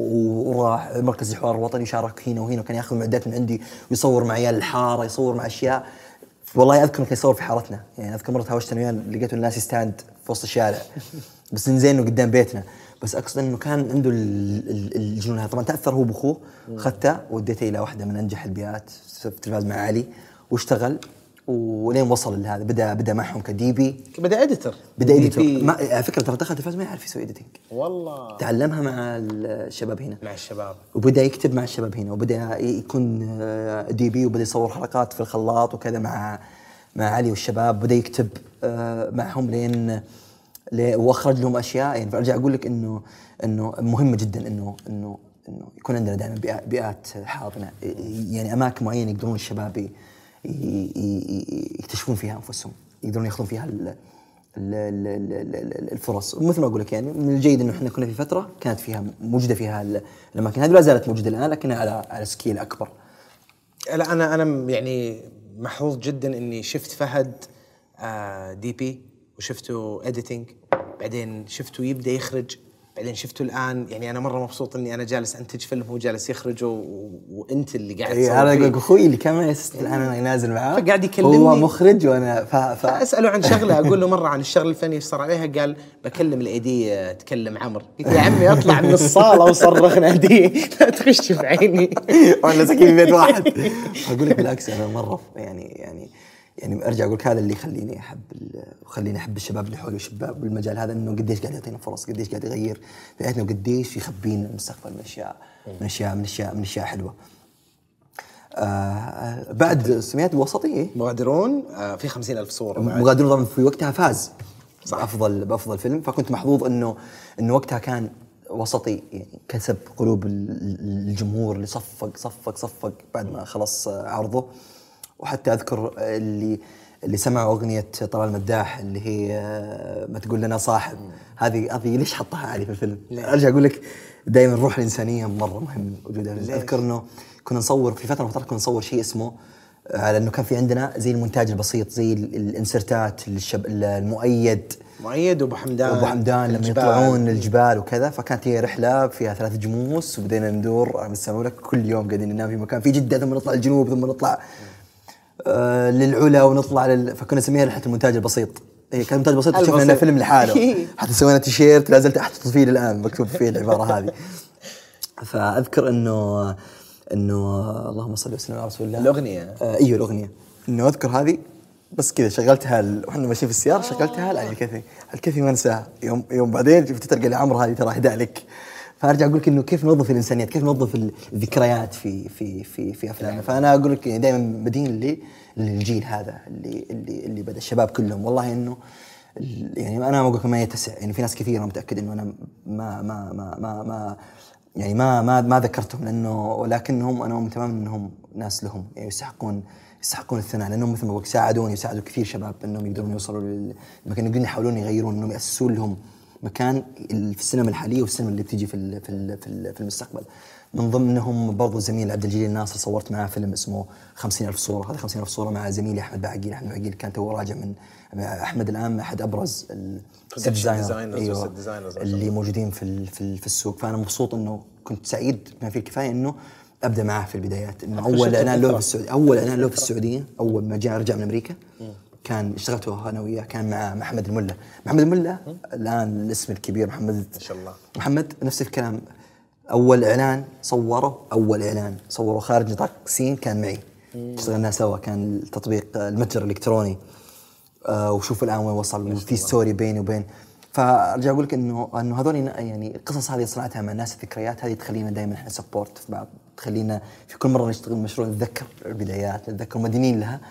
وراح مركز الحوار الوطني يشارك هنا وهنا، وكان ياخذ معدات من عندي ويصور مع عيال الحارة، يصور مع أشياء. والله أذكر كان يصور في حارتنا، يعني أذكر مرة هاوشت أنا وياه لقيته الناس يستاند في وسط الشارع بس نزين إنه قدام بيتنا. بس أقصد إنه كان عنده الجنون هذا. طبعا تأثر هو بأخوه، خدته وديته إلى واحدة من أنجح البيئات في التلفاز مع علي واشتغل ولين وصل لهذا. بدأ بدأ معهم كديبي، بدأ إديتر بدأ إديتر ما على فكرة ترى دخل التلفاز ما يعرف يسوي إديتنج والله، تعلمها مع الشباب هنا مع الشباب وبدأ يكتب مع الشباب هنا وبدأ يكون دي بي وبدأ يصور حلقات في الخلاط وكذا مع مع علي والشباب. بدأ يكتب معهم لين واخرج لهم اشياء. يعني ارجع اقول لك انه انه مهمه جدا انه انه انه يكون عندنا دائما بيئات حاضنه، يعني اماكن معينه يقدرون الشباب يكتشفون فيها انفسهم، يقدرون ياخذون فيها الفرص. ومثل ما اقول لك يعني من الجيد انه احنا كنا في فتره كانت فيها موجوده فيها الاماكن هذه، لا زالت موجوده الان لكنها على على سكيل اكبر. لا انا انا يعني محظوظ جدا اني شفت فهد دي بي وشفته اديتنج، بعدين شفته يبدا يخرج، بعدين شفته الان. يعني انا مره مبسوط اني انا جالس انتج فيلم هو جالس يخرجه و... وانت اللي قاعد تصور فيه. انا اقول اخوي اللي كان يسست الان انا نازل معاه فقاعد يكلمني، هو مخرج وانا ف... ف... فاساله عن شغله، اقول له مره عن الشغله الفنيه ايش صار عليها، قال بكلم الايدي تكلم عمر. قلت يا عمي اطلع من الصاله وصرخ نادي لا تخش في عيني وانا ساكن في بيت واحد. اقول لك بالعكس انا مره يعني يعني يعني ارجع اقول هذا اللي يخليني احب وخليني احب الشباب اللي حولي والشباب بالمجال هذا، انه قديش قاعد يعطينا فرص، قديش قاعد يغير بيئتنا، وقديش يخبينا المستقبل من اشياء من اشياء من اشياء من اشياء حلوه. آه بعد سميات الوسطي مغادرون آه في خمسين ألف صوره. مغادرون طبعا في وقتها فاز بافضل بافضل فيلم، فكنت محظوظ انه انه وقتها كان وسطي يعني كسب قلوب الجمهور اللي صفق صفق صفق بعد ما خلص عرضه. وحتى أذكر اللي اللي سمعوا أغنية طلال مداح اللي هي ما تقول لنا صاحب، هذه هذه ليش حطها علي في الفيلم؟ أرجع أقول لك دائما الروح الإنسانية مرة مهم وجودها. أذكر إنه كنا نصور في فترة من الفترات كنا نصور شيء اسمه على إنه كان في عندنا زي المونتاج البسيط زي الانسرتات للشب المؤيد مؤيد وابو حمدان وابو حمدان لما يطلعون الجبال وكذا. فكانت هي رحله فيها ثلاث جموس وبدينا ندور مثلا لك كل يوم قاعدين ننام في مكان في جده ثم نطلع الجنوب ثم نطلع آه للعلا ونطلع لل... فكنا نسميها رحله المونتاج البسيط. هي كان مونتاج بسيط شفنا انه فيلم لحاله حتى سوينا تيشيرت لا زلت احتفظ فيه الان مكتوب فيه العباره هذه. فاذكر انه انه آه اللهم صل وسلم على رسول الله. الاغنيه آه ايوه الاغنيه، انه اذكر هذه بس كذا شغلتها ال... واحنا ماشيين في السياره شغلتها على الكثي الكثي ما انساها. يوم يوم بعدين شفت تلقى لي عمرو هذه ترى اهداء لك. فارجع اقول لك انه كيف نوظف الانسانيات، كيف نوظف الذكريات في في في في افلامنا. فانا اقول لك دائما مدين لي للجيل هذا اللي اللي اللي بدا الشباب كلهم. والله انه يعني انا اقول لك ما يتسع، يعني في ناس كثيره متاكد انه انا ما ما ما ما, ما يعني ما ما ما ذكرتهم لانه ولكنهم انا مؤمن تماما انهم ناس لهم يعني يستحقون يستحقون الثناء، لانهم مثل ما قلت ساعدوني وساعدوا كثير شباب انهم يقدرون يوصلوا للمكان، يقدرون يحاولون يغيرون، انهم ياسسون لهم مكان في السينما الحاليه والسينما اللي بتيجي في في في المستقبل. من ضمنهم برضو زميل عبد الجليل الناصر، صورت معاه فيلم اسمه خمسين ألف صورة. هذا خمسين ألف صورة مع زميلي أحمد بعقيل. أحمد بعقيل كان تو راجع من أحمد الآن أحد أبرز الديزاينر أيوة اللي موجودين في في في السوق. فأنا مبسوط إنه كنت سعيد بما فيه الكفاية إنه أبدأ معاه في البدايات. إنه أول إعلان له في السعودية أول إعلان له في السعودية أول ما جاء رجع من أمريكا كان اشتغلته أنا وياه، كان مع محمد الملا. محمد الملا الآن الاسم الكبير محمد ما شاء الله. محمد نفس الكلام، أول إعلان صوره أول إعلان صوره خارج نطاق سين كان معي، اشتغلنا سوا. كان التطبيق المتجر الإلكتروني آه وشوف الآن وين وصل، في ستوري بيني وبين. فأرجع أقول لك إنه إنه هذول يعني القصص هذه صنعتها مع الناس، الذكريات هذه تخلينا دائما إحنا سبورت في بعض، تخلينا في كل مرة نشتغل مشروع نتذكر البدايات، نتذكر مدينين لها.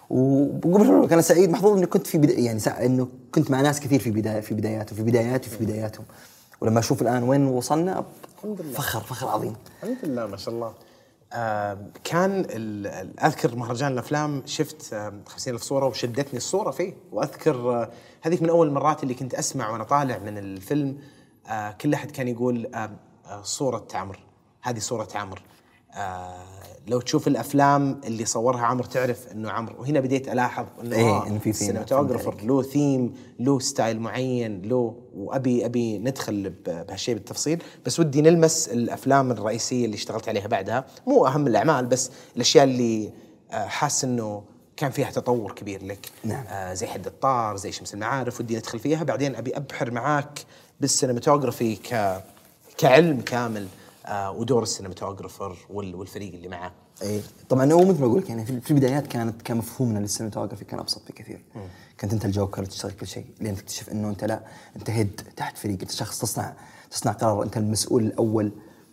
وبقول أنا سعيد محظوظ إني كنت في بدا... يعني سع... إنه كنت مع ناس كثير في بداية في بدايات وفي بداياتي وفي بداياتهم، ولما أشوف الآن وين وصلنا فخر فخر عظيم. الحمد لله ما شاء الله. آه كان أذكر مهرجان الأفلام شفت آه خمسين ألف صورة وشدتني الصورة فيه، وأذكر آه هذيك من أول المرات اللي كنت أسمع وأنا طالع من الفيلم آه كل أحد كان يقول آه آه صورة عمرو، هذه صورة عمرو. آه لو تشوف الأفلام اللي صورها عمرو تعرف إنه عمرو. وهنا بديت ألاحظ إنه إيه آه إنه في سينماتوجرافر له ثيم، له ستايل معين، له. وأبي أبي ندخل بهالشيء بالتفصيل، بس ودي نلمس الأفلام الرئيسية اللي اشتغلت عليها بعدها، مو أهم الأعمال بس الأشياء اللي آه حاس إنه كان فيها تطور كبير لك. نعم. آه زي حد الطار، زي شمس المعارف، ودي ندخل فيها. بعدين أبي أبحر معاك بالسينماتوجرافي ك كعلم كامل آه ودور السينماتوجرافر والفريق اللي معاه. اي طبعا هو مثل ما اقول لك يعني في البدايات كانت كان مفهومنا للسينماتوجرافي كان ابسط بكثير. كنت انت الجوكر تشتغل كل شيء، لين تكتشف انه انت لا، انت هيد تحت فريق، انت شخص تصنع تصنع قرار، انت المسؤول الاول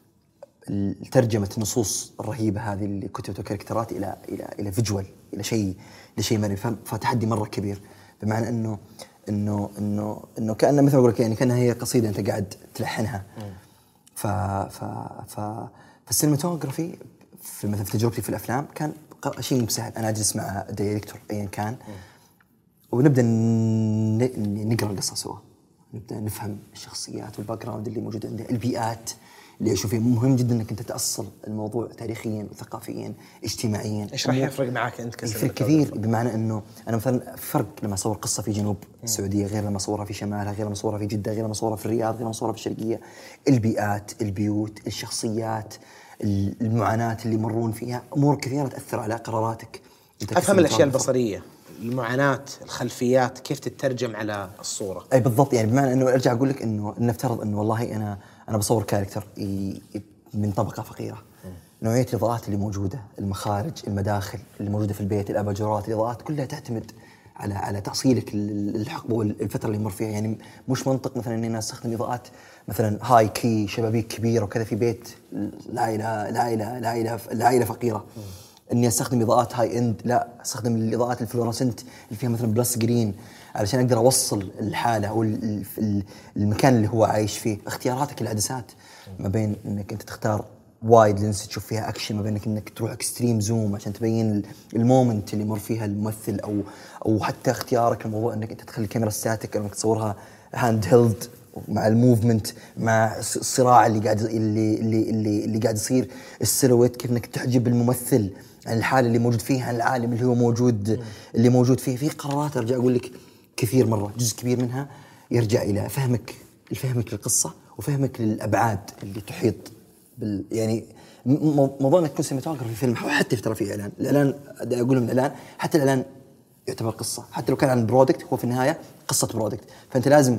ترجمه النصوص الرهيبه هذه اللي كتبت كاركترات الى الى الى فيجوال، الى شيء لشيء مرئي. فتحدي مره كبير، بمعنى انه انه انه انه كأنه مثل ما اقول لك يعني كانها هي قصيده انت قاعد تلحنها. ف ف ف فالسينماتوجرافي في مثلا في تجربتي في الافلام كان شيء سهل. انا اجلس مع الدايركتور ايا كان ونبدا نقرا القصه سوا، نبدا نفهم الشخصيات والباك جراوند اللي موجود عنده، البيئات اللي اشوف مهم جدا انك انت تاصل الموضوع تاريخيا وثقافيا اجتماعيا. ايش راح يفرق معك انت كسينماتوجرافر؟ يفرق كثير، بمعنى انه انا مثلا فرق لما اصور قصه في جنوب السعوديه غير لما اصورها في شمالها، غير لما اصورها في جده، غير لما اصورها في الرياض، غير لما اصورها في الشرقيه. البيئات، البيوت، الشخصيات، المعاناه اللي يمرون فيها، امور كثيره تاثر على قراراتك. افهم الاشياء البصريه، المعاناه، الخلفيات، كيف تترجم على الصوره. اي بالضبط. يعني بمعنى انه ارجع اقول لك انه نفترض انه والله انا انا بصور كاركتر من طبقه فقيره، نوعيه الاضاءات اللي موجوده، المخارج، المداخل اللي موجوده في البيت، الاباجورات، الاضاءات كلها تعتمد على على تاصيلك الحقبه والفتره اللي يمر فيها. يعني مش منطق مثلا اني انا استخدم اضاءات مثلا هاي كي، شبابيك كبيره وكذا في بيت العائله العائله العائله العائله فقيره، اني استخدم اضاءات هاي اند. لا، استخدم الاضاءات الفلورسنت اللي فيها مثلا بلس جرين علشان اقدر اوصل الحاله او المكان اللي هو عايش فيه. اختياراتك العدسات ما بين انك انت تختار وايد لينس تشوف فيها اكشن، ما بين انك تروح اكستريم زوم عشان تبين المومنت اللي يمر فيها الممثل، او او حتى اختيارك الموضوع انك انت تخلي الكاميرا ستاتيك او انك تصورها هاند هيلد مع الموفمنت، مع الصراع اللي قاعد اللي اللي اللي, اللي قاعد يصير، السيلويت، كيف انك تحجب الممثل عن الحاله اللي موجود فيها، عن العالم اللي هو موجود اللي موجود فيه. في قرارات ارجع اقول لك كثير مره، جزء كبير منها يرجع الى فهمك فهمك للقصه وفهمك للابعاد اللي تحيط بال يعني موضوع انك تكون سينماتوجرافر في فيلم، حتى ترى في اعلان، الاعلان اقول من الاعلان، حتى الاعلان يعتبر قصه، حتى لو كان عن برودكت هو في النهايه قصه برودكت. فانت لازم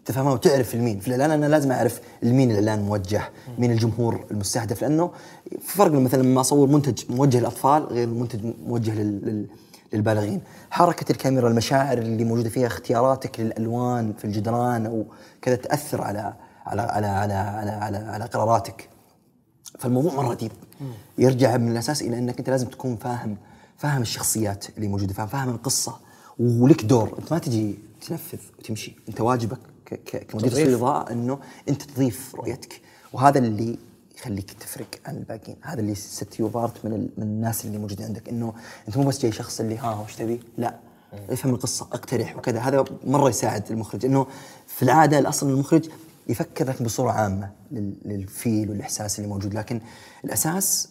تفهمها وتعرف المين. في الإعلان أنا لازم أعرف المين الإعلان موجه، مين الجمهور المستهدف، لأنه في فرق مثلا لما أصور منتج موجه للأطفال غير منتج موجه لل للبالغين. حركة الكاميرا، المشاعر اللي موجودة فيها، اختياراتك للألوان في الجدران أو كذا تأثر على على على على على على, على قراراتك. فالموضوع مرة ديب، يرجع من الأساس إلى أنك أنت لازم تكون فاهم فاهم الشخصيات اللي موجودة، فاهم فاهم القصة، ولك دور. أنت ما تجي تنفذ وتمشي، أنت واجبك كمدير تصوير إضاءة أنه أنت تضيف رؤيتك، وهذا اللي يخليك تفرق عن الباقيين. هذا اللي ست يو بارت من من الناس اللي موجودين عندك، انه انت مو بس جاي شخص اللي ها وش تبي، لا افهم القصه، اقترح وكذا. هذا مره يساعد المخرج، انه في العاده الاصل المخرج يفكر لك بصوره عامه للفيل والاحساس اللي موجود، لكن الاساس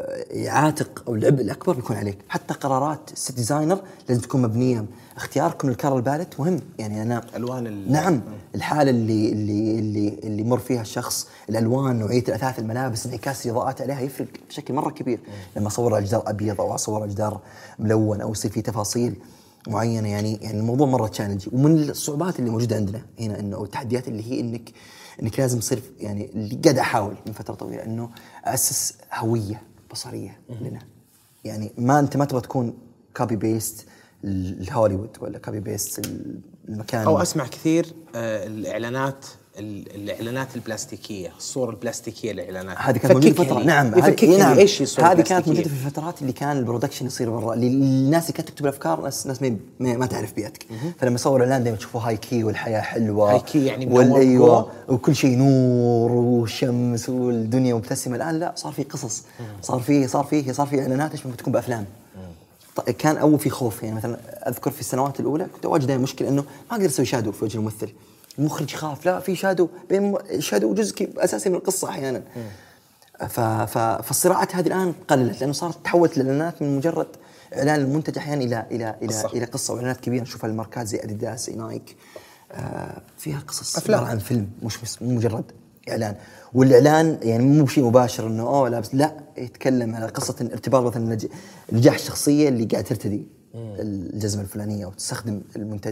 يعاتق او العبء الاكبر بيكون عليك. حتى قرارات الست ديزاينر لازم تكون مبنيه، اختياركم للكار البالت مهم. يعني انا الوان نعم الحاله اللي اللي اللي اللي يمر فيها الشخص، الالوان، نوعيه الاثاث، الملابس، انعكاس الاضاءات عليها يفرق بشكل مره كبير. لما اصور على جدار ابيض او اصور على جدار ملون او يصير في تفاصيل معينه، يعني يعني الموضوع مره تشالنجي. ومن الصعوبات اللي موجوده عندنا هنا انه، او التحديات اللي هي انك انك لازم تصير، يعني اللي قاعد احاول من فتره طويله انه اسس هويه بصريه لنا. يعني ما انت ما تبغى تكون كوبي بيست الهوليوود ولا كوبي بيست المكان. او اسمع كثير آه الاعلانات الاعلانات البلاستيكيه، الصور البلاستيكيه للاعلانات هذه كانت موجوده فتره. نعم هذه نعم. ايش الصور هذه كانت موجوده في الفترات اللي كان البرودكشن يصير برا، الناس اللي كانت تكتب الافكار، ناس ناس ما, ما تعرف بيئتك. فلما يصور اعلان دائما تشوفوا هاي كي والحياه حلوه، هاي كي يعني والايوه وكل شيء نور وشمس والدنيا مبتسمه. الان لا، صار في قصص، صار في صار في صار في اعلانات ايش ممكن تكون بافلام. كان أول في خوف. يعني مثلا أذكر في السنوات الأولى كنت أواجه دائما مشكلة إنه ما أقدر أسوي شادو في وجه الممثل. المخرج يخاف، لا في شادو، بين شادو جزء أساسي من القصة أحيانا. فالصراعات هذه الآن قللت، لأنه صارت تحولت الإعلانات من مجرد إعلان المنتج أحيانا إلى إلى إلى قصة. إلى قصة وإعلانات كبيرة نشوفها الماركات زي أديداس زي نايك، آه فيها قصص، أفلام عن فيلم، مش مو مجرد إعلان. والإعلان يعني مو شيء مباشر إنه أوه لا، بس لا، يتكلم على قصة ارتباط مثلا نجاح الشخصية اللي قاعد ترتدي الجزمة الفلانية أو تستخدم المنتج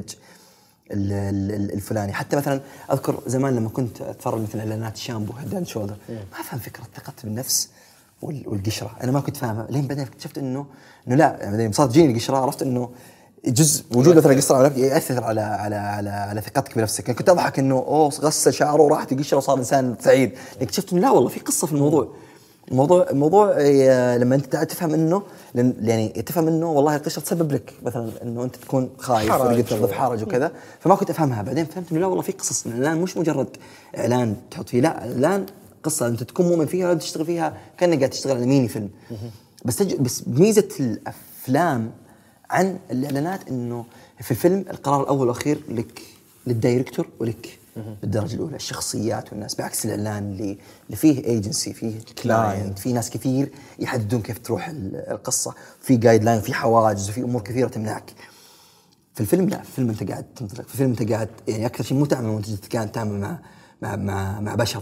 الفلاني. حتى مثلا أذكر زمان لما كنت أتفرج مثلا إعلانات شامبو هيد اند شولدر، ما أفهم فكرة ثقة بالنفس والقشرة. أنا ما كنت فاهمها لين بعدين اكتشفت إنه إنه لا، يعني صارت تجيني القشرة، عرفت إنه جزء وجود مثلا قشرة على يأثر على على على على ثقتك بنفسك. يعني كنت أضحك إنه أوه غسل شعره وراحت القشرة وصار إنسان سعيد، لكن اكتشفت إنه لا والله في قصة في الموضوع. الموضوع الموضوع لما أنت تفهم إنه، يعني تفهم إنه والله القشرة تسبب لك مثلا إنه أنت تكون خايف ولا تنظف حرج وكذا. فما كنت أفهمها، بعدين فهمت إنه لا والله في قصص. الإعلان مش مجرد إعلان تحط فيه، لا، الإعلان قصة أنت تكون مؤمن فيها ولا تشتغل فيها كأنك قاعد تشتغل على ميني فيلم. بس بس ميزة الأفلام عن الإعلانات إنه في الفيلم القرار الأول والأخير لك، للدايركتور ولك بالدرجة الأولى، الشخصيات والناس، بعكس الإعلان اللي اللي فيه ايجنسي، فيه كلاينت، فيه ناس كثير يحددون كيف تروح القصة، في جايد لاين، في حواجز، وفي أمور كثيرة تمنعك. في الفيلم لا، في الفيلم أنت قاعد تنطلق، في الفيلم أنت قاعد يعني أكثر شيء مو تعمل منتج، أنت قاعد تعمل مع مع مع, مع بشر.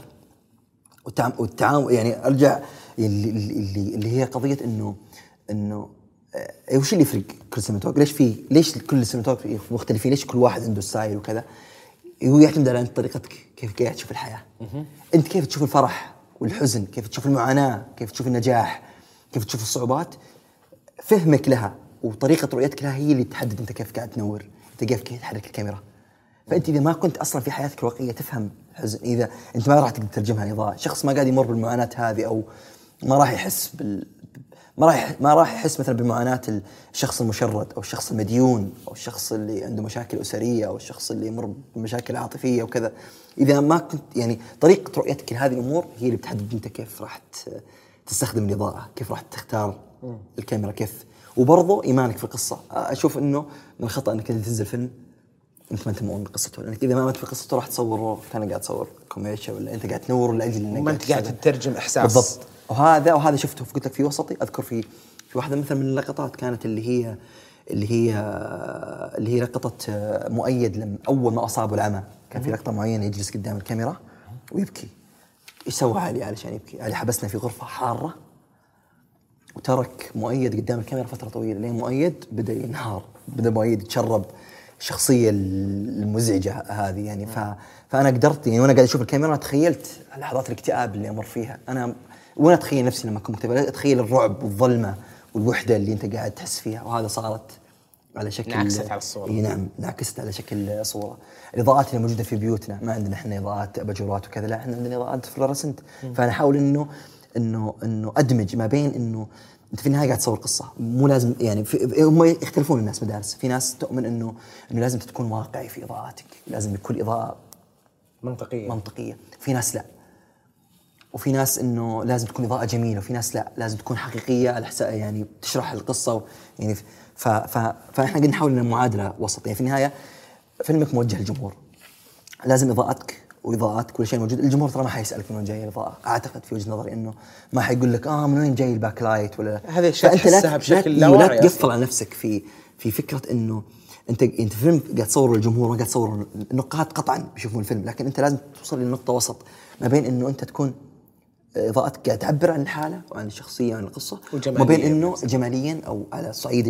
والتعامل يعني أرجع اللي اللي اللي هي قضية إنه إنه ايه وش اللي يفرق كل سينماتوجراف؟ ليش في ليش كل سينماتوجراف مختلفين؟ ليش كل واحد عنده ستايل وكذا؟ هو يعتمد على طريقتك كيف قاعد تشوف الحياه. انت كيف تشوف الفرح والحزن، كيف تشوف المعاناه، كيف تشوف النجاح، كيف تشوف الصعوبات. فهمك لها وطريقه رؤيتك لها هي اللي تحدد انت كيف قاعد تنور، انت كيف كيف تحرك الكاميرا. فانت اذا ما كنت اصلا في حياتك الواقعيه تفهم الحزن، اذا انت ما راح تقدر تترجمها لإضاءة. شخص ما قاعد يمر بالمعاناه هذه او ما راح يحس بال ما راح ما راح يحس مثلا بمعاناة الشخص المشرد أو الشخص المديون أو الشخص اللي عنده مشاكل أسرية أو الشخص اللي يمر بمشاكل عاطفية وكذا. إذا ما كنت يعني طريقة رؤيتك لهذه الأمور هي اللي بتحدد أنت كيف راح تستخدم الإضاءة، كيف راح تختار الكاميرا، كيف. وبرضه إيمانك في القصة. أشوف إنه من الخطأ أنك تنزل فيلم أنت ما أنت مؤمن بقصته، لأنك إذا ما أنت في قصته راح تصوره كان قاعد تصور كوميديا، ولا أنت قاعد تنور لأجل إنك أنت قاعد تترجم إحساس. بالضبط. وهذا وهذا شفته قلت لك في وسطي. أذكر في في واحدة مثلا من اللقطات كانت اللي هي اللي هي اللي هي لقطة مؤيد لما أول ما أصابه العمى، كان في لقطة معينة يجلس قدام الكاميرا ويبكي. إيش سوى علي علشان يبكي؟ علي حبسنا في غرفة حارة وترك مؤيد قدام الكاميرا فترة طويلة، لين مؤيد بدأ ينهار، بدأ مؤيد يتشرب الشخصيه المزعجه هذه يعني. ف فانا قدرت يعني وانا قاعد اشوف الكاميرا تخيلت لحظات الاكتئاب اللي امر فيها انا، وانا اتخيل نفسي لما كنت مكتئب اتخيل الرعب والظلمه والوحده اللي انت قاعد تحس فيها، وهذا صارت على شكل انعكست على الصوره. اي نعم انعكست على شكل صوره. الاضاءات اللي موجوده في بيوتنا ما عندنا احنا اضاءات اباجورات وكذا، لا احنا عندنا اضاءات فلورسنت. فانا احاول انه انه انه ادمج ما بين انه انت في النهايه قاعد تصور قصه، مو لازم يعني هم يختلفون الناس مدارس. في ناس تؤمن انه انه لازم تكون واقعي في اضاءاتك، لازم يكون اضاءه منطقيه منطقيه. في ناس لا، وفي ناس انه لازم تكون اضاءه جميله، وفي ناس لا لازم تكون حقيقيه على حساب يعني تشرح القصه يعني. ف ف فاحنا قاعدين نحاول ان معادله وسط يعني. في النهايه فيلمك موجه للجمهور، لازم اضاءتك واضاءات كل شيء موجود. الجمهور ترى ما حيسالك من وين جاي الاضاءه، اعتقد في وجهه نظري انه ما حيقول لك اه من وين جاي الباك لايت ولا هذا الشيء تحسها بشكل لا واعي. لا تقفل على نفسك في في فكره انه انت انت فيلم قاعد تصوره للجمهور، ما قاعد تصور النقاد قطعا بيشوفون الفيلم، لكن انت لازم توصل لنقطه وسط ما بين انه انت تكون اضاءتك قاعد تعبر عن الحاله وعن الشخصيه وعن القصه، وما بين انه جماليا او على الصعيد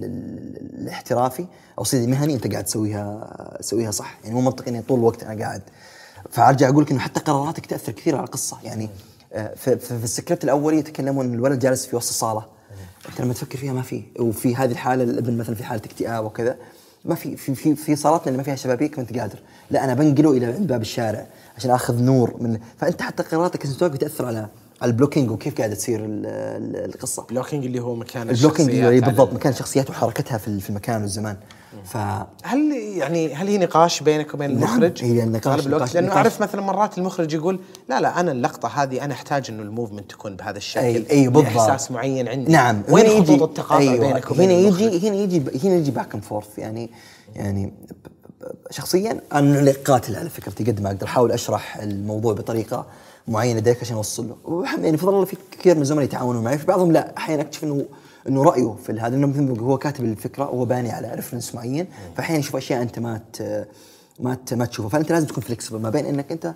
الاحترافي او الصعيد المهني انت قاعد تسويها تسويها صح. يعني مو منطقي اني طول الوقت انا قاعد. فارجع اقول لك انه حتى قراراتك تاثر كثير على القصه يعني. في, في السكريبت الاولي يتكلمون ان الولد جالس في وسط الصاله، انت لما تفكر فيها ما في، وفي هذه الحاله الابن مثلا في حاله اكتئاب وكذا ما في في في, في صالاتنا اللي ما فيها شبابيك ما انت قادر، لا انا بنقله الى عند باب الشارع عشان اخذ نور من. فانت حتى قراراتك السواق بتاثر على على البلوكينج وكيف قاعده تصير القصه. بلوكينج اللي هو مكان البلوكينج اللي بالضبط مكان الشخصيات وحركتها في المكان والزمان. فهل يعني هل هي نقاش بينك وبين المخرج؟ هي النقاش لانه اعرف مثلا مرات المخرج يقول لا لا انا اللقطه هذه انا احتاج انه الموفمنت تكون بهذا الشكل. اي أي بالضبط. احساس معين عندي. نعم. وين خطوط التقاطع أيوة. بينك وبين هنا المخرج؟ يجي هنا يجي هنا يجي باك اند فورث يعني. يعني شخصيا انا اللي قاتل على فكرتي قد ما اقدر، احاول اشرح الموضوع بطريقه معينه ذلك عشان اوصل له. يعني فضل الله في كثير من الزملاء يتعاونون معي، في بعضهم لا احيانا اكتشف انه انه رايه في هذا انه مثل هو كاتب الفكره وهو باني على ريفرنس معين، فاحيانا يشوف اشياء انت ما ما ما تشوفها. فانت لازم تكون فليكسبل ما بين انك انت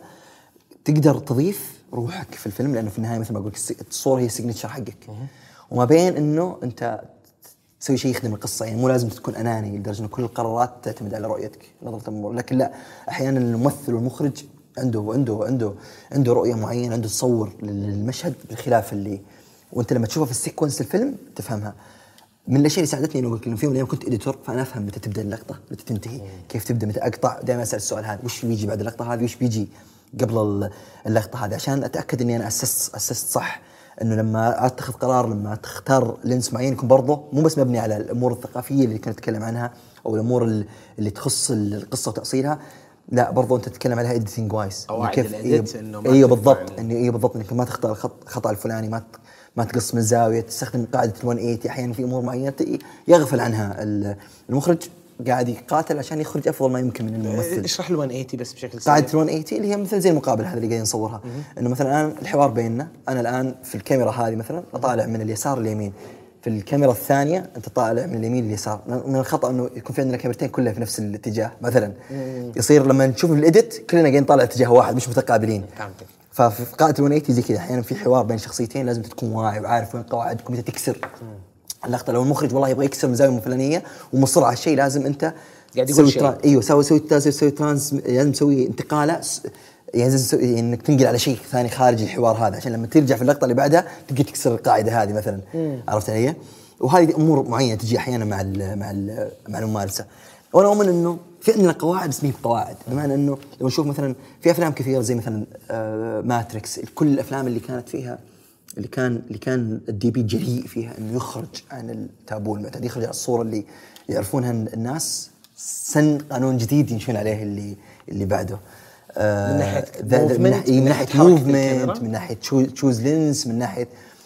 تقدر تضيف روحك في الفيلم، لانه في النهايه مثل ما اقول الصوره هي السيجنتشر حقك، وما بين انه انت تسوي شيء يخدم القصه. يعني مو لازم تكون اناني لدرجه انه كل القرارات تعتمد على رؤيتك نظره الامور، لكن لا احيانا الممثل والمخرج عنده عنده عنده عنده رؤيه معينه، عنده تصور للمشهد بالخلاف اللي وانت لما تشوفها في السيكونس الفيلم تفهمها. من الاشياء اللي ساعدتني انه قلت لهم في يوم من الايام كنت اديتور، فانا افهم متى تبدا اللقطه متى تنتهي، كيف تبدا متى اقطع. دائما اسال السؤال هذا وش بيجي بعد اللقطه هذه، وش بيجي قبل اللقطه هذه، عشان اتاكد اني انا اسست اسست صح. انه لما اتخذ قرار لما تختار لينس معين يكون برضه مو بس مبني على الامور الثقافيه اللي كنت اتكلم عنها او الامور اللي تخص القصه وتاصيلها، لا برضو انت تتكلم عليها اديتنج وايز، كيف ايوه ايوه بالضبط انه ايوه بالضبط انك ما تختار الخط الخطا الفلاني، ما ما تقص من زاويه، تستخدم قاعده ال مية وثمانين. احيانا في امور معينه يغفل عنها المخرج، قاعد يقاتل عشان يخرج افضل ما يمكن من الممثل. اشرح ال مية وثمانين بس بشكل سريع. قاعده ال مية وثمانين اللي هي مثل زي المقابله هذا اللي قاعدين نصورها، انه مثلا الان الحوار بيننا، انا الان في الكاميرا هذه مثلا اطالع من اليسار لليمين، في الكاميرا الثانيه انت طالع من اليمين لليسار. من الخطا انه يكون في عندنا كاميرتين كلها في نفس الاتجاه مثلا، يصير لما نشوف الاديت كلنا قاعدين نطالع اتجاه واحد مش متقابلين. ففي قاعده ال مية وثمانين زي كذا احيانا في حوار بين شخصيتين لازم تكون واعي وعارف وين قواعدكم، متى تكسر اللقطه. لو المخرج والله يبغى يكسر من زاويه فلانيه ومصر على الشيء، لازم انت قاعد يقول شيء ترا... ايوه سوي سوي تسوي سوي ترانس، لازم تسوي انتقاله يعني لازم انك تنقل على شيء ثاني خارج الحوار هذا، عشان لما ترجع في اللقطه اللي بعدها تبقى تكسر القاعده هذه مثلا. عرفت علي؟ وهذه امور معينه تجي احيانا مع ال مع ال مع الممارسه. وانا اؤمن انه في عندنا قواعد بس مين قواعد، بمعنى انه لو نشوف مثلا في افلام كثيره زي مثلا آه ماتريكس، كل الافلام اللي كانت فيها اللي كان اللي كان الدي بي جريء فيها انه يخرج عن التابو المعتاد، يخرج عن الصوره اللي يعرفونها الناس، سن قانون جديد يمشون عليه اللي اللي بعده. آه من ناحيه موفمنت، من ناحيه موفمنت، من ناحيه تشوز لينس، من ناحيه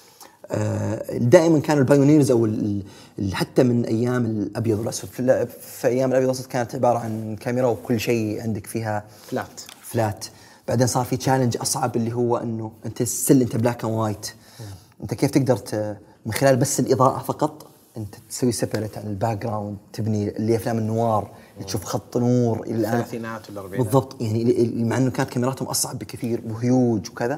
آه دائما كانوا البايونيرز او حتى من ايام الابيض والاسود. في, في ايام الابيض والاسود كانت عباره عن كاميرا وكل شيء عندك فيها فلات فلات. بعدين صار في تشالنج اصعب اللي هو انه انت ستيل انت بلاك اند وايت، انت كيف تقدر من خلال بس الاضاءه فقط انت تسوي سيبريت عن الباك جراوند، تبني اللي افلام النوار اللي تشوف خط نور الى الان الثلاثينات والاربعينات بالضبط. يعني مع انه كانت كاميراتهم اصعب بكثير وهيوج وكذا،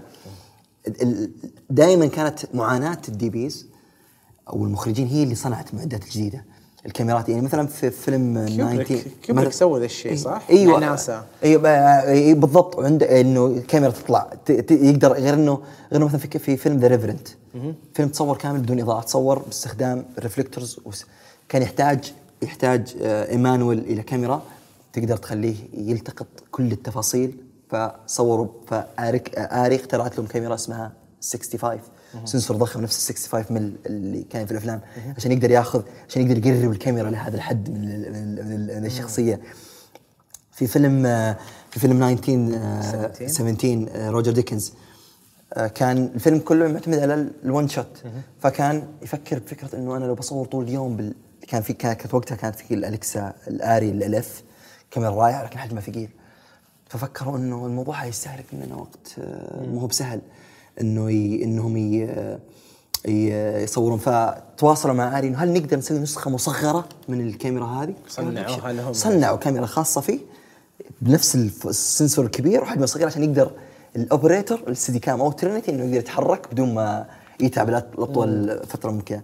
دائما كانت معاناه الدي بيز او المخرجين هي اللي صنعت المعدات الجديده. الكاميرات. يعني مثلا في فيلم كيوبريك كيوبريك سوى ذا الشيء صح؟ ايوه ناسا ايوه أي بالضبط. وعنده انه الكاميرا تطلع يقدر غير انه غير مثلا في في فيلم ذا ريفرنت فيلم تصور كامل بدون اضاءه، تصور باستخدام الريفلكتورز، كان يحتاج يحتاج ايمانويل الى كاميرا تقدر تخليه يلتقط كل التفاصيل، فصوروا فاريك اري اخترعت لهم كاميرا اسمها خمسة وستين سنسور ضخم نفس ال خمسة وستين مل اللي كان في الافلام عشان يقدر ياخذ عشان يقدر يقرب الكاميرا لهذا الحد من من الشخصيه. في فيلم في فيلم تسعتاشر سبعتاشر روجر ديكنز كان الفيلم كله معتمد على الون شوت، فكان يفكر بفكره انه انا لو بصور طول اليوم بال... كان في كانت وقتها كانت في الالكسا الاري الالف كاميرا رائعه لكن حجمها ثقيل، ففكروا انه الموضوع هيستهلك مننا وقت مو هو بسهل انه ي... انهم ي... ي... يصورون، فتواصلوا مع اري انه هل نقدر نسوي نسخه مصغره من الكاميرا هذه. صنعوها لهم صنعوا كاميرا خاصه فيه بنفس السنسور الكبير وحجمه صغير عشان يقدر الاوبريتور السيدي كام او ترينيتي انه يقدر يتحرك بدون ما يتعب لأطول فتره ممكنه.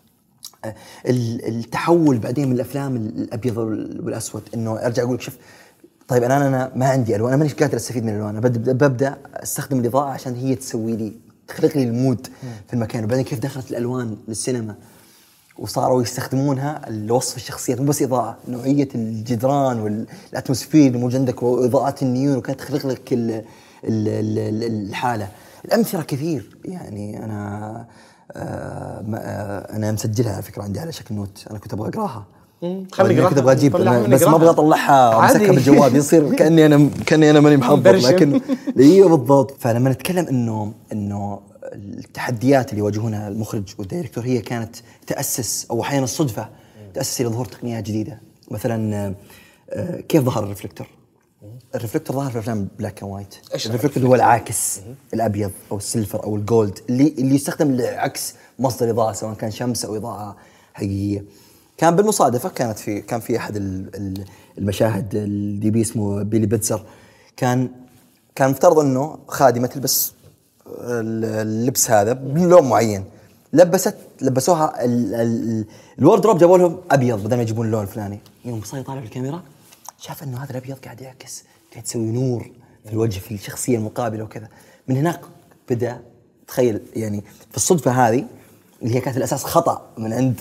التحول بعدين من الافلام الابيض والاسود انه ارجع اقول لك شوف طيب انا انا ما عندي الوان، انا ماني قادر استفيد من الالوان، انا ببدا استخدم الاضاءه عشان هي تسوي لي تخلق لي المود في المكان. وبعدين كيف دخلت الالوان للسينما وصاروا يستخدمونها لوصف الشخصيات مو بس اضاءه، نوعيه الجدران والاتموسفير اللي موجود عندك واضاءات النيون وكانت تخلق لك ال ال الحاله. الامثله كثير يعني انا آه انا مسجلها على فكره عندي على شكل نوت، انا كنت ابغى اقراها خلي اقراها كنت ابغى اجيب بس ما ابغى اطلعها وامسكها بالجوال يصير كاني انا كاني انا ماني محضر لكن ايوه بالضبط. فلما نتكلم انه انه التحديات اللي يواجهونها المخرج والدايركتور هي كانت تاسس او احيانا الصدفه تاسس الى ظهور تقنيات جديده. مثلا كيف ظهر الريفلكتور؟ الريفلكتور ظهر في افلام بلاك اند وايت. الريفلكتور هو العاكس الابيض او السيلفر او الجولد اللي اللي يستخدم لعكس مصدر اضاءه سواء كان شمس او اضاءه حقيقيه. كان بالمصادفه كانت في كان في احد المشاهد الدي بي اسمه بيلي بيتزر كان كان مفترض انه خادمه تلبس اللبس هذا بلون معين، لبست لبسوها الوردروب جابوا لهم ابيض بدل ما يجيبون اللون الفلاني. يوم صار يطالع في الكاميرا شاف انه هذا الابيض قاعد يعكس قاعد يسوي نور في الوجه في الشخصيه المقابله وكذا. من هناك بدا تخيل يعني في الصدفه هذه اللي هي كانت الاساس خطا من عند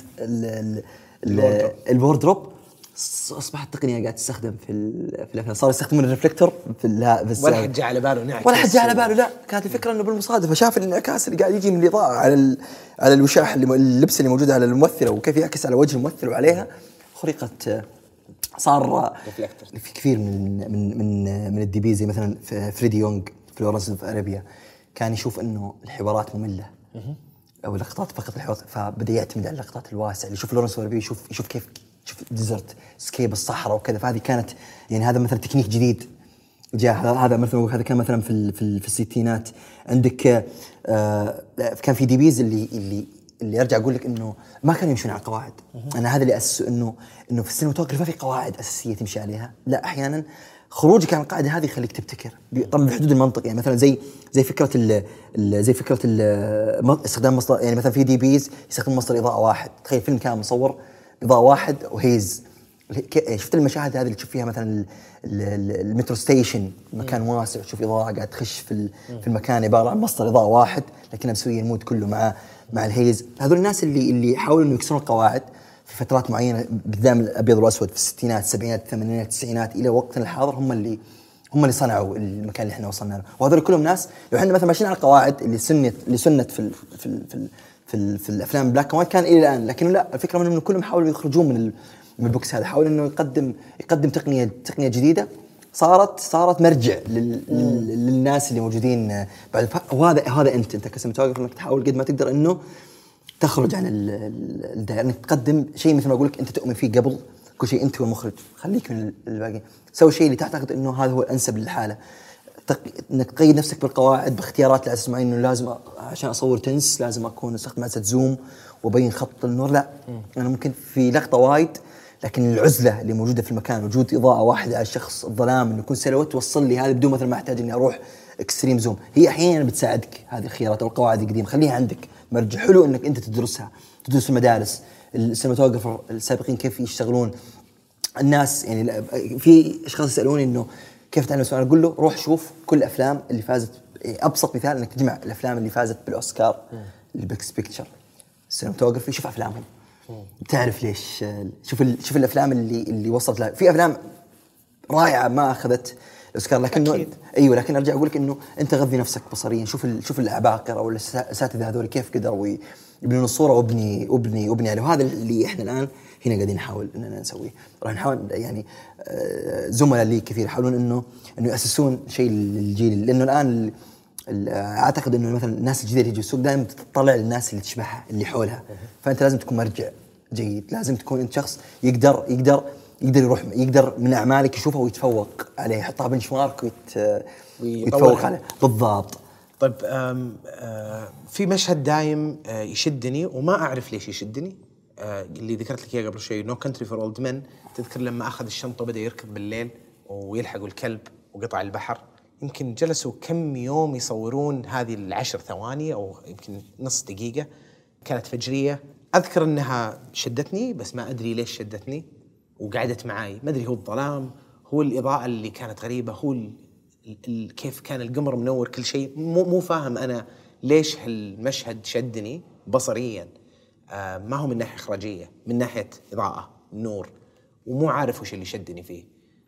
الوردروب اصبحت التقنيه قاعده تستخدم في في الافلام. صار يستخدمون الريفلكتور في في ولا حد جاء على باله نعكس ولا حد جاء على باله لا كانت الفكره انه بالمصادفه شاف الانعكاس اللي قاعد يجي من الاضاءه على على الوشاح اللي اللبس اللي موجود على الممثله وكيف يعكس على وجه الممثل وعليها خرقت. صار في كثير من من من من الدي بي زي مثلا فريدي يونغ في لورنس اوف ارابيا كان يشوف انه الحوارات ممله او اللقطات فقط الحوارات، فبدا يعتمد على اللقطات الواسعه اللي يشوف لورنس اوف ارابيا يشوف يشوف كيف شوف ديزرت سكيب الصحراء وكذا. فهذه كانت يعني هذا مثلا تكنيك جديد جاء هذا مثلا هذا كان مثلا في في, في الستينات. عندك آه كان في دي بيز اللي اللي اللي ارجع اقول لك انه ما كانوا يمشون على القواعد. انا هذا اللي اسس انه انه في السينماتوجرافي ما في قواعد اساسيه تمشي عليها، لا احيانا خروجك عن القاعده هذه يخليك تبتكر طبعا بحدود المنطق. يعني مثلا زي زي فكره ال زي فكره ال استخدام مصدر، يعني مثلا في دي بيز يستخدم مصدر اضاءه واحد. تخيل فيلم كان مصور اضاءه واحد وهيز. شفت المشاهد هذه اللي تشوف فيها مثلا المترو ستيشن مكان واسع تشوف اضاءه قاعد تخش في في المكان عباره عن مصدر اضاءه واحد لكنها مسويه المود كله مع مع الهيز. هذول الناس اللي اللي يحاولوا انه يكسرون القواعد في فترات معينه بالذات الابيض والاسود في الستينات السبعينات الثمانينات التسعينات الى وقتنا الحاضر هم اللي هم اللي صنعوا المكان اللي احنا وصلنا له. وهذول كلهم ناس لو احنا مثلا ماشيين على القواعد اللي سنت اللي سنت في ال في ال في ال في, ال في الافلام بلاك وايت كان الى الان، لكن لا الفكره منهم انه كلهم حاولوا يخرجون من من البوكس هذا، حاول انه يقدم يقدم تقنيه تقنيه جديده صارت صارت مرجع لل للناس اللي موجودين بعد. وهذا هذا انت انت كسينماتوجرافر انك تحاول قد ما تقدر انه تخرج عن الدائره، انك تقدم شيء مثل ما اقول لك انت تؤمن فيه قبل كل شيء انت والمخرج. خليك من الباقي، سوي شيء اللي تعتقد انه هذا هو الانسب للحاله. انك تقيد نفسك بالقواعد باختيارات على اساس معين انه لازم عشان اصور تنس لازم اكون استخدم عدسه زوم وبين خط النور. لا انا ممكن في لقطه وايد لكن العزله اللي موجوده في المكان وجود اضاءه واحده على الشخص الظلام انه يكون سلوت توصل لي هذا بدون مثلا ما احتاج اني اروح اكستريم زوم. هي احيانا بتساعدك هذه الخيارات او القواعد القديمه، خليها عندك مرجع حلو انك انت تدرسها تدرس في المدارس السينماتوجرافر السابقين كيف يشتغلون. الناس يعني في اشخاص يسالوني انه كيف تعلم السؤال، اقول له روح شوف كل الافلام اللي فازت. ابسط مثال انك تجمع الافلام اللي فازت بالاوسكار البيكس بيكتشر السينماتوجرافي، شوف افلامهم بتعرف ليش. شوف شوف الافلام اللي اللي وصلت لها. في افلام رائعه ما اخذت الاوسكار لكنه أكيد. ايوه لكن ارجع اقول لك انه انت غذي نفسك بصريا. شوف شوف العباقره او الاساتذه هذول كيف قدروا يبنون الصوره وابني وابني وابني عليه. وهذا اللي احنا الان هنا قاعدين نحاول اننا نسويه. راح نحاول يعني زملاء لي كثير يحاولون انه انه ياسسون شيء للجيل، لانه الان اعتقد انه مثلا الناس الجديده اللي يجوا السوق دائما تطلع للناس اللي تشبهها اللي حولها، فانت لازم تكون مرجع جيد. لازم تكون انت شخص يقدر يقدر يقدر يروح يقدر من اعمالك يشوفها ويتفوق عليه، يحطها بنش مارك ويت ويتفوق عليه بالضبط. طيب آم آم في مشهد دايم يشدني وما اعرف ليش يشدني، اللي ذكرت لك اياه قبل شوي، نو كنتري فور اولد مان. تذكر لما اخذ الشنطه وبدا يركض بالليل ويلحقوا الكلب وقطع البحر؟ يمكن جلسوا كم يوم يصورون هذه العشر ثواني او يمكن نص دقيقه، كانت فجريه. اذكر انها شدتني بس ما ادري ليش شدتني وقعدت معاي. ما ادري هو الظلام، هو الاضاءه اللي كانت غريبه، هو ال ال كيف كان القمر منور كل شيء. مو مو فاهم انا ليش هالمشهد شدني بصريا. آه ما هو من ناحيه اخراجيه، من ناحيه اضاءه نور، ومو عارف وش اللي شدني فيه.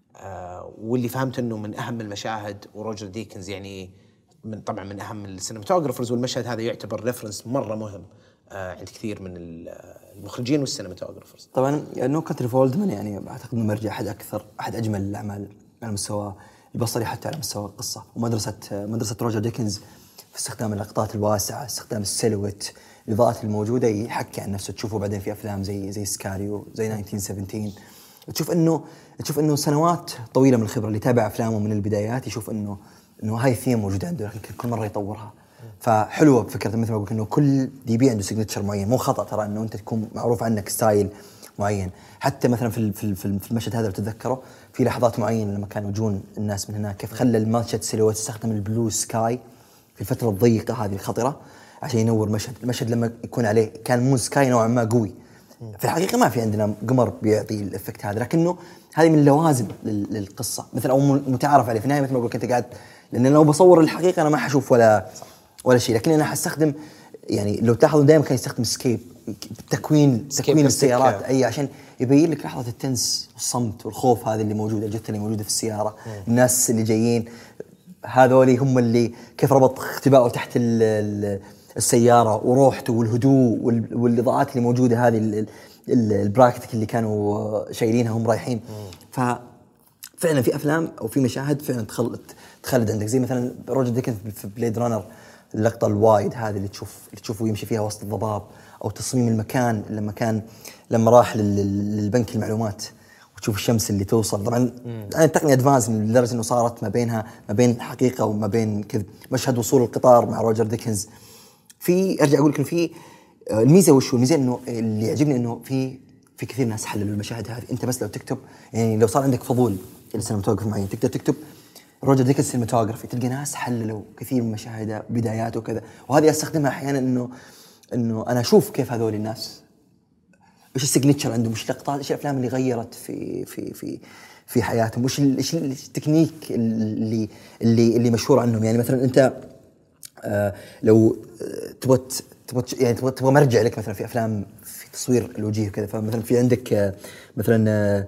آه واللي فهمت انه من اهم المشاهد، وروجر ديكنز يعني من طبعا من اهم السينماتوجرافرز، والمشهد هذا يعتبر ريفرنس مره مهم آه عند كثير من المخرجين والسينماتوجرافرز. طبعا نو كنتري فور اولد مان يعني اعتقد انه مرجع احد اكثر احد اجمل الاعمال على مستوى البصري حتى على مستوى القصه. ومدرسه مدرسه روجر ديكنز في استخدام اللقطات الواسعه، استخدام السيلويت، الاضاءات الموجوده، يحكي عن نفسه. تشوفه بعدين في افلام زي زي سكاريو، زي ألف وتسعمية وسبعطعش، تشوف انه تشوف انه سنوات طويله من الخبره اللي تابع افلامه من البدايات، يشوف انه انه هاي الثيم موجوده عنده لكن كل مره يطورها. فحلوه فكره مثل ما قلت انه كل دي بي عنده سيجنتشر معين. مو خطا ترى انه انت تكون معروف عنك ستايل معين. حتى مثلا في في في المشهد هذا لو تتذكره في لحظات معينه لما كانوا يجون الناس من هناك، كيف خلى المشهد سيلويت، استخدم البلو سكاي في الفتره الضيقه هذه الخطره عشان ينور مشهد. المشهد لما يكون عليه كان مو سكاي نوعا ما قوي. في الحقيقه ما في عندنا قمر بيعطي الافكت هذا، لكنه هذه من اللوازم للقصه مثلا او متعارف عليه. في النهايه مثل ما قلت انت قاعد، لان لو بصور الحقيقه انا ما حشوف ولا ولا شيء، لكن انا حستخدم يعني لو تلاحظوا دائما كان يستخدم سكيب، تكوين تكوين السيارات اي عشان يبين لك لحظه التنس والصمت والخوف هذه اللي موجوده، الجثه اللي موجوده في السياره. مم. الناس اللي جايين هذولي هم اللي كيف ربط اختبائه تحت السياره وروحته والهدوء والاضاءات اللي موجوده هذه البراكتيك اللي كانوا شايلينها هم رايحين. ففعلا في افلام او في مشاهد فعلا تخلد تخلد عندك، زي مثلا روجر ديكنز في بليد رانر، اللقطه الوايد هذه اللي تشوف اللي تشوفه يمشي فيها وسط الضباب، او تصميم المكان لما كان لما راح للبنك المعلومات وتشوف الشمس اللي توصل. طبعا الان التقنيه ادفانس لدرجه انه صارت ما بينها ما بين حقيقه وما بين كذب. مشهد وصول القطار مع روجر ديكنز، في ارجع اقول لك في الميزه وشو الميزه، انه اللي يعجبني انه في في كثير ناس حللوا المشاهد هذه. انت بس لو تكتب يعني لو صار عندك فضول السينماتوجرافي معين تقدر تكتب روجر ديكنز سينماتوجرافي، تلقى ناس حللوا كثير من مشاهده بداياته وكذا. وهذه استخدمها احيانا انه انه انا اشوف كيف هذول الناس ايش السيجنتشر عندهم، ايش اللقطات، ايش الافلام اللي غيرت في في في في حياتهم، وش ايش التكنيك اللي اللي اللي مشهور عنهم. يعني مثلا انت آه لو تبغى تبغى يعني تبغى تبغى مرجع لك مثلا في افلام في تصوير الوجيه وكذا، فمثلا في عندك آه مثلا آه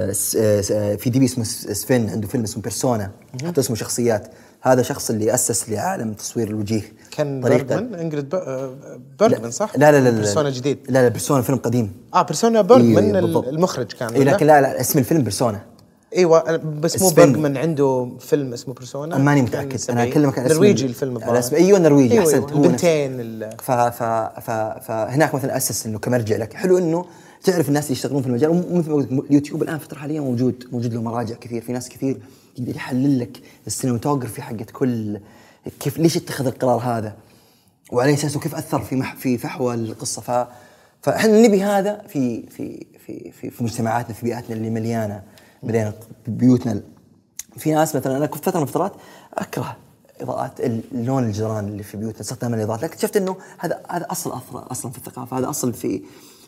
في دي بي اسمه سفين، عنده فيلم اسمه بيرسونا، حتى اسمه شخصيات. هذا شخص اللي أسس لعالم تصوير الوجيه. كان بيرغمان، إنجريد بيرغمان صح؟ لا لا لا بيرسونا جديد. لا لا بيرسونا فيلم قديم. آه بيرسونا بيرغمان إيه المخرج كان. إيه لكن لا لا اسم الفيلم بيرسونا. ايوه بس مو بيرغمان عنده فيلم اسمه بيرسونا. ماني متاكد انا اكلمك عن اسم نرويجي الفيلم الاسم. ايوه نرويجي. أيوة احسنت. هو بنتين ف ف ف فهناك مثلا اسس انه كمرجع لك. حلو انه تعرف الناس اللي يشتغلون في المجال. ومثل ما قلت اليوتيوب الان فتره حاليا موجود موجود له مراجع كثير، في ناس كثير يقدر يحلل لك السينماتوجرافي حقت كل كيف ليش اتخذ القرار هذا وعلى اساسه كيف اثر في مح في فحوى القصه. ف فاحنا نبي هذا في في في في, في مجتمعاتنا، في بيئاتنا اللي مليانه مليانه بيوتنا. في ناس مثلا انا كنت فتره من الفترات اكره اضاءات اللون الجدران اللي في بيوتنا، استخدام الاضاءات، لكن شفت انه هذا هذا اصل اصلا في الثقافه، هذا اصل في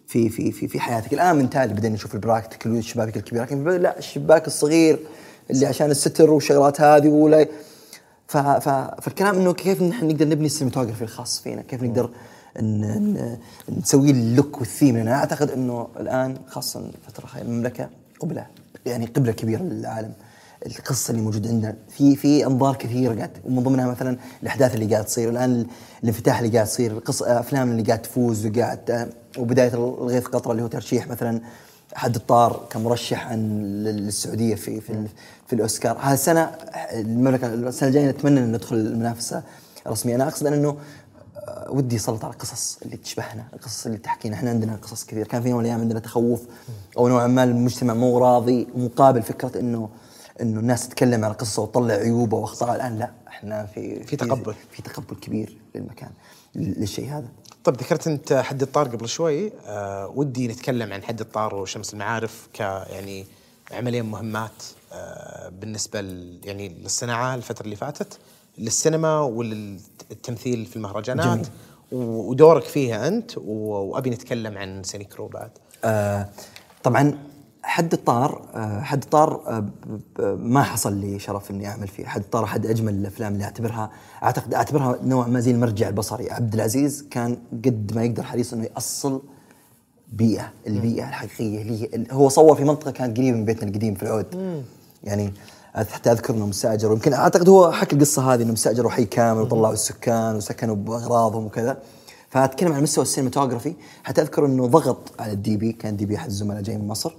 في في في في حياتك. الان من تالي بدينا نشوف البراكتيكال والشبابيك الكبيره، لكن لا الشباك الصغير اللي عشان الستر والشغلات هذه ولا ف ف فالكلام انه كيف نحن نقدر نبني السينماتوجرافي الخاص فينا، كيف نقدر ن ن نسوي اللوك والثيم. انا اعتقد انه الان خاصه فتره هاي المملكه قبله يعني قبله كبيره للعالم. القصه اللي موجوده عندنا في في انظار كثيره قاعد، ومن ضمنها مثلا الاحداث اللي قاعد تصير الان، الانفتاح اللي قاعد تصير، القصه افلام اللي قاعد تفوز وقاعد، وبدايه الغيث قطره اللي هو ترشيح مثلا حد الطار كمرشح عن للسعوديه في في, في الاوسكار. هذه السنه المملكه السنه الجايه نتمنى ان ندخل المنافسه الرسميه. انا اقصد انه ودي يسلط على القصص اللي تشبهنا، القصص اللي تحكينا. احنا عندنا قصص كثير، كان في يوم من الايام عندنا تخوف او نوعا ما المجتمع مو راضي مقابل فكره انه انه الناس تتكلم على قصصه وتطلع عيوبه واخطاء. الان لا، احنا في في تقبل في تقبل كبير للمكان للشيء هذا. طب ذكرت انت حد الطار قبل شوي، أه ودي نتكلم عن حد الطار وشمس المعارف ك يعني عملين مهمات أه بالنسبه يعني للصناعه الفتره اللي فاتت، للسينما وللتمثيل في المهرجانات. جميل. ودورك فيها انت، وابي نتكلم عن سينيكرو بعد. آه طبعا حد الطار آه حد الطار آه ما حصل لي شرف اني اعمل فيه. حد الطار احد اجمل الافلام اللي اعتبرها اعتقد اعتبرها نوع ما زي المرجع البصري. عبد العزيز كان قد ما يقدر حريص انه يأصل بيئه، البيئه الحقيقيه اللي هو صور في منطقه كانت قريبه من بيتنا القديم في العود. مم. يعني حتى اذكر انه مستاجر، ويمكن اعتقد هو حكى القصه هذه انه مستاجروا حي كامل وطلعوا السكان وسكنوا باغراضهم وكذا. فاتكلم عن مستوى السينماتوجرافي. حتى اذكر انه ضغط على الدي بي، كان دي بي احد الزملاء جاي من مصر،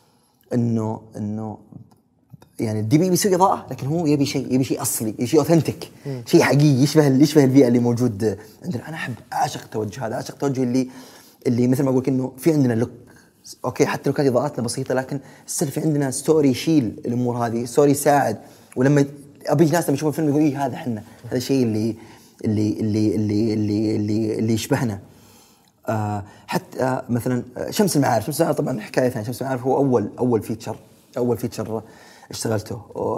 انه انه يعني الدي بي بيسوي اضاءه لكن هو يبي شيء يبي شيء اصلي، يبي شيء اوثنتيك، شيء حقيقي يشبه يشبه البيئه اللي موجود عندنا. انا احب اعشق التوجه هذا، اعشق التوجه اللي اللي مثل ما اقول انه في عندنا لوك اوكي، حتى لو كانت اضاءاتنا بسيطه لكن السل في عندنا ستوري يشيل الامور هذه، ستوري يساعد. ولما ابي ناس لما يشوفوا الفيلم يقولوا إيه هذا احنا، هذا الشيء اللي اللي اللي اللي اللي اللي, اللي يشبهنا. آه حتى آه مثلا شمس المعارف. شمس المعارف طبعا حكايه ثانيه. شمس المعارف هو اول اول فيتشر اول فيتشر اشتغلته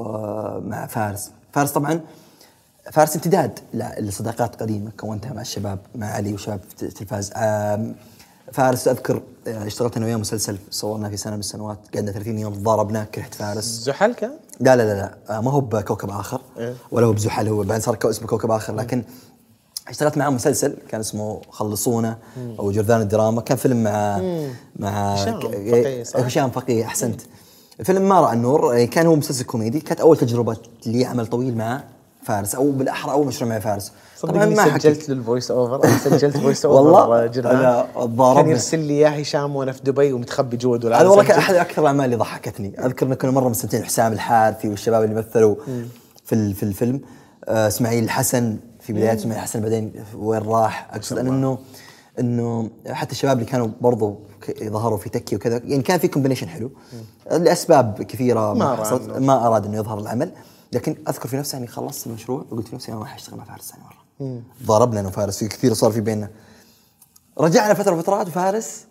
مع فارس. فارس طبعا فارس امتداد لصداقات قديمه كونتها مع الشباب، مع علي وشباب في التلفاز. آه فارس اذكر اشتغلت انا وياه مسلسل صورناه في سنه من السنوات، قعدنا ثلاثين يوم ضاربناه كرهت فارس. زحل كان؟ لا لا لا, لا ما هو بكوكب اخر. إيه؟ ولا هو بزحل، هو بعد صار اسمه كوكب اخر. لكن اشتغلت معاه مسلسل كان اسمه خلصونا او جرذان الدراما، كان فيلم مع مم. مع هشام فقيه. هشام فقيه احسنت. الفيلم ما رأى النور، كان هو مسلسل كوميدي. كانت اول تجربه لي عمل طويل مع فارس، او بالاحرى اول مشروع مع فارس. طبعا ما سجلت له الفويس اوفر، انا سجلت فويس اوفر والله انا ضاربني. كان يرسل لي يا هشام وانا في دبي ومتخبي جوا دولار. هذا والله كان احد اكثر الاعمال اللي ضحكتني. اذكر ان كنا مره مستمتعين، حسام الحارثي والشباب اللي مثلوا في في الفيلم، آه اسماعيل الحسن في بدايات اسماعيل الحسن بعدين وين راح. اقصد انه انه حتى الشباب اللي كانوا برضو ظهروا في تكي وكذا، يعني كان في كومبينيشن حلو لاسباب كثيره ما حصلت، ما اراد انه يظهر العمل. لكن اذكر في نفسي اني خلصت المشروع وقلت في نفسي انا راح اشتغل مع فارس ثاني مره. ضربنا انا وفارس في كثير صار في بيننا. رجعنا فتره فترات وفارس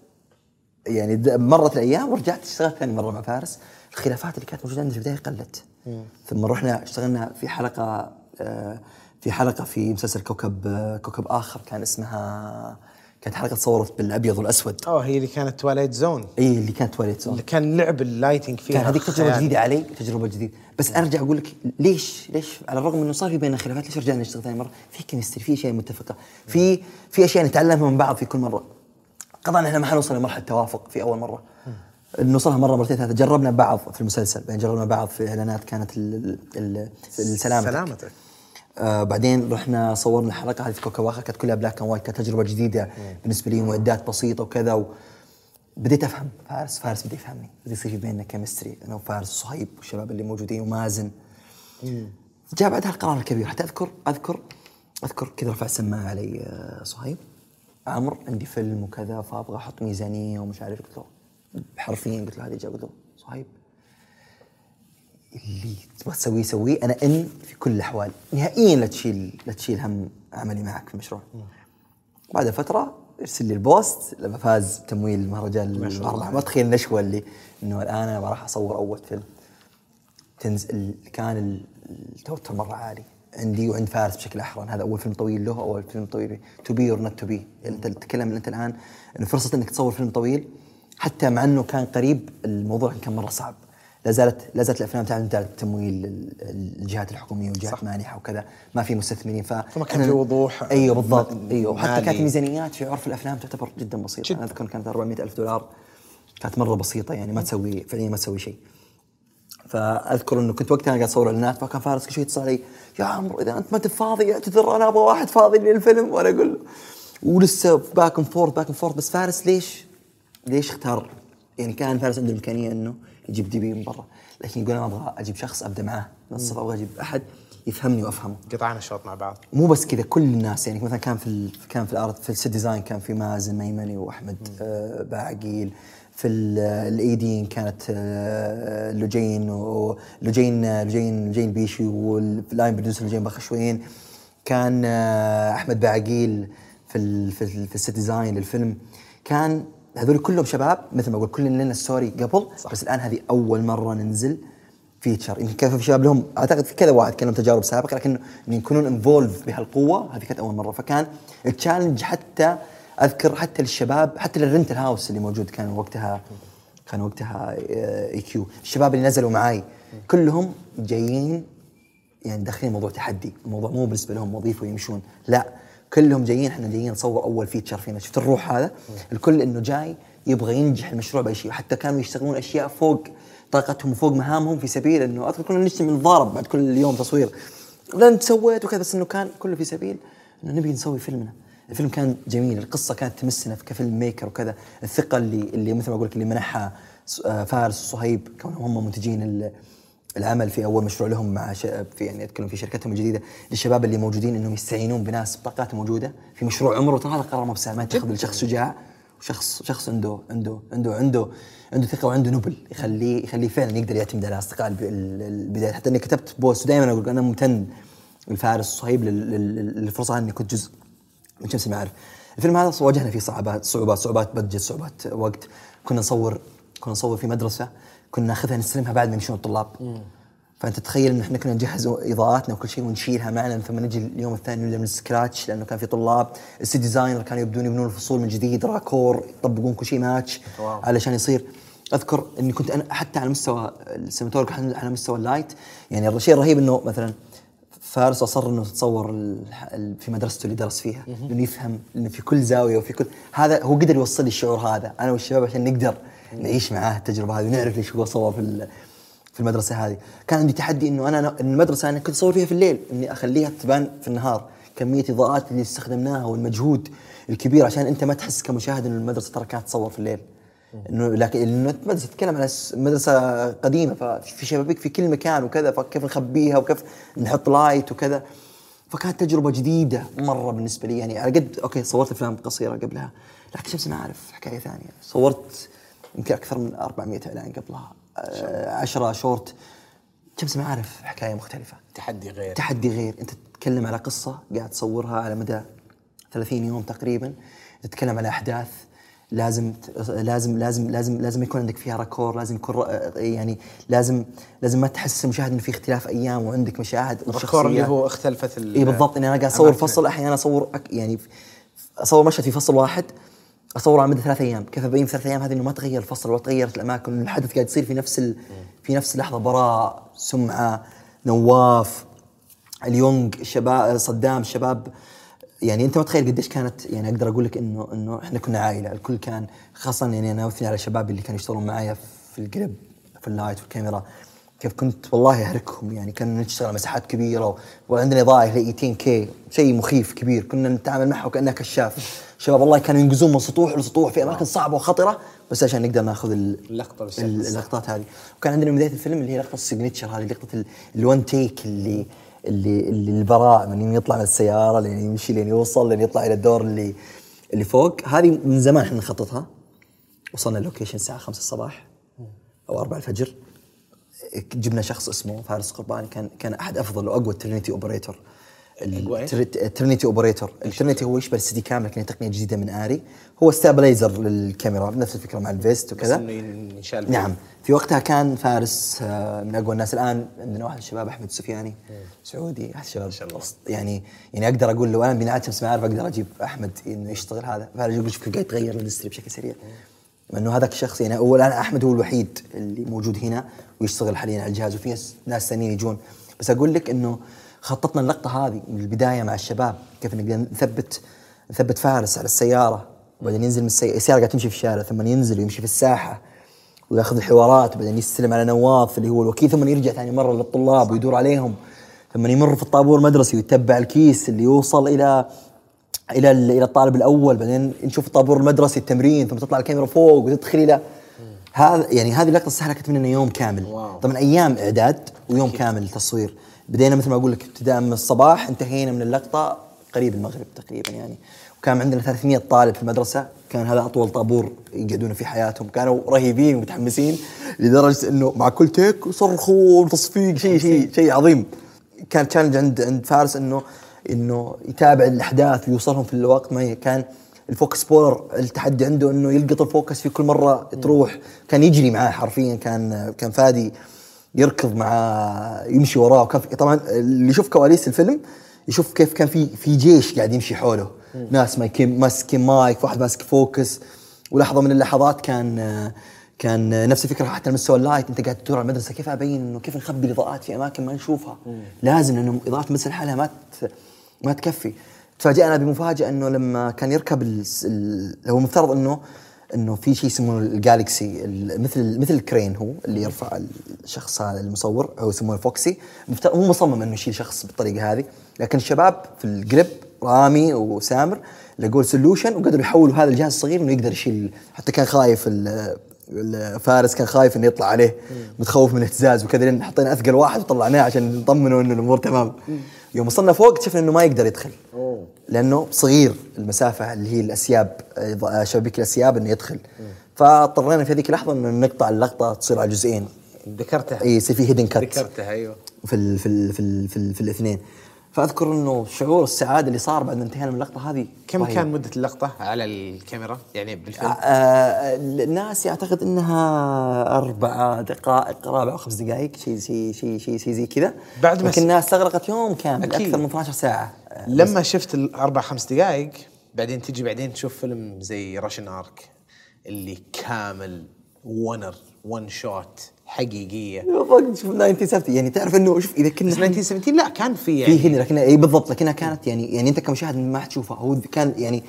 يعني مرت الايام ورجعت اشتغلت ثاني مره مع فارس. الخلافات اللي كانت موجوده عندنا في البدايه قلت. مم. ثم رحنا اشتغلنا في حلقه آه في حلقه في مسلسل كوكب آه كوكب اخر، كان اسمها كانت حلقه تصورت بالابيض والاسود. اه هي اللي كانت تواليت زون. اي اللي كانت تواليت زون، اللي كان لعب اللايتنج فيها. كان هذيك تجربه جديده علي، تجربه جديده. بس مم. ارجع اقول لك ليش ليش على الرغم انه صار في بيننا خلافات ليش رجعنا نشتغل ثاني مره؟ في كيمستري، في اشياء متفقه، في في اشياء نتعلمها من بعض في كل مره. قطعا احنا ما حنوصل لمرحله توافق في اول مره، نوصلها مره مرتين ثلاثه. جربنا بعض في المسلسل، بعدين جربنا بعض في اعلانات كانت السلامتك سلامتك. آه بعدين رحنا صورنا حلقه هذه في كوكب اخر كانت كلها بلاك اند وايت، كانت تجربه جديده مم. بالنسبه لي، معدات بسيطه وكذا. وبديت افهم فارس فارس بدا يفهمني، بدا يصير في بيننا كيمستري انا وفارس وصهيب والشباب اللي موجودين ومازن. مم. جاء بعدها القرار الكبير. حتى اذكر اذكر اذكر كذا رفع السماعه علي آه صهيب، عمر عندي فيلم وكذا فابغى احط ميزانيه ومش عارف. قلت له حرفيا قلت له هذه جا، قلت له صهيب اللي تبغى تسويه سويه، انا ان في كل الاحوال نهائيا لا تشيل لا تشيل هم عملي معك في المشروع. بعد فتره ارسل لي البوست لما فاز تمويل مهرجان البحر. ما تخيل النشوه اللي انه الان انا راح اصور اول فيلم. تنزل كان التوتر مره عالي، عندي وعند فارس بشكل احرى. هذا اول فيلم طويل له، اول فيلم طويل تو بي اور نوت تو بي. انت تتكلم انت الان انه فرصه انك تصور فيلم طويل حتى مع انه كان قريب، الموضوع كان مره صعب. لا زالت لا زالت الافلام تعتمد على التمويل، الجهات الحكوميه والجهات مانحه وكذا، ما في مستثمرين. ف فما كان في وضوح. ايوه بالضبط. ايوه وحتى كانت ميزانيات في عرف الافلام تعتبر جدا بسيطه. جد. انا اذكر كانت أربعمائة ألف دولار، كانت مره بسيطه يعني، ما تسوي فعليا ما تسوي شيء. فاذكر انه كنت وقتها قاعد اصور اعلانات، فكان فارس كل شوي يتصل علي، يا عمرو اذا انت ما انت فاضي اعتذر، انا ابغى واحد فاضي للفيلم. وانا اقول له ولسه باك اند فورث باك اند فورث. بس فارس ليش ليش اختار يعني؟ كان فارس عنده الامكانيه انه يجيب دي بي من برا، لكن يقول انا ابغى اجيب شخص ابدا معاه من الصفر، ابغى اجيب احد يفهمني وافهمه. قطعنا الشوط مع بعض. مو بس كذا، كل الناس يعني مثلا كان في ال... كان في الارت في الست ديزاين كان في مازن ميمني واحمد آه باعقيل. في الايدين كانت آه لوجين ولوجين لوجين لوجين بيشي، واللاين بروديوسر لوجين بخشوين. كان آه احمد باعقيل في ال... في, ال... في الست ديزاين للفيلم. كان هذول كلهم شباب، مثل ما اقول كلنا لنا ستوري قبل صح. بس الان هذه اول مره ننزل فيتشر. يمكن كان في شباب لهم اعتقد في كذا واحد كان لهم تجارب سابقه، لكن ان يكونون انفولف بهالقوه هذه كانت اول مره. فكان التشالنج حتى اذكر حتى للشباب، حتى للرنتل هاوس اللي موجود كان وقتها كان وقتها اي كيو، الشباب اللي نزلوا معاي كلهم جايين يعني داخلين موضوع تحدي. الموضوع مو بالنسبه لهم وظيفه ويمشون، لا كلهم جايين احنا جايين نصور اول فيتشر فينا. شفت الروح هذا؟ الكل انه جاي يبغى ينجح المشروع باي شيء، وحتى كانوا يشتغلون اشياء فوق طاقتهم وفوق مهامهم في سبيل انه اذكر كنا نجتمع نتضارب بعد كل يوم تصوير، لا انت سويت وكذا، بس انه كان كله في سبيل انه نبي نسوي فيلمنا. الفيلم كان جميل، القصه كانت تمسنا كفيلم ميكر وكذا. الثقه اللي اللي مثل ما اقول لك اللي منحها فارس وصهيب كونهم هم منتجين العمل في اول مشروع لهم مع في يعني اتكلم في شركتهم الجديده، للشباب اللي موجودين انهم يستعينون بناس بطاقات موجوده في مشروع عمره. ترى هذا قرار ما بسهل، ما تاخذ الشخص شجاع وشخص شخص عنده عنده عنده عنده عنده ثقه وعنده نبل يخليه يخليه فعلا يقدر يعتمد على اصدقاء البدايه. حتى اني كتبت بوست ودائما اقول انا ممتن لفارس وصهيب للفرصه اني كنت جزء من شمس المعارف. الفيلم هذا واجهنا فيه صعوبات صعوبات صعوبات بادجت، صعوبات وقت. كنا نصور كنا نصور في مدرسه، كنا ناخذها نستلمها بعد ما يمشون الطلاب. مم. فانت تتخيل ان احنا كنا نجهز اضاءاتنا وكل شيء ونشيلها معنا، ثم نجي اليوم الثاني نبدا من السكراتش لانه كان في طلاب. السيت ديزاينر كانوا يبدون يبنون الفصول من جديد، راكور، يطبقون كل شيء ماتش علشان يصير. اذكر اني كنت انا حتى على مستوى السينماتورج على مستوى اللايت، يعني الشيء الرهيب انه مثلا فارس اصر انه تتصور في مدرسته اللي درس فيها لانه يفهم انه في كل زاويه وفي كل هذا هو قدر يوصل لي الشعور هذا انا والشباب عشان نقدر نعيش معاه التجربه هذه ونعرف ليش هو صور في في المدرسه هذه. كان عندي تحدي انه انا المدرسه انا كنت اصور فيها في الليل، اني اخليها تبان في النهار. كميه اضاءات اللي استخدمناها والمجهود الكبير عشان انت ما تحس كمشاهد انه المدرسه ترى كانت تصور في الليل. انه لكن المدرسه تتكلم على مدرسه قديمه، ففي شبابيك في كل مكان وكذا، فكيف نخبيها وكيف نحط لايت وكذا. فكانت تجربه جديده مره بالنسبه لي. يعني على قد اوكي صورت افلام قصيره قبلها، لكن شمس ما اعرف حكايه ثانيه. صورت يمكن اكثر من أربعمائة اعلان قبلها، عشرة شورت. شمس ما اعرف حكايه مختلفه، تحدي غير تحدي غير. انت تتكلم على قصه قاعد تصورها على مدى ثلاثين يوم تقريبا، تتكلم على احداث لازم لازم لازم لازم لازم يكون عندك فيها راكور، لازم يكون يعني لازم لازم ما تحس المشاهد انه في اختلاف ايام وعندك مشاهد الراكور اللي هو اختلفت. اي بالضبط. اني انا قاعد اصور فصل، احيانا اصور يعني اصور مشهد في فصل واحد اصور على مدى ثلاث ايام. كيف ابين في ثلاث ايام هذه انه ما تغير الفصل ولا تغيرت الاماكن، الحدث قاعد يصير في نفس ال... في نفس اللحظه. براء، سمعه، نواف، اليونغ، الشباب، صدام، الشباب. يعني انت ما تخيل قديش كانت. يعني اقدر اقول لك انه انه احنا كنا عائله، الكل كان خاصه يعني انا اثني على الشباب اللي كانوا يشتغلون معايا في القلب في اللايت والكاميرا. كيف كنت والله احركهم. يعني كنا نشتغل على مساحات كبيره وعندنا اضاءه ثمانين كي، شيء مخيف كبير. كنا نتعامل معه وكانه كشاف. الشباب والله كانوا ينقزون من سطوح لسطوح في اماكن صعبه وخطره بس عشان نقدر ناخذ اللقطه اللقطات هذه. وكان عندنا من بدايه الفيلم اللي هي لقطه السيجنتشر هذه، لقطه الوان تيك اللي اللي اللي البراء من يطلع من السياره لين يمشي لين يوصل لين يطلع الى الدور اللي اللي فوق. هذه من زمان احنا نخططها. وصلنا اللوكيشن الساعه خمسة الصباح او أربعة الفجر. جبنا شخص اسمه فارس قرباني، كان كان احد افضل واقوى ترينيتي اوبريتور الترنيتي اوبريتور. الترنيتي هو يشبه السي دي كام لكن تقنيه جديده من اري، هو ستابلايزر للكاميرا نفس الفكره مع الفيست وكذا. نعم في وقتها كان فارس من اقوى الناس. الان عندنا واحد الشباب احمد السفياني سعودي، احد الشباب يعني يعني اقدر اقول له انا بنعاد شمس ما اعرف اقدر اجيب احمد انه يشتغل هذا. فارس يقول شوف قاعد يتغير الاندستري بشكل سريع، انه هذاك الشخص يعني اول انا احمد هو الوحيد اللي موجود هنا ويشتغل حاليا على الجهاز، وفي ناس ثانيين يجون. بس اقول لك انه خططنا اللقطه هذه من البدايه مع الشباب، كيف نقدر نثبت نثبت فارس على السياره وبعدين ينزل من السياره، السياره قاعده تمشي في الشارع ثم ينزل ويمشي في الساحه وياخذ الحوارات وبعدين يستلم على نواف اللي هو الوكيل، ثم يرجع ثاني مره للطلاب ويدور عليهم، ثم يمر في الطابور المدرسي ويتبع الكيس اللي يوصل الى الى الى الطالب الاول، بعدين نشوف الطابور المدرسي التمرين، ثم تطلع الكاميرا فوق وتدخل الى هذا. يعني هذه اللقطه استهلكت مننا يوم كامل. واو. طبعا ايام اعداد ويوم أكيد. كامل تصوير. بدينا مثل ما اقول لك ابتداء من الصباح، انتهينا من اللقطه قريب المغرب تقريبا يعني. وكان عندنا ثلاثمية طالب في المدرسه، كان هذا اطول طابور يقعدون في حياتهم، كانوا رهيبين ومتحمسين لدرجه انه مع كل تيك صرخوا وتصفيق، شيء شيء شيء عظيم. كان تشالنج عند عند فارس انه انه يتابع الاحداث ويوصلهم في الوقت. ما كان الفوكس بولر التحدي عنده انه يلقط الفوكس في كل مره تروح، كان يجري معاه حرفيا. كان كان فادي يركض معاه يمشي وراه. وكان طبعا اللي يشوف كواليس الفيلم يشوف كيف كان في في جيش قاعد يمشي حوله، ناس ماسكين ماسكين مايك، واحد ماسك فوكس. ولحظه من اللحظات كان كان نفس الفكره حتى المستوى اللايت، انت قاعد تدور على المدرسه كيف ابين انه كيف نخبي الاضاءات في اماكن ما نشوفها. لازم لانه اضاءه المدرسه لحالها ما ما تكفي. تفاجئنا بمفاجاه انه لما كان يركب ال... هو مفترض انه انه في شيء اسمه الجالكسي، مثل مثل الكرين هو اللي يرفع الشخص هذا المصور، هو يسمونه فوكسي. هو مصمم انه يشيل شخص بالطريقه هذه، لكن الشباب في الجريب رامي وسامر لقوا سولوشن وقدروا يحولوا هذا الجهاز الصغير انه يقدر يشيل. حتى كان خايف الفارس، كان خايف انه يطلع عليه، متخوف من الاهتزاز وكذا، لان حطينا اثقل واحد وطلعناه عشان نطمنه انه الامور تمام. يوم وصلنا فوق شفنا انه ما يقدر يدخل لانه صغير المسافه اللي هي الاسياب، شبابيك الاسياب انه يدخل. فاضطرينا في هذيك اللحظه انه نقطع اللقطه تصير على جزئين. ذكرتها اي يصير في هيدن كات. ذكرتها ايوه في ال في ال في ال في, ال في الاثنين. فاذكر انه شعور السعاده اللي صار بعد ما انتهينا من اللقطه هذه. كم رهيب. كان مده اللقطه على الكاميرا يعني بالفيلم؟ آه الناس يعتقد انها اربع دقائق رابع او خمس دقائق، شيء شيء شيء شيء شي زي كذا. بعد ما لكن الناس استغرقت يوم كامل اكثر من اثنتي عشرة ساعه. لما شفت الاربع خمس دقائق بعدين تجي بعدين تشوف فيلم زي راشن ارك اللي كامل ونر ون شوت حقيقيه بالضبط. شوف تسعة سبعين يعني تعرف انه شوف اذا كنا تسعة سبعين لا كان في يعني في هنا، لكن اي بالضبط، لكنها كانت يعني يعني انت كمشاهد ما حتشوفها. هو كان يعني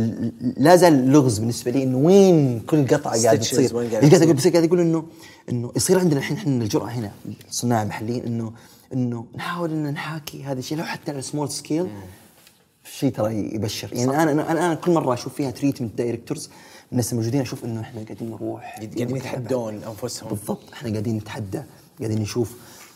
لا زال لغز بالنسبه لي انه وين كل قطعه قاعده تصير. قاعد يقول بس قاعد يقول انه انه يصير عندنا الحين احنا الجرأه هنا الصناع المحليين انه انه نحاول ان نحاكي هذا الشيء لو حتى على سمول سكيل. شيء ترى يبشر يعني. انا انا انا كل مره اشوف فيها تريتمنت دايركتورز الناس الموجودين اشوف انه احنا قاعدين نروح قاعدين يتحدون انفسهم. بالضبط، احنا قاعدين نتحدى، قاعدين نشوف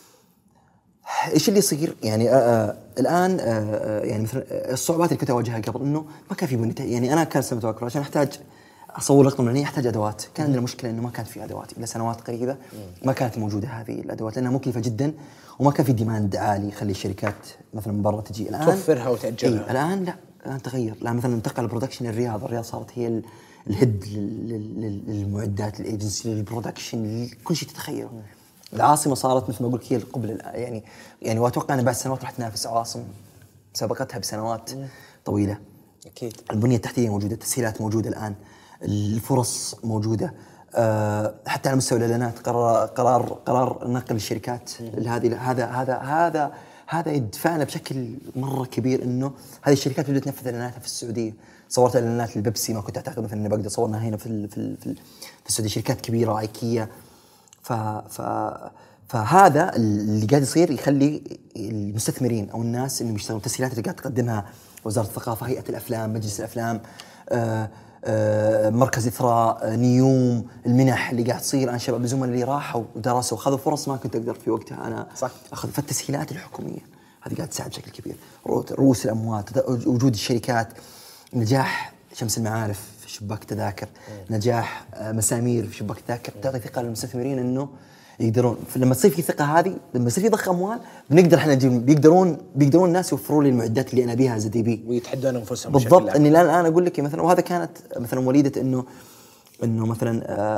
ايش اللي يصير يعني. آآ آآ الان آآ يعني مثلا الصعوبات اللي كنت اواجهها قبل انه ما كان في بني يعني. انا كان سينماتوجرافر عشان احتاج اصور لقطه فلانيه احتاج ادوات. كان عندنا مشكله انه ما كانت في ادوات الى سنوات قريبه، ما كانت موجوده هذه الادوات لانها مكلفه جدا وما كان في ديماند عالي يخلي الشركات مثلا من برا تجي. الان توفرها وتاجرها. إيه الان لا، الان تغير. الان مثلا انتقل البرودكشن الرياض الرياض صارت هي الهيد للمعدات الايجنسي للبرودكشن كل شيء تتخيله. العاصمه صارت مثل ما اقول لك هي قبل يعني يعني واتوقع ان بعد سنوات راح تنافس عواصم سبقتها بسنوات طويله. اكيد البنيه التحتيه موجوده، التسهيلات موجوده الان، الفرص موجوده. أه حتى على مستوى الاعلانات قرار قرار قرار نقل الشركات هذه هذا هذا هذا هذا يدفعنا بشكل مره كبير انه هذه الشركات بدات تنفذ اعلاناتها في السعوديه. صورت اعلانات للبيبسي ما كنت اعتقد مثلا اني بقدر صورنا هنا في ال في ال في, في السعوديه. شركات كبيره ايكيا. ف ف فهذا اللي قاعد يصير يخلي المستثمرين او الناس انهم يشتغلوا التسهيلات اللي قاعد تقدمها وزاره الثقافه، هيئه الافلام، مجلس الافلام، آآ آآ مركز اثراء، نيوم، المنح اللي قاعد تصير. انا شباب الزملاء اللي راحوا ودرسوا وخذوا فرص ما كنت اقدر في وقتها انا صح. اخذ. فالتسهيلات الحكوميه هذه قاعد تساعد بشكل كبير. رؤوس الاموال، وجود الشركات، نجاح شمس المعارف في شباك تذاكر، نجاح مسامير في شباك تذاكر، تعطي ثقه للمستثمرين انه يقدرون لما تصير في ثقه هذه، لما يصير في ضخ اموال بنقدر احنا نجيب، بيقدرون بيقدرون الناس يوفروا لي المعدات اللي انا ابيها زي دي بي ويتحدون انفسهم بالضبط. اني الان انا اقول لك مثلا، وهذا كانت مثلا وليده انه انه مثلا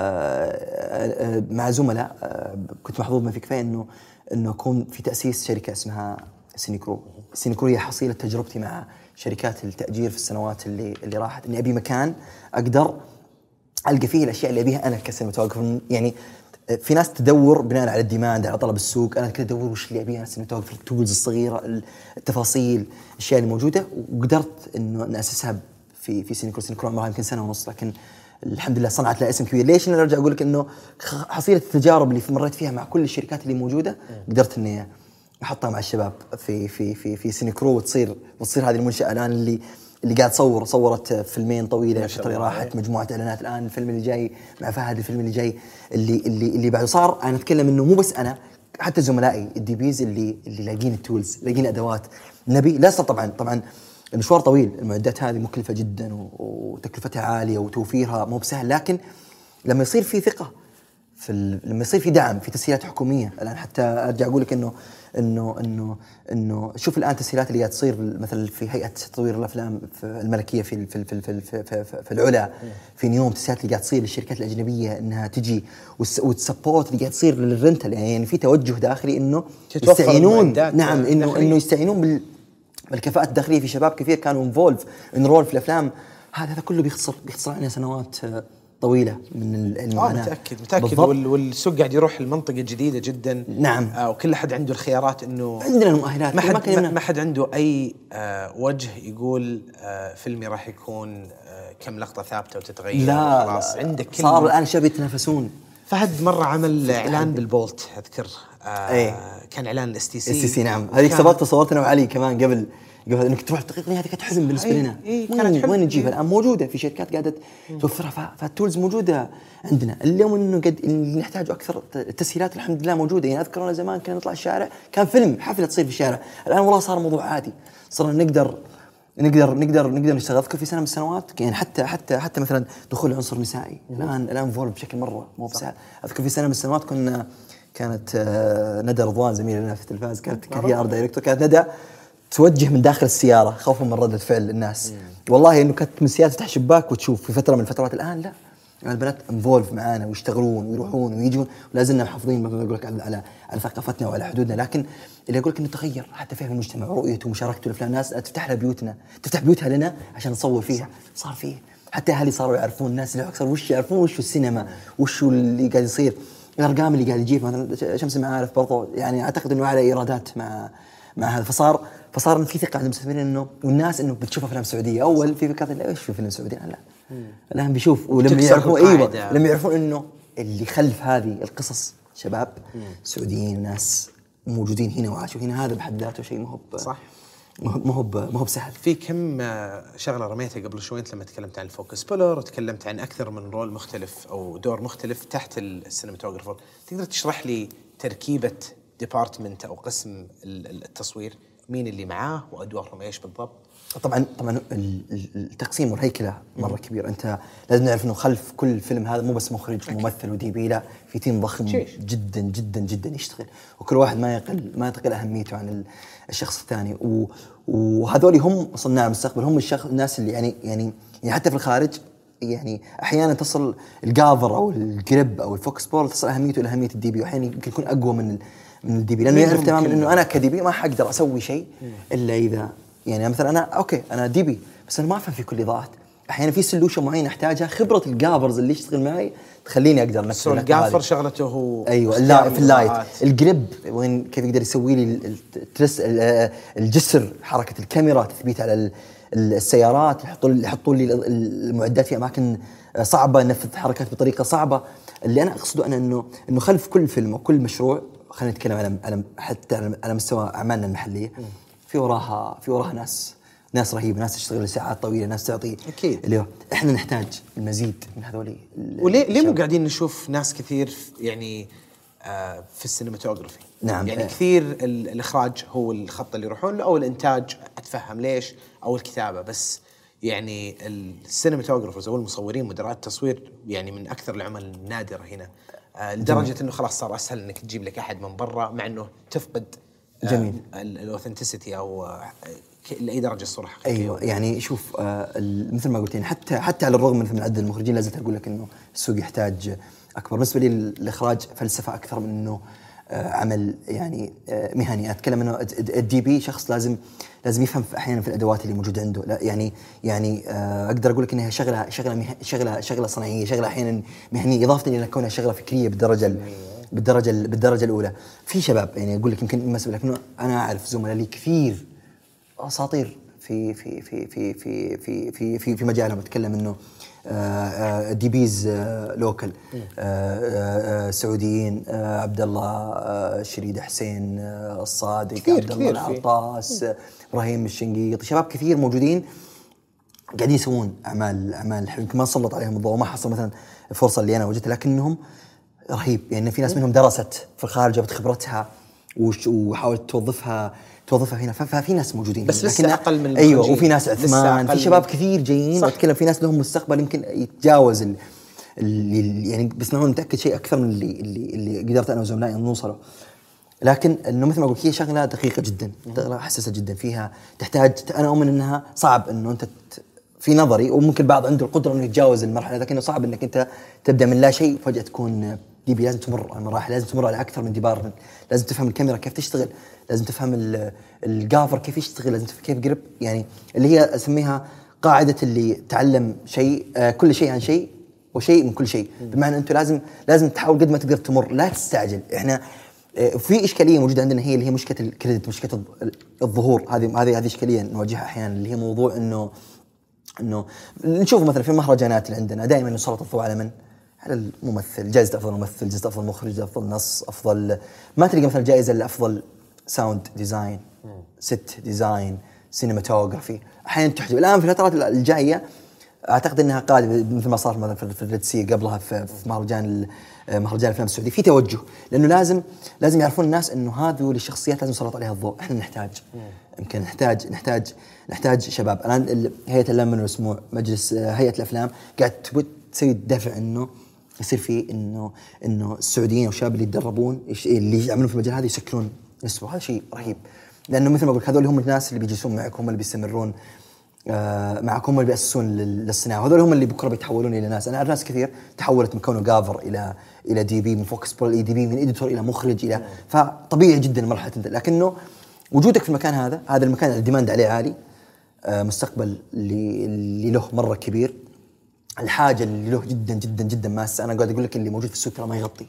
آآ آآ مع زملاء كنت محظوظ ما في كفايه انه انه اكون في تاسيس شركه اسمها سينيكرو. سينيكرو هي حصيله تجربتي مع شركات التاجير في السنوات اللي اللي راحت، اني ابي مكان اقدر القى فيه الاشياء اللي ابيها انا كسينماتوجرافر. يعني في ناس تدور بناء على الديماند، على طلب السوق، انا كنت ادور وش اللي ابيها سينماتوجرافر، التولز الصغيره، التفاصيل، الاشياء اللي موجوده، وقدرت انه ناسسها في في سينيكرو. سينيكرو عمرها يمكن سنه ونص، لكن الحمد لله صنعت لها اسم كبير. ليش انا ارجع اقول لك انه حصيله التجارب اللي مريت فيها مع كل الشركات اللي موجوده قدرت اني احطها مع الشباب في في في في سينيكرو، وتصير وتصير هذه المنشاه الان اللي اللي قاعد تصور صورت فيلمين طويله الفتره اللي راحت، مجموعه اعلانات. الان الفيلم اللي جاي مع فهد، الفيلم اللي جاي اللي اللي اللي بعده صار. انا اتكلم انه مو بس انا، حتى زملائي الدي بيز اللي اللي لاقين التولز، لاقين ادوات نبي. لا طبعا طبعا المشوار طويل، المعدات هذه مكلفه جدا وتكلفتها عاليه وتوفيرها مو بسهل، لكن لما يصير في ثقه في لما يصير في دعم، في تسهيلات حكوميه. الان حتى ارجع اقول لك انه انه انه انه شوف الان التسهيلات اللي قاعد تصير مثلا في هيئه تطوير الافلام في الملكيه في في في في, في, في, في العلا، في نيوم، التسهيلات اللي قاعد تصير للشركات الاجنبيه انها تجي، والسبورت اللي قاعد تصير للرنتل. يعني في توجه داخلي انه يستعينون، نعم، انه انه يستعينون بال بالكفاءات الداخليه في شباب كثير كانوا انفولف انرول في الافلام. هذا هذا كله بيختصر بيختصر علينا سنوات طويله من المعاناه. اه متاكد متاكد وال والسوق قاعد يروح المنطقه جديده جدا. نعم. آه وكل احد عنده الخيارات، انه عندنا المؤهلات. ما حد ما, ما حد عنده اي آه وجه يقول آه فيلمي راح يكون آه كم لقطه ثابته وتتغير. لا خلاص عندك كل صار الان شباب يتنافسون. فهد مره عمل اعلان بالبولت اذكر، آه ايه. كان اعلان الاس تي سي. اس تي سي نعم. هذيك سبقت صورت انا وعلي كمان قبل قبل انك تروح التقنيه. هذه كانت حزن بالنسبه أيه لنا. أيه وين, وين نجيبها؟ الان موجوده في شركات قاعده توفرها، فالتولز موجوده عندنا. اليوم انه قد اللي نحتاجه اكثر التسهيلات الحمد لله موجوده. يعني اذكر انا زمان كنا نطلع الشارع كان فيلم حفله تصير في الشارع، الان والله صار موضوع عادي، صرنا نقدر نقدر نقدر نقدر نشتغل. اذكر في سنه من السنوات يعني حتى حتى حتى مثلا دخول العنصر النسائي الان الان فول بشكل مره مو بسهل. اذكر في سنه من السنوات كنا كانت ندى رضوان زميلنا في التلفاز، كانت كانت هي ارت دايركتور، كانت ندى توجه من داخل السياره خوفا من رده فعل الناس. مم. والله انه كانت من السياره تفتح شباك وتشوف في فتره من الفترات. الان لا، يعني البنات انفولف معانا ويشتغلون ويروحون ويجون، ولا زلنا محافظين مثلا اقول لك على على على ثقافتنا وعلى حدودنا. لكن اللي اقول لك انه تغير حتى فهم المجتمع ورؤيته ومشاركته لافلام. الناس تفتح لها بيوتنا، تفتح بيوتها لنا عشان نصور فيها. صار فيه حتى اهلي صاروا يعرفون، الناس اللي اكثر وش يعرفون وش السينما، وش اللي قاعد يصير، الارقام اللي قاعد يجيب. مثلا شمس المعارف برضو يعني اعتقد انه على ايرادات مع مع هذا. فصار فصار إن في ثقة عند المستثمرين إنه والناس إنه بتشوف أفلام سعودية. أول في فكرة لا إيش في فيلم سعودي، لا الآن بيشوف. ولما يعرفون أيوة لما يعرفون إنه اللي خلف هذه القصص شباب مم. سعوديين، ناس موجودين هنا وعاشوا هنا، هذا بحد ذاته شيء مهب صح، مهب مهب سهل. في كم شغلة رميتها قبل شوي لما تكلمت عن الفوكس بولر وتكلمت عن أكثر من رول مختلف أو دور مختلف تحت السينماتوجرافر. تقدر تشرح لي تركيبة ديبارتمنت أو قسم التصوير، مين اللي معاه وأدوارهم إيش بالضبط؟ طبعا طبعا التقسيم والهيكله مره كبير. انت لازم نعرف انه خلف كل فيلم هذا مو بس مخرج وممثل ودي بي، لا في تيم ضخم شيش. جدا جدا جدا يشتغل، وكل واحد ما يقل ما تقل اهميته عن الشخص الثاني. وهذول هم صناع المستقبل، هم الشخص الناس اللي يعني يعني يعني حتى في الخارج يعني احيانا تصل الجافر او الجريب او الفوكس بول تصل اهميته الى اهميه الدي بي، واحيانا يمكن يكون اقوى من من الدي بي، لانه يعرف تماما انه انا كدي بي ما حقدر اسوي شيء الا اذا يعني مثلا انا اوكي انا دي بي بس انا ما افهم في كل الاضاءات. احيانا في سولوشن معين احتاجها، خبره الجافرز اللي يشتغل معي تخليني اقدر نفسي. الجافر شغلته هو ايوه اللا في اللايت، الجريب وين كيف يقدر يسوي لي الترس الجسر، حركه الكاميرا، تثبيت على السيارات، يحطوا لي يحطوا لي المعدات في اماكن صعبه، نفذ حركات بطريقه صعبه. اللي انا اقصده انا انه انه خلف كل فيلم وكل مشروع، خلينا نتكلم على على حتى على مستوى اعمالنا المحليه، في وراها في وراها ناس ناس رهيبه، ناس تشتغل لساعات طويله، ناس تعطي اكيد. اللي احنا نحتاج المزيد من هذول. وليه ليه مو قاعدين نشوف ناس كثير يعني آه في السينماتوجرافي؟ نعم يعني كثير الاخراج هو الخط اللي يروحون له، او الانتاج اتفهم ليش، او الكتابه، بس يعني السينماتوجرافرز او المصورين مدراء التصوير يعني من اكثر العمل النادره هنا. آه لدرجه انه خلاص صار اسهل انك تجيب لك احد من برا، مع انه تفقد آه جميل الاوثنتسيتي او آه لاي درجه الصوره حقيقيه. ايوه يعني شوف آه مثل ما قلت يعني حتى حتى على الرغم من عدد المخرجين لازلت اقول لك انه السوق يحتاج اكبر. بالنسبه لي الاخراج فلسفه اكثر من انه آه عمل يعني آه مهني. اتكلم انه الدي بي شخص لازم لازم يفهم في احيانا في الادوات اللي موجوده عنده. لا يعني يعني آه اقدر اقول لك انها شغله شغله شغله شغله صناعيه، شغله احيانا مهنيه، اضافه الى كونها شغله فكريه بالدرجه بالدرجه بالدرجه الاولى. في شباب يعني اقول لك يمكن مثلا لكن انا اعرف زملاء لي كثير اساطير في في في في في في في في, في مجالهم. اتكلم انه دي بيز لوكال سعوديين، عبد الله شريد حسين الصادق، عبد الله العطاس، ابراهيم الشنقيطي، شباب كثير موجودين قاعدين يسوون اعمال اعمال يمكن ما سلط عليهم الضوء وما حصل مثلا الفرصه اللي انا وجدتها، لكنهم رهيب. يعني في ناس منهم درست في الخارج جابت خبرتها وحاولت توظفها توظفها هنا. ففي ناس موجودين بس لسه اقل من ايوه، وفي ناس عثمان، في شباب كثير جايين. واتكلم في ناس لهم مستقبل يمكن يتجاوز اللي يعني بس نحن نتاكد شيء اكثر من اللي اللي, اللي قدرت انا وزملائي نوصله. لكن انه مثل ما قلت هي شغله دقيقه جدا، شغله حساسه جدا، فيها تحتاج انا اؤمن انها صعب انه انت في نظري، وممكن بعض عنده القدره انه يتجاوز المرحله، لكنه صعب انك انت تبدا من لا شيء فجاه تكون دي بي. لازم تمر على مراحل، لازم تمر على اكثر من ديبارتمنت، لازم تفهم الكاميرا كيف تشتغل، لازم تفهم الجافر كيف يشتغل، لازم تفهم كيف قرب، يعني اللي هي اسميها قاعده اللي تعلم شيء آه كل شيء عن شيء وشيء من كل شيء. بمعنى انت لازم لازم تحاول قد ما تقدر تمر، لا تستعجل. احنا آه في اشكاليه موجوده عندنا هي اللي هي مشكله الكريدت، مشكله الظهور. هذه هذه هذه اشكاليه نواجهها احيانا، اللي هي موضوع انه انه نشوف مثلا في المهرجانات اللي عندنا دائما نسلط الضوء على من؟ على الممثل، جائزة أفضل ممثل، جائزة أفضل مخرج، أفضل نص، أفضل ما تلقى مثلا جائزة لأفضل ساوند ديزاين، ست ديزاين، سينماتوغرافي. أحيانا تحجب. الآن في الفترات الجاية أعتقد أنها قادمة مثل ما صار مثلا في الريد سي قبلها في مهرجان مهرجان الأفلام السعودي، في توجه، لأنه لازم لازم يعرفون الناس إنه هذه الشخصيات لازم نسلط عليها الضوء. إحنا نحتاج يمكن نحتاج نحتاج نحتاج شباب. الآن هيئة اللمن والسموع، مجلس هيئة الأفلام قاعد تسوي الدفع إنه يصير في انه انه السعوديين والشباب اللي يتدربون اللي يعملون في المجال هذا يسكرون نسبه. هذا شيء رهيب، لانه مثل ما قلت هذول هم الناس اللي بيجلسون معك، هم اللي بيستمرون آه معكم، هم اللي بيأسسون للصناعه، وهذول هم اللي بكره بيتحولون الى ناس. انا اعرف ناس كثير تحولت من كونه جافر الى الى دي بي، من فوكس برو الى دي بي، من اديتور الى مخرج الى، فطبيعي جدا مرحله انت. لكنه وجودك في المكان هذا هذا المكان الديماند عليه عالي، آه مستقبل اللي اللي له مره كبير، الحاجة اللي له جدا جدا جدا ماسة. أنا قاعد أقول لك اللي موجود في السوق ترى ما يغطي.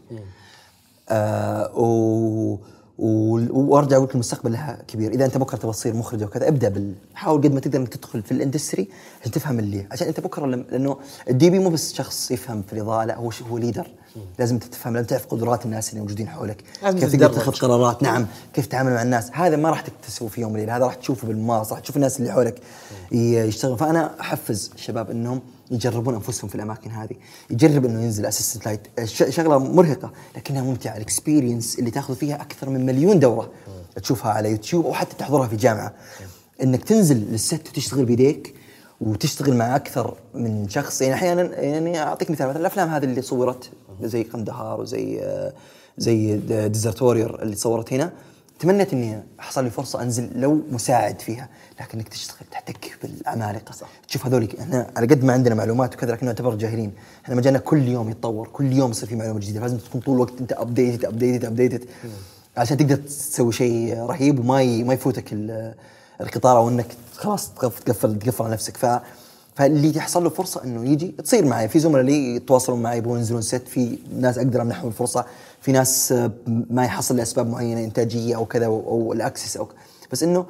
آه و وارجع اقول لك المستقبل لها كبير. اذا انت بكره تبغى تصير مخرج وكذا، ابدا بال حاول قد ما تقدر انك تدخل في الاندستري عشان تفهم اللي عشان انت بكره لم... لانه الدي بي مو بس شخص يفهم في الاضاءه، لا هو هو ليدر. لازم تفهم، لازم تعرف قدرات الناس اللي موجودين حولك، كيف تقدر تاخذ قرارات، نعم كيف تتعامل مع الناس. هذا ما راح تكتسبه في يوم وليله، هذا راح تشوفه بالممارسه، راح تشوف الناس اللي حولك يشتغلون. فانا احفز الشباب انهم يجربون انفسهم في الاماكن هذه، يجرب انه ينزل اسيستنت لايت، شغله مرهقه لكنها ممتعه. الاكسبيرينس اللي تاخذ فيها اكثر من مليون دوره تشوفها على يوتيوب او حتى تحضرها في جامعه، انك تنزل للست وتشتغل بيديك وتشتغل مع اكثر من شخص. يعني احيانا يعني اعطيك مثال، مثلا الافلام هذه اللي صورت زي قندهار وزي زي ديزرتورير اللي صورت هنا، تمنيت اني حصل لي فرصه انزل لو مساعد فيها، لكنك تشتغل تحتك بالعمالقه، تشوف هذول. احنا على قد ما عندنا معلومات وكذا لكننا نعتبر جاهلين. احنا مجالنا كل يوم يتطور، كل يوم يصير في معلومه جديده، لازم تكون طول الوقت انت ابديتد ابديتد ابديتد عشان تقدر تسوي شيء رهيب وما ي... ما يفوتك القطار، او انك خلاص تقفل تقفل على نفسك. ف فاللي يحصل له فرصه انه يجي تصير معي. في زملاء لي يتواصلون معي يبغون ينزلون ست، في ناس اقدر امنحهم الفرصه، في ناس ما يحصل لاسباب معينه انتاجيه او كذا او الاكسس او بس انه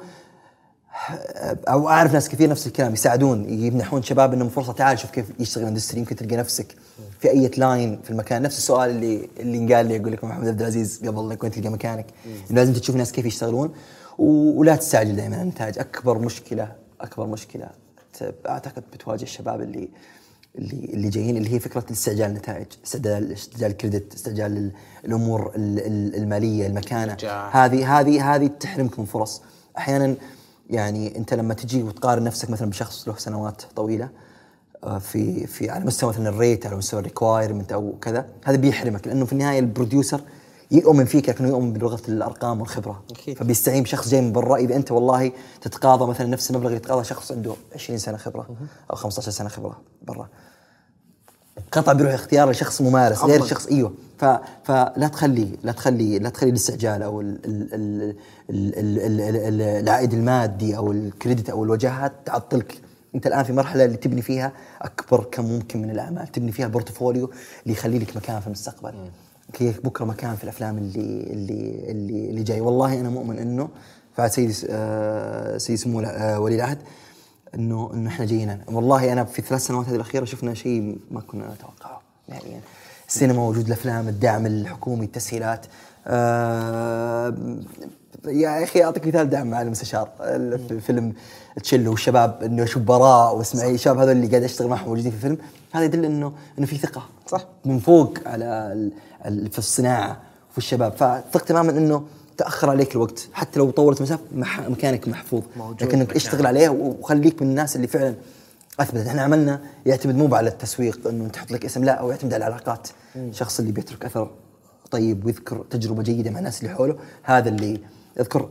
او اعرف ناس كثير نفس الكلام يساعدون يمنحون شباب انهم فرصه. تعال شوف كيف يشتغل اندستري، يمكن تلقى نفسك في اي لاين في المكان. نفس السؤال اللي اللي انقال لي اقول لك محمد عبد العزيز قبل لا كنت تلقى مكانك، لازم تشوف ناس كيف يشتغلون ولا تستعجل دائما الانتاج. اكبر مشكله اكبر مشكله اعتقد بتواجه الشباب اللي اللي اللي جايين اللي هي فكره استعجال النتائج، استعجال استعجال الكريدت، استعجال الامور الماليه، المكانه. هذه هذه هذه تحرمك من فرص احيانا. يعني انت لما تجي وتقارن نفسك مثلا بشخص له سنوات طويله في في على مستوى مثلا الريت، على مستوى الريكوايرمنت او كذا، هذا بيحرمك، لانه في النهايه البروديوسر يؤمن فيك لكنه يؤمن بلغه الارقام والخبره. أكيد. فبيستعين بشخص جاي من برا. اذا انت والله تتقاضى مثلا نفس المبلغ اللي يتقاضى شخص عنده عشرين سنه خبره او خمسة عشر سنه خبره برا، قطع بيروح اختيار لشخص ممارس غير شخص. ايوه ف فلا تخلي لا تخلي لا تخلي الاستعجال او ال ال ال ال ال العائد المادي او الكريدت او الوجاهات تعطلك. انت الان في مرحله اللي تبني فيها اكبر كم ممكن من الاعمال، تبني فيها بورتفوليو اللي يخلي لك مكان في المستقبل، كيف بكره مكان في الافلام اللي اللي اللي, اللي جاي. والله انا مؤمن انه فعل سيدي آه سيدي سمو آه ولي العهد انه انه احنا جايين. والله انا في الثلاث سنوات هذه الاخيره شفنا شيء ما كنا نتوقعه يعني. السينما وجود الافلام، الدعم الحكومي، التسهيلات. آه يا اخي اعطيك مثال دعم مع المستشار في فيلم تشيلو والشباب، انه اشوف براء واسماعيل، الشباب هذول اللي قاعد اشتغل معهم موجودين في الفيلم، هذا يدل انه انه في ثقه صح من فوق على في الصناعه وفي الشباب. فثق تماما انه تاخر عليك الوقت، حتى لو طولت مسافه مكانك محفوظ، لكنك اشتغل عليه وخليك من الناس اللي فعلا اثبتت. احنا عملنا يعتمد مو على التسويق انه تحط لك اسم، لا، او يعتمد على العلاقات. الشخص اللي بيترك اثر طيب ويذكر تجربه جيده مع الناس اللي حوله، هذا اللي اذكر.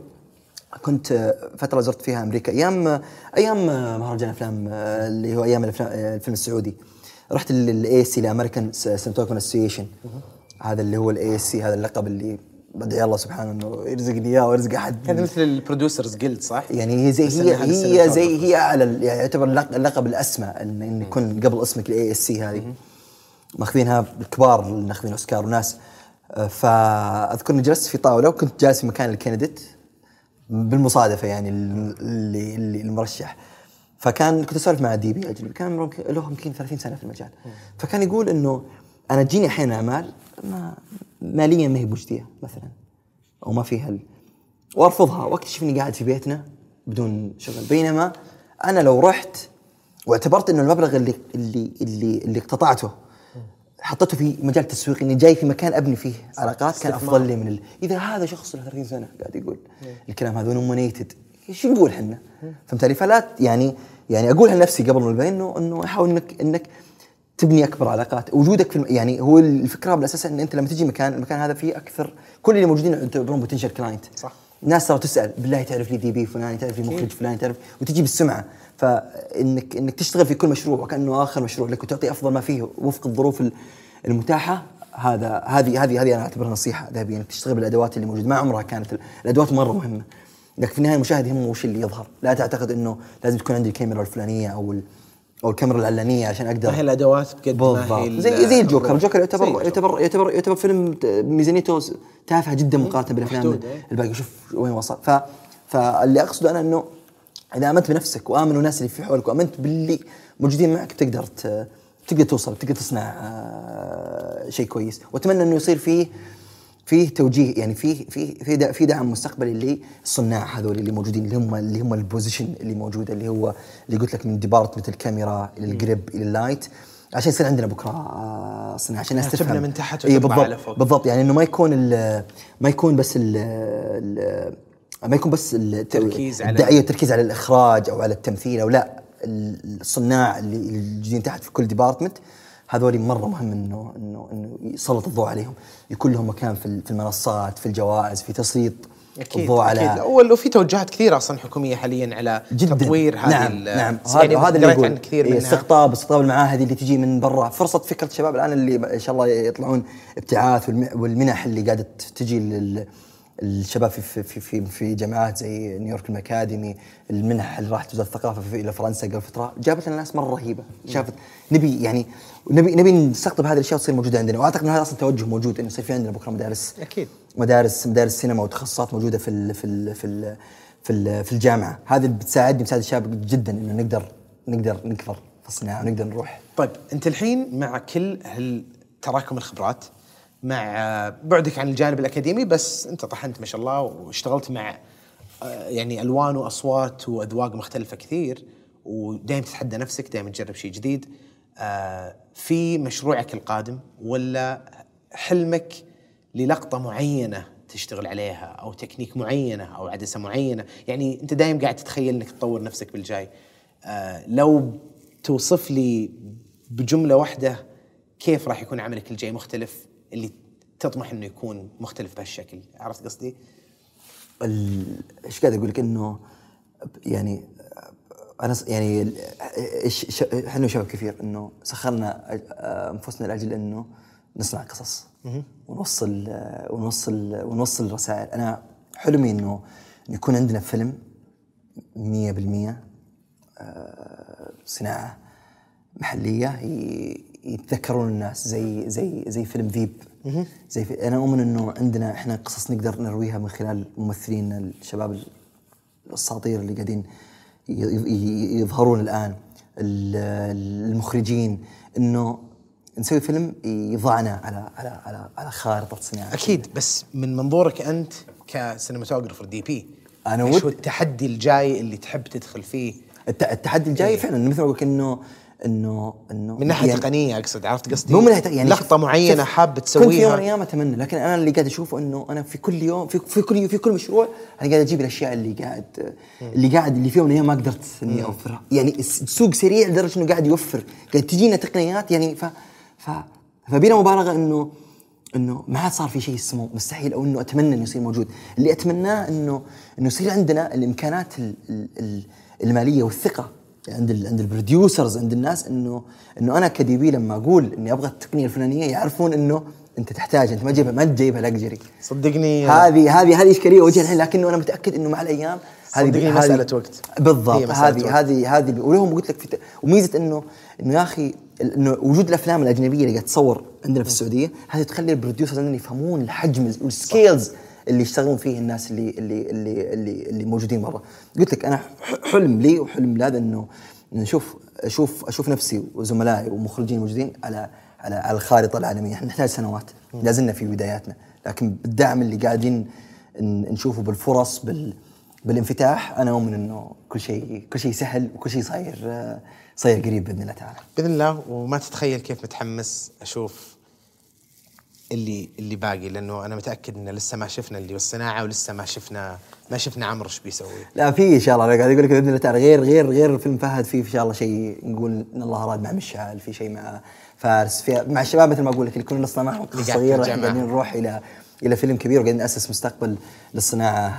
كنت فتره زرت فيها امريكا ايام ايام مهرجان افلام اللي هو ايام الفيلم السعودي. رحت للاي سي الامريكان سينماتوجرافي اسوسيشن، هذا اللي هو الاي سي، هذا اللقب اللي بدعي الله سبحانه انه يرزقني اياه ويرزق احد. هذا مثل البروديوسرز جيلد صح؟ يعني هي زي هي هي زي هي اعلى، يعني يعتبر اللقب الاسمى ان ان يكون قبل اسمك الاي اس سي. هذه ماخذينها الكبار اللي ماخذين اوسكار وناس. فاذكر اني جلست في طاوله وكنت جالس في مكان الكنديت بالمصادفه، يعني اللي اللي المرشح. فكان كنت اسولف مع ديبي اجنبي، كان له يمكن ثلاثين سنه في المجال. فكان يقول انه انا تجيني احيانا اعمال ما ماليا ما هي مجديه مثلا، او ما فيها ال... وارفضها واكتشف اني قاعد في بيتنا بدون شغل. بينما انا لو رحت واعتبرت انه المبلغ اللي اللي اللي اللي اقتطعته حطيته في مجال تسويقي، اني جاي في مكان ابني فيه علاقات، كان افضل لي من ال... اذا هذا شخص له ثلاثين سنه قاعد يقول الكلام هذا ونومينيتد، ايش نقول احنا؟ فهمت علي؟ فلا يعني يعني اقولها لنفسي قبل ما البين انه انه احاول انك انك تبني اكبر علاقات. وجودك في الم... يعني هو الفكره بالاساس ان انت لما تجي مكان، المكان هذا فيه اكثر، كل اللي موجودين يعتبرون بوتنشال كلاينت. صح. الناس صاروا تسال بالله تعرف لي دي بي فلان، تعرف لي مخرج فلان، تعرف، وتجي بالسمعه. فانك انك تشتغل في كل مشروع وكانه اخر مشروع لك وتعطي افضل ما فيه وفق الظروف المتاحه، هذا هذه هذه هذه انا اعتبرها نصيحه ذهبيه، انك تشتغل بالادوات اللي موجوده. ما عمرها كانت الادوات مره مهمه، لكن في النهايه المشاهد يهمه وش اللي يظهر. لا تعتقد انه لازم تكون عندي الكاميرا الفلانيه او او الكاميرا العلانيه عشان اقدر. ما هي الادوات بقد ما هي زي زي الجوكر. الجوكر يعتبر يعتبر يعتبر يعتبر فيلم ميزانيته تافهه جدا مقارنه بالافلام الباقي. شوف وين وصل. ف فاللي اقصده انا انه اذا امنت بنفسك وامنوا الناس اللي في حولك وامنت باللي موجودين معك، تقدر تقدر توصل، تقدر تصنع شيء كويس. واتمنى انه يصير فيه فيه توجيه، يعني فيه في في في دعم مستقبلي اللي الصناع هذول اللي موجودين، اللي هم اللي هم البوزيشن اللي موجوده، اللي هو اللي قلت لك من ديبارتمنت الكاميرا الى الجريب الى اللايت، عشان يصير عندنا بكره صناعه، عشان الناس تفهم من تحت إيه بالضبط بالضبط. يعني انه ما يكون ما يكون بس ال ما يكون بس التركيز على الدعايه والتركيز على الاخراج او على التمثيل، او لا، الصناع اللي الجايين تحت في كل ديبارتمنت هذول مره مهم انه انه انه يسلط الضوء عليهم، يكون لهم مكان في في المنصات، في الجوائز، في تسليط الضوء على. اكيد. اول وفي توجهات كثيره اصلا حكوميه حاليا على جداً. تطوير هذه. نعم نعم. يعني هذا اللي يقول كثير منها استقطاب استقطاب المعاهد اللي تجي من برا. فرصه فكره الشباب الان اللي ان شاء الله يطلعون ابتعاث، والمنح اللي قاعده تجي لل الشباب في في في في جامعات زي نيويورك الماكاديمي، المنح اللي راحت وزاره الثقافه في الى فرنسا قبل فتره، جابت لنا ناس مره رهيبه. شافت نبي يعني نبي نبي نستقطب هذه الاشياء وتصير موجوده عندنا. واعتقد ان هذا اصلا توجه موجود، انه يصير في عندنا بكره مدارس. اكيد. مدارس مدارس سينما وتخصصات موجوده في ال في ال في ال في, ال في الجامعه. هذه بتساعدني بتساعد الشباب جدا انه نقدر نقدر نكبر في الصناعه ونقدر نروح. طيب انت الحين مع كل هالتراكم الخبرات، مع بعدك عن الجانب الأكاديمي، بس أنت طحنت ما شاء الله واشتغلت مع يعني ألوان وأصوات وأذواق مختلفة كثير، ودائما تتحدى نفسك، دائما تجرب شيء جديد. في مشروعك القادم ولا حلمك للقطة معينة تشتغل عليها، أو تكنيك معينة، أو عدسة معينة؟ يعني أنت دائما قاعد تتخيل أنك تطور نفسك بالجاي. لو توصف لي بجملة واحدة كيف راح يكون عملك الجاي مختلف، اللي تطمح انه يكون مختلف بهالشكل. عرفت قصدي؟ ايش قاعد اقول لك؟ انه يعني انا يعني احنا وشباب كثير انه سخرنا انفسنا لاجل انه نصنع قصص ونوصل ونوصل ونوصل رسائل. انا حلمي انه يكون عندنا فيلم مية بالمية صناعة محلية يتذكرون الناس، زي زي زي فيلم ذيب. زي في انا اؤمن انه عندنا احنا قصص نقدر نرويها من خلال ممثلينا الشباب الاساطير اللي قاعدين يظهرون الان، المخرجين، انه نسوي فيلم يضعنا على على على على خارطة صناعة. اكيد، بس من منظورك انت كسينماتوجرافر دي بي، انا ايش هو التحدي الجاي اللي تحب تدخل فيه؟ التحدي الجاي إيه؟ فعلا مثل ما قلت انه انه انه من ناحيه يعني تقنيه اقصد. عرفت قصدي؟ مو من ناحيه يعني لقطه معينه حاب تسويها. كنت في يوم من الايام اتمنى، لكن انا اللي قاعد اشوفه انه انا في كل يوم في, في كل في كل مشروع انا قاعد اجيب الاشياء اللي قاعد اللي قاعد اللي في يوم من الايام ما قدرت اني اوفرها. يعني السوق سريع لدرجه انه قاعد يوفر، قاعد تجينا تقنيات يعني ف ف فبينا مبالغه انه انه ما عاد صار في شيء اسمه مستحيل، او انه اتمنى انه يصير موجود. اللي اتمناه انه انه يصير عندنا الامكانات الماليه والثقه عند ال عند البروديوسرز، عند الناس، انه انه انا كدي بي لما اقول اني ابغى التقنيه الفلانيه يعرفون انه انت تحتاج، انت ما تجيبها ما تجيبها لاكجري. صدقني هذه هذه هذه اشكاليه واجهها الحين، لكنه انا متاكد انه مع الايام هذه مساله وقت. بالضبط، هذه هذه هذه ولهم قلت لك في وميزه انه انه يا اخي انه وجود الافلام الاجنبيه اللي قاعد تصور عندنا في السعوديه، هذه تخلي البروديوسرز عندنا يفهمون الحجم والسكيلز اللي يشتغلون فيه الناس اللي اللي اللي اللي, اللي موجودين برا. قلت لك انا حلم لي وحلم لهذا انه نشوف اشوف اشوف نفسي وزملائي ومخرجين موجودين على على على الخارطه العالميه. احنا نحتاج سنوات، لازلنا في بداياتنا، لكن بالدعم اللي قاعدين نشوفه بالفرص بال بالانفتاح، انا اؤمن انه كل شيء كل شيء سهل وكل شيء صاير صاير قريب باذن الله تعالى. باذن الله. وما تتخيل كيف متحمس اشوف اللي اللي باقي، لانه انا متاكد ان لسه ما شفنا اللي والصناعه، ولسه ما شفنا ما شفنا عمرو ايش بيسوي. لا في ان شاء الله، انا قاعد اقول لك باذن الله تعالى غير غير غير فيلم فهد، في ان شاء الله شيء نقول ان الله اراد مع مشعل، في شيء مع فارس، في مع الشباب مثل ما اقول لك اللي كنا نصنع معهم قصه صغيره، قاعدين نروح الى الى فيلم كبير وقاعدين ناسس مستقبل للصناعه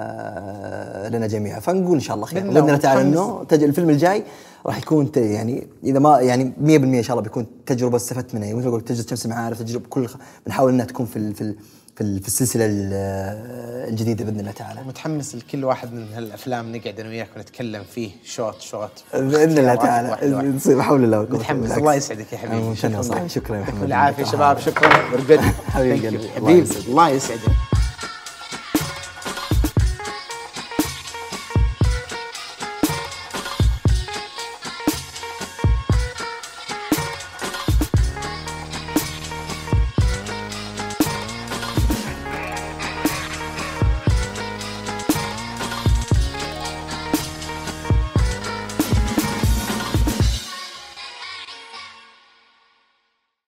لنا جميعا. فنقول ان شاء الله خير باذن الله تعالى انه الفيلم الجاي راح يكون يعني اذا ما يعني مية بالمية ان شاء الله بيكون تجربه استفدت منها. مثل ما قلت تجربه شمس المعارف، تجربه كل بنحاول انها تكون في في في في السلسله الجديده باذن الله تعالى. متحمس لكل واحد من هالافلام نقعد انا وياك ونتكلم فيه شوت شوت باذن الله تعالى، نصير حول الله. متحمس. الله يسعدك يا حبيبي. شكرا شكرا يا محمد. بالعافيه شباب. شكرا. حبيبي حبيبي الله يسعدك.